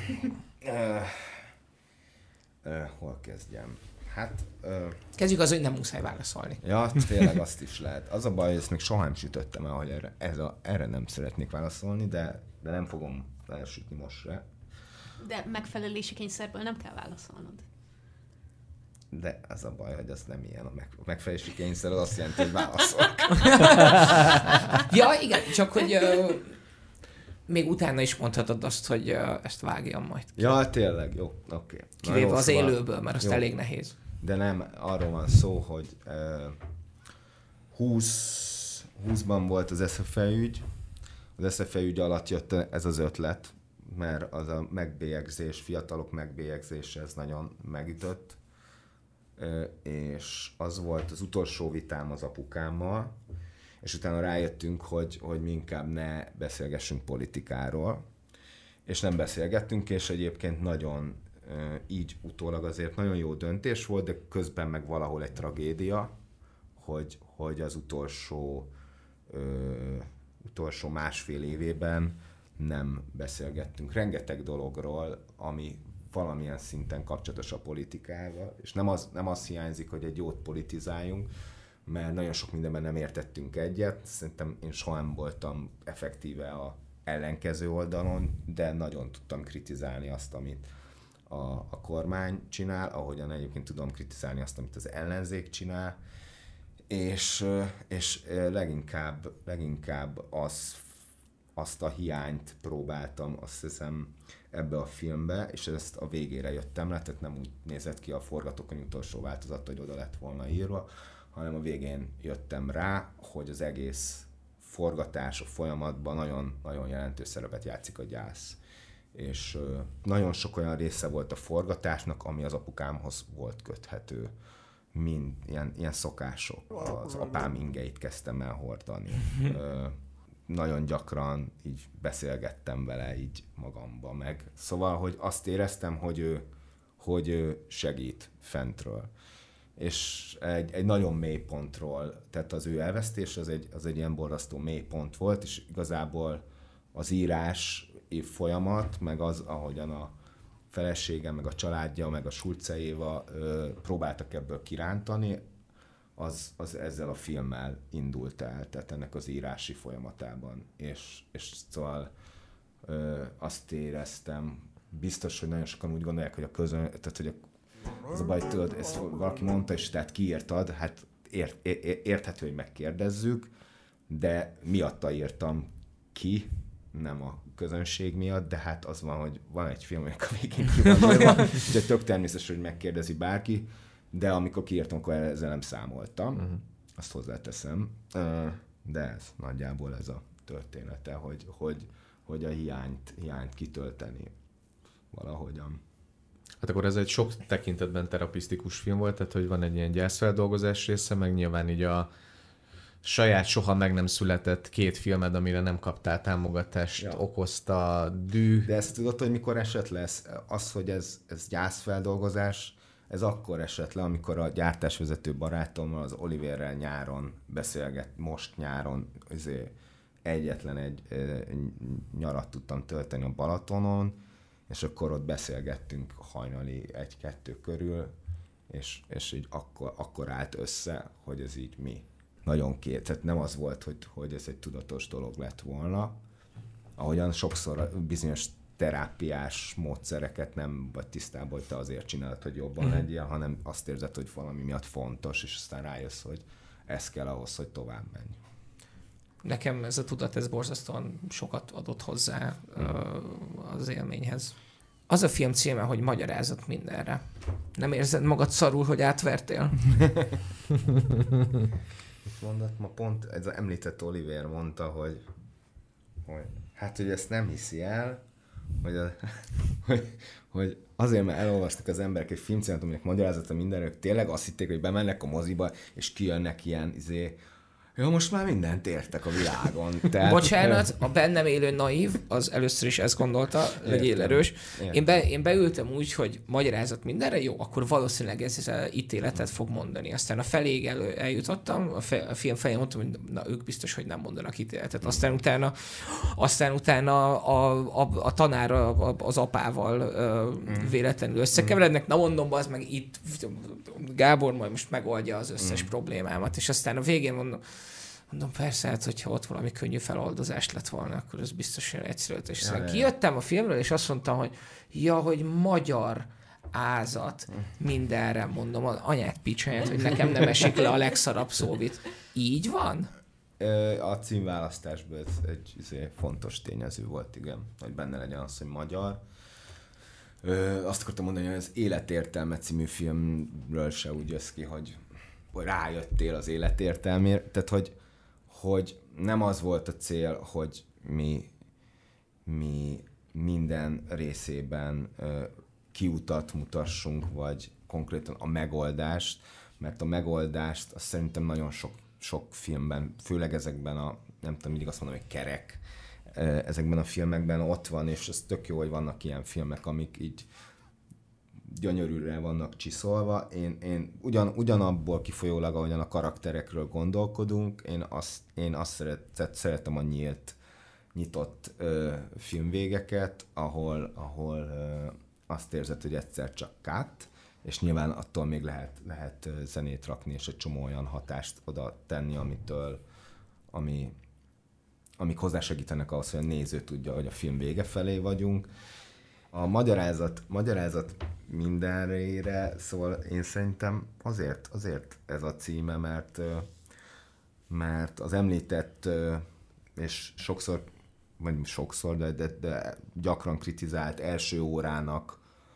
Hol kezdjem? Hát... Kezdjük az, hogy nem muszáj válaszolni. Ja, tényleg azt is lehet. Az a baj, hogy ezt még soha nem sütöttem el, hogy erre nem szeretnék válaszolni, de nem fogom elsütni most se. De megfelelési kényszerből nem kell válaszolnod. De az a baj, hogy az nem ilyen. A megfelelési kényszer az azt jelenti, hogy válaszolok. Ja, igen, csak hogy még utána is mondhatod azt, hogy ezt vágjam majd ki. Ja, tényleg, jó, oké. Kivéve az élőből, mert azt elég nehéz. De nem, arról van szó, hogy 20-ban volt az SZFE ügy. Az SZFE ügy alatt jött ez az ötlet, mert az a megbélyegzés, fiatalok megbélyegzése, ez nagyon megütött. És az volt az utolsó vitám az apukámmal, és utána rájöttünk, hogy mi inkább ne beszélgessünk politikáról, és nem beszélgettünk, és egyébként nagyon így utólag azért nagyon jó döntés volt, de közben meg valahol egy tragédia, hogy az utolsó másfél évében nem beszélgettünk rengeteg dologról, ami valamilyen szinten kapcsolatos a politikával, és nem az hiányzik, hogy egy jót politizáljunk, mert nagyon sok mindenben nem értettünk egyet. Szerintem én soha nem voltam effektíve a ellenkező oldalon, de nagyon tudtam kritizálni azt, amit a kormány csinál, ahogyan egyébként tudom kritizálni azt, amit az ellenzék csinál, és leginkább azt a hiányt próbáltam, azt hiszem, ebbe a filmbe, és ezt a végére jöttem le, tehát nem úgy nézett ki a forgatókönyv utolsó változat, hogy oda lett volna írva, hanem a végén jöttem rá, hogy az egész forgatás, a folyamatban nagyon, nagyon jelentős szerepet játszik a gyász. És nagyon sok olyan része volt a forgatásnak, ami az apukámhoz volt köthető. Mind ilyen szokások. Az apám ingeit kezdtem el hordani. Nagyon gyakran így beszélgettem vele így magamba meg. Szóval, hogy azt éreztem, hogy ő segít fentről. és egy nagyon mély pontról, tehát az ő elvesztés az egy ilyen borzasztó mély pont volt, és igazából az írás folyamat, meg az, ahogyan a felesége, meg a családja, meg a Schulze Éva próbáltak ebből kirántani, az ezzel a filmmel indult el, tehát ennek az írási folyamatában. És szóval azt éreztem, biztos, hogy nagyon sokan úgy gondolják, hogy tehát hogy az a baj, tudod, ezt valaki mondta, és tehát kiírtad, hát érthető, hogy megkérdezzük, de miatta írtam ki, nem a közönség miatt, de hát az van, hogy van egy film, aminek a végén ki van írva, úgyhogy tök természetes, hogy megkérdezi bárki, de amikor kiírtam, akkor ezzel nem számoltam, azt hozzáteszem, de ez nagyjából ez a története, hogy a hiányt kitölteni valahogyan. Hát akkor ez egy sok tekintetben terapisztikus film volt, tehát hogy van egy ilyen gyászfeldolgozás része, meg nyilván így a saját soha meg nem született 2 filmed, amire nem kaptál támogatást, okozta düh. De ezt tudod, hogy mikor esett le? Az, hogy ez gyászfeldolgozás, ez akkor esett le, amikor a gyártásvezető barátommal, az Oliverrel nyáron most nyáron egyetlen egy nyarat tudtam tölteni a Balatonon, és akkor ott beszélgettünk hajnali 1-2 körül, és így akkor állt össze, hogy ez így mi. Nagyon tehát nem az volt, hogy ez egy tudatos dolog lett volna. Ahogyan sokszor bizonyos terápiás módszereket nem vagy tisztában, hogy te azért csinálod, hogy jobban legyél, hanem azt érzed, hogy valami miatt fontos, és aztán rájössz, hogy ez kell ahhoz, hogy tovább menj. Nekem ez a tudat, ez borzasztóan sokat adott hozzá az élményhez. Az a film címe, hogy Magyarázat mindenre. Nem érzed magad szarul, hogy átvertél? Mondat, ma pont ez az említett Oliver mondta, hogy hogy ezt nem hiszi el, hogy azért, mert elolvastak az emberek egy filmcímet, aminek magyarázata mindenről, tényleg azt hitték, hogy bemennek a moziba, és kijönnek ilyen most már mindent értek a világon. Tehát... Bocsánat, a bennem élő naív, az először is ezt gondolta, legyél erős. Én beültem úgy, hogy magyarázat mindenre, jó, akkor valószínűleg ez ítéletet fog mondani. Aztán a feléig eljutottam, a film felé mondtam, hogy na, ők biztos, hogy nem mondanak ítéletet. Aztán utána a tanár az apával véletlenül összekeverednek. Na mondom, az meg itt Gábor majd most megoldja az összes problémámat. És aztán a végén mondom, persze, hát, hogyha ott valami könnyű feloldozást lett volna, akkor ez biztos olyan egyszerű. És kijöttem a filmről, és azt mondtam, hogy magyar ázat mindenre, mondom, az anyát picsaját, hogy nekem nem esik le a legszarabb szóvit. Így van? A címválasztásból ez egy fontos tényező volt, igen, hogy benne legyen az, hogy magyar. Azt akartam mondani, hogy az Életértelme című filmről se úgy jössz ki, hogy rájöttél az életértelmére. Tehát, hogy nem az volt a cél, hogy mi minden részében kiutat mutassunk, vagy konkrétan a megoldást, mert a megoldást azt szerintem nagyon sok filmben, főleg ezekben nem tudom, mindig azt mondom, hogy kerek, ezekben a filmekben ott van, és ez tök jó, hogy vannak ilyen filmek, amik így gyönyörűre vannak csiszolva. Én ugyanabból kifolyólag, ahogyan a karakterekről gondolkodunk, én azt szeretem a nyitott filmvégeket, ahol azt érzed, hogy egyszer csak cut, és nyilván attól még lehet zenét rakni, és egy csomó olyan hatást oda tenni, amik hozzásegítenek ahhoz, hogy a néző tudja, hogy a film vége felé vagyunk. A magyarázat mindenre, szóval én szerintem azért ez a címe, mert az említett, és sokszor, de gyakran kritizált első órának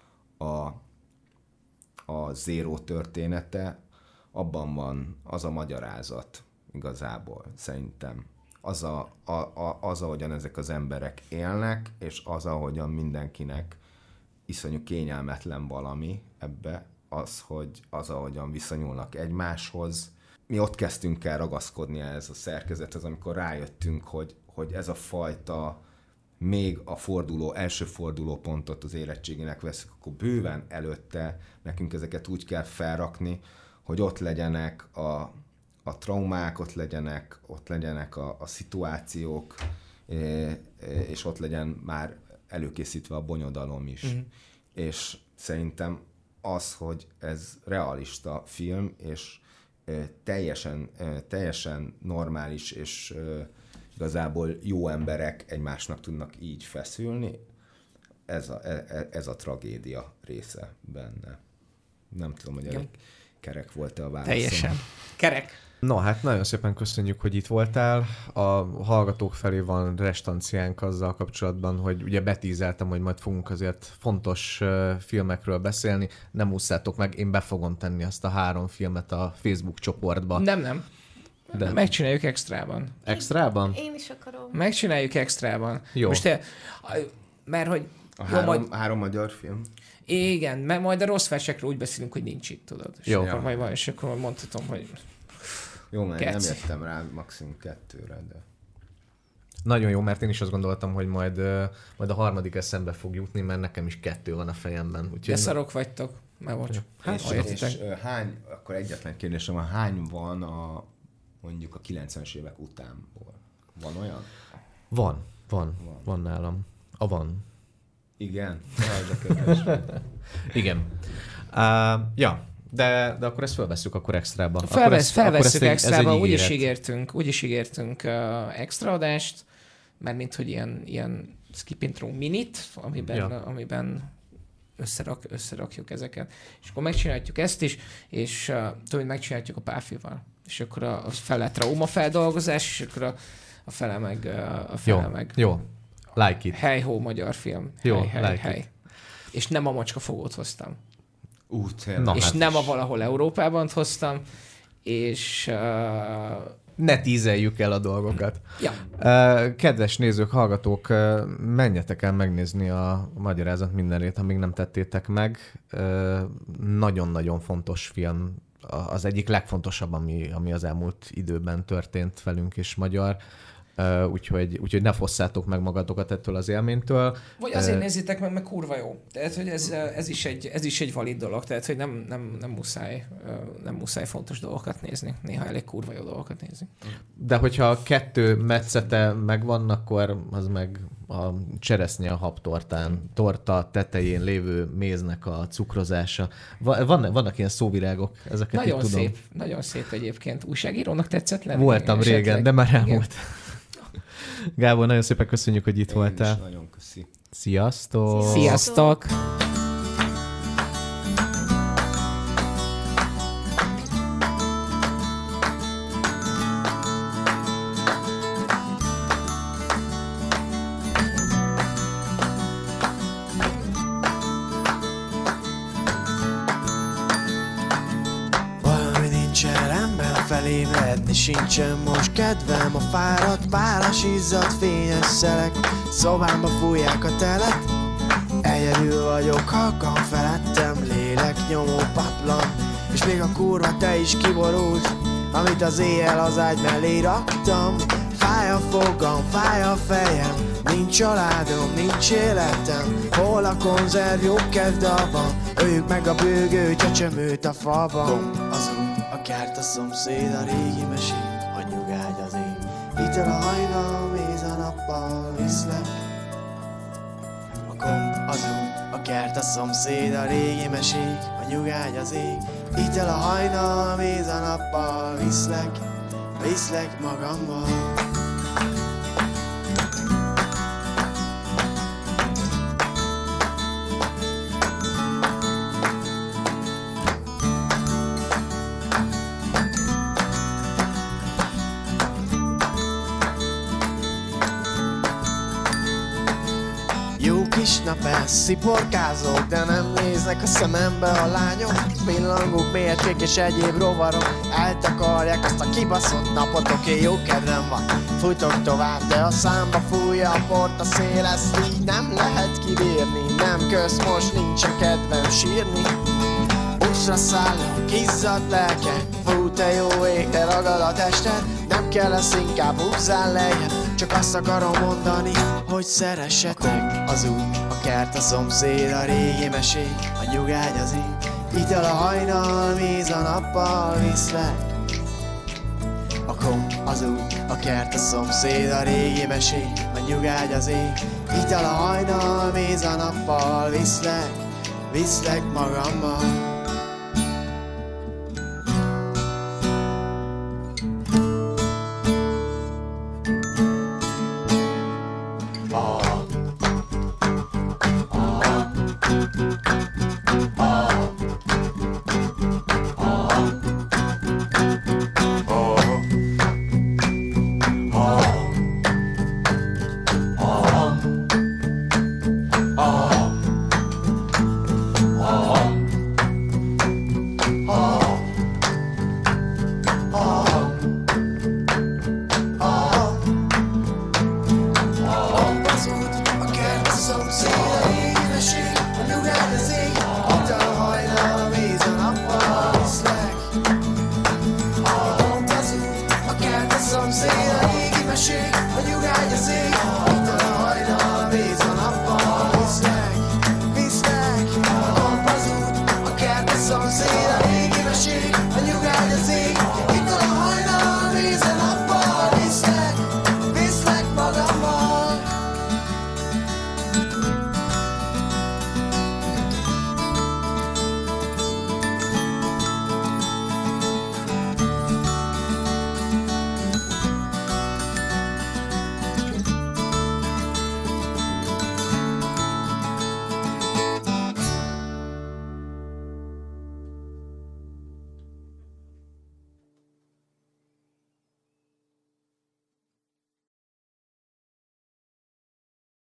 a zéró története, abban van az a magyarázat igazából, szerintem. Az, ahogyan ezek az emberek élnek, és az, ahogyan mindenkinek iszonyú kényelmetlen valami ebbe, ahogyan viszonyulnak egymáshoz. Mi ott kezdtünk el ragaszkodni ehhez a szerkezethez, amikor rájöttünk, hogy ez a fajta még első fordulópontot az érettségének veszük, akkor bőven előtte nekünk ezeket úgy kell felrakni, hogy ott legyenek a traumák, ott legyenek a szituációk, és ott legyen már előkészítve a bonyodalom is. És szerintem az, hogy ez realista film, és teljesen normális, és igazából jó emberek egymásnak tudnak így feszülni, ez a tragédia része benne. Nem tudom, hogy elég kerek volt-e a válaszom. Teljesen. Kerek. No, hát nagyon szépen köszönjük, hogy itt voltál. A hallgatók felé van restanciánk azzal kapcsolatban, hogy ugye betízeltem, hogy majd fogunk azért fontos filmekről beszélni. Nem ússzátok meg, én be fogom tenni azt a 3 filmet a Facebook csoportba. Nem. De megcsináljuk extrában. Extrában? Én is akarom. Megcsináljuk extrában. Jó. Most mert hogy... A 3 magyar film? Igen, mert majd a rossz versekről úgy beszélünk, hogy nincs itt, tudod. És jó. Akkor majd mondhatom, hogy... Jó, mert nem jöttem rá maximum 2-re, de... Nagyon jó, mert én is azt gondoltam, hogy majd a harmadik eszembe fog jutni, mert nekem is 2 van a fejemben. Úgyhogy... De szarok vagytok. Már bocs. És hány, akkor egyetlen kérdésem, hány van mondjuk a 90-es évek utánból? Van olyan? Van nálam. Van. Igen? Igen. De akkor ezt felvesszük akkor extrába. Felvesszük extrába, úgy is ígértünk extra adást, mert mint hogy ilyen skip intro minit, amiben összerakjuk ezeket. És akkor megcsináljuk ezt is, és tudod, megcsináljuk a Páfival. És akkor a fele traumafeldolgozás, és akkor a fele meg... Jó. Like it. Hey-ho magyar film. Jó, hey. És nem a macskafogót hoztam. És nem a Valahol Európában hoztam, és... Ne tízeljük el a dolgokat. Ja. Kedves nézők, hallgatók, menjetek el megnézni a Magyarázat mindenét, ha még nem tettétek meg. Nagyon-nagyon fontos film. Az egyik legfontosabb, ami az elmúlt időben történt velünk és magyar. Úgyhogy ne fosszátok meg magatokat ettől az élménytől. Vagy azért nézzétek meg, mert kurva jó. Tehát, hogy ez is egy valid dolog. Tehát, hogy nem muszáj fontos dolgokat nézni. Néha elég kurva jó dolgokat nézni. De hogyha 2 metszete megvan, akkor az meg a cseresznye a habtortán, torta tetején lévő méznek a cukrozása. Vannak ilyen szóvirágok, ezeket nagyon tudom. Szép, nagyon szép egyébként. Újságírónak tetszett lenni? Voltam régen, de már elmúlt. Gábor, nagyon szépen köszönjük, hogy itt voltál. Én is nagyon köszi. Sziasztok! Sziasztok! Felébredni sincsen most kedvem, a fáradt, pálas, izzadt, fényes szelek szobámba fújják a telet. Egyedül vagyok, halkan felettem, lélek nyomó paplan, és még a kurva te is kiborult, amit az éjjel az ágy mellé raktam. Fáj a fogam, fáj a fejem, nincs családom, nincs életem. Hol a konzerv, jó kedv dalban, öljük meg a bőgő csecsemőt a falban. Gomb az út, a kert, a szomszéd, a régi mesék, a nyugágy az ég. Ital a hajnal, méz a nappal, viszlek. A gomb az út, a kert, a szomszéd, a régi mesék, a nyugágy az ég. Ital a hajnal, méz a nappal, viszlek magammal. Nap ez, sziporkázok, de nem néznek a szemembe a lányok. Pillangók, mérték és egyéb rovarok eltakarják azt a kibaszott napot. Oké, jó kedvem van, futok tovább, de a számba fújja a port a szél. Ezt így nem lehet kibírni, nem kösz, most nincsen kedvem sírni. Buszra szállok, izzadt lelke, fú te jó ég, de ragad a tested. Nem kell lesz, inkább húzzál lejjebb, csak azt akarom mondani, hogy szeressetek. Az út, a kert, a szomszéd, a régi mesék, a nyugágy az ég. Ital a hajnal, víz a nappal viszlek. A kom, az út, a kert, a szomszéd, a régi mesék, a nyugágy az ég. Ital a hajnal, víz a nappal viszlek, viszlek magammal.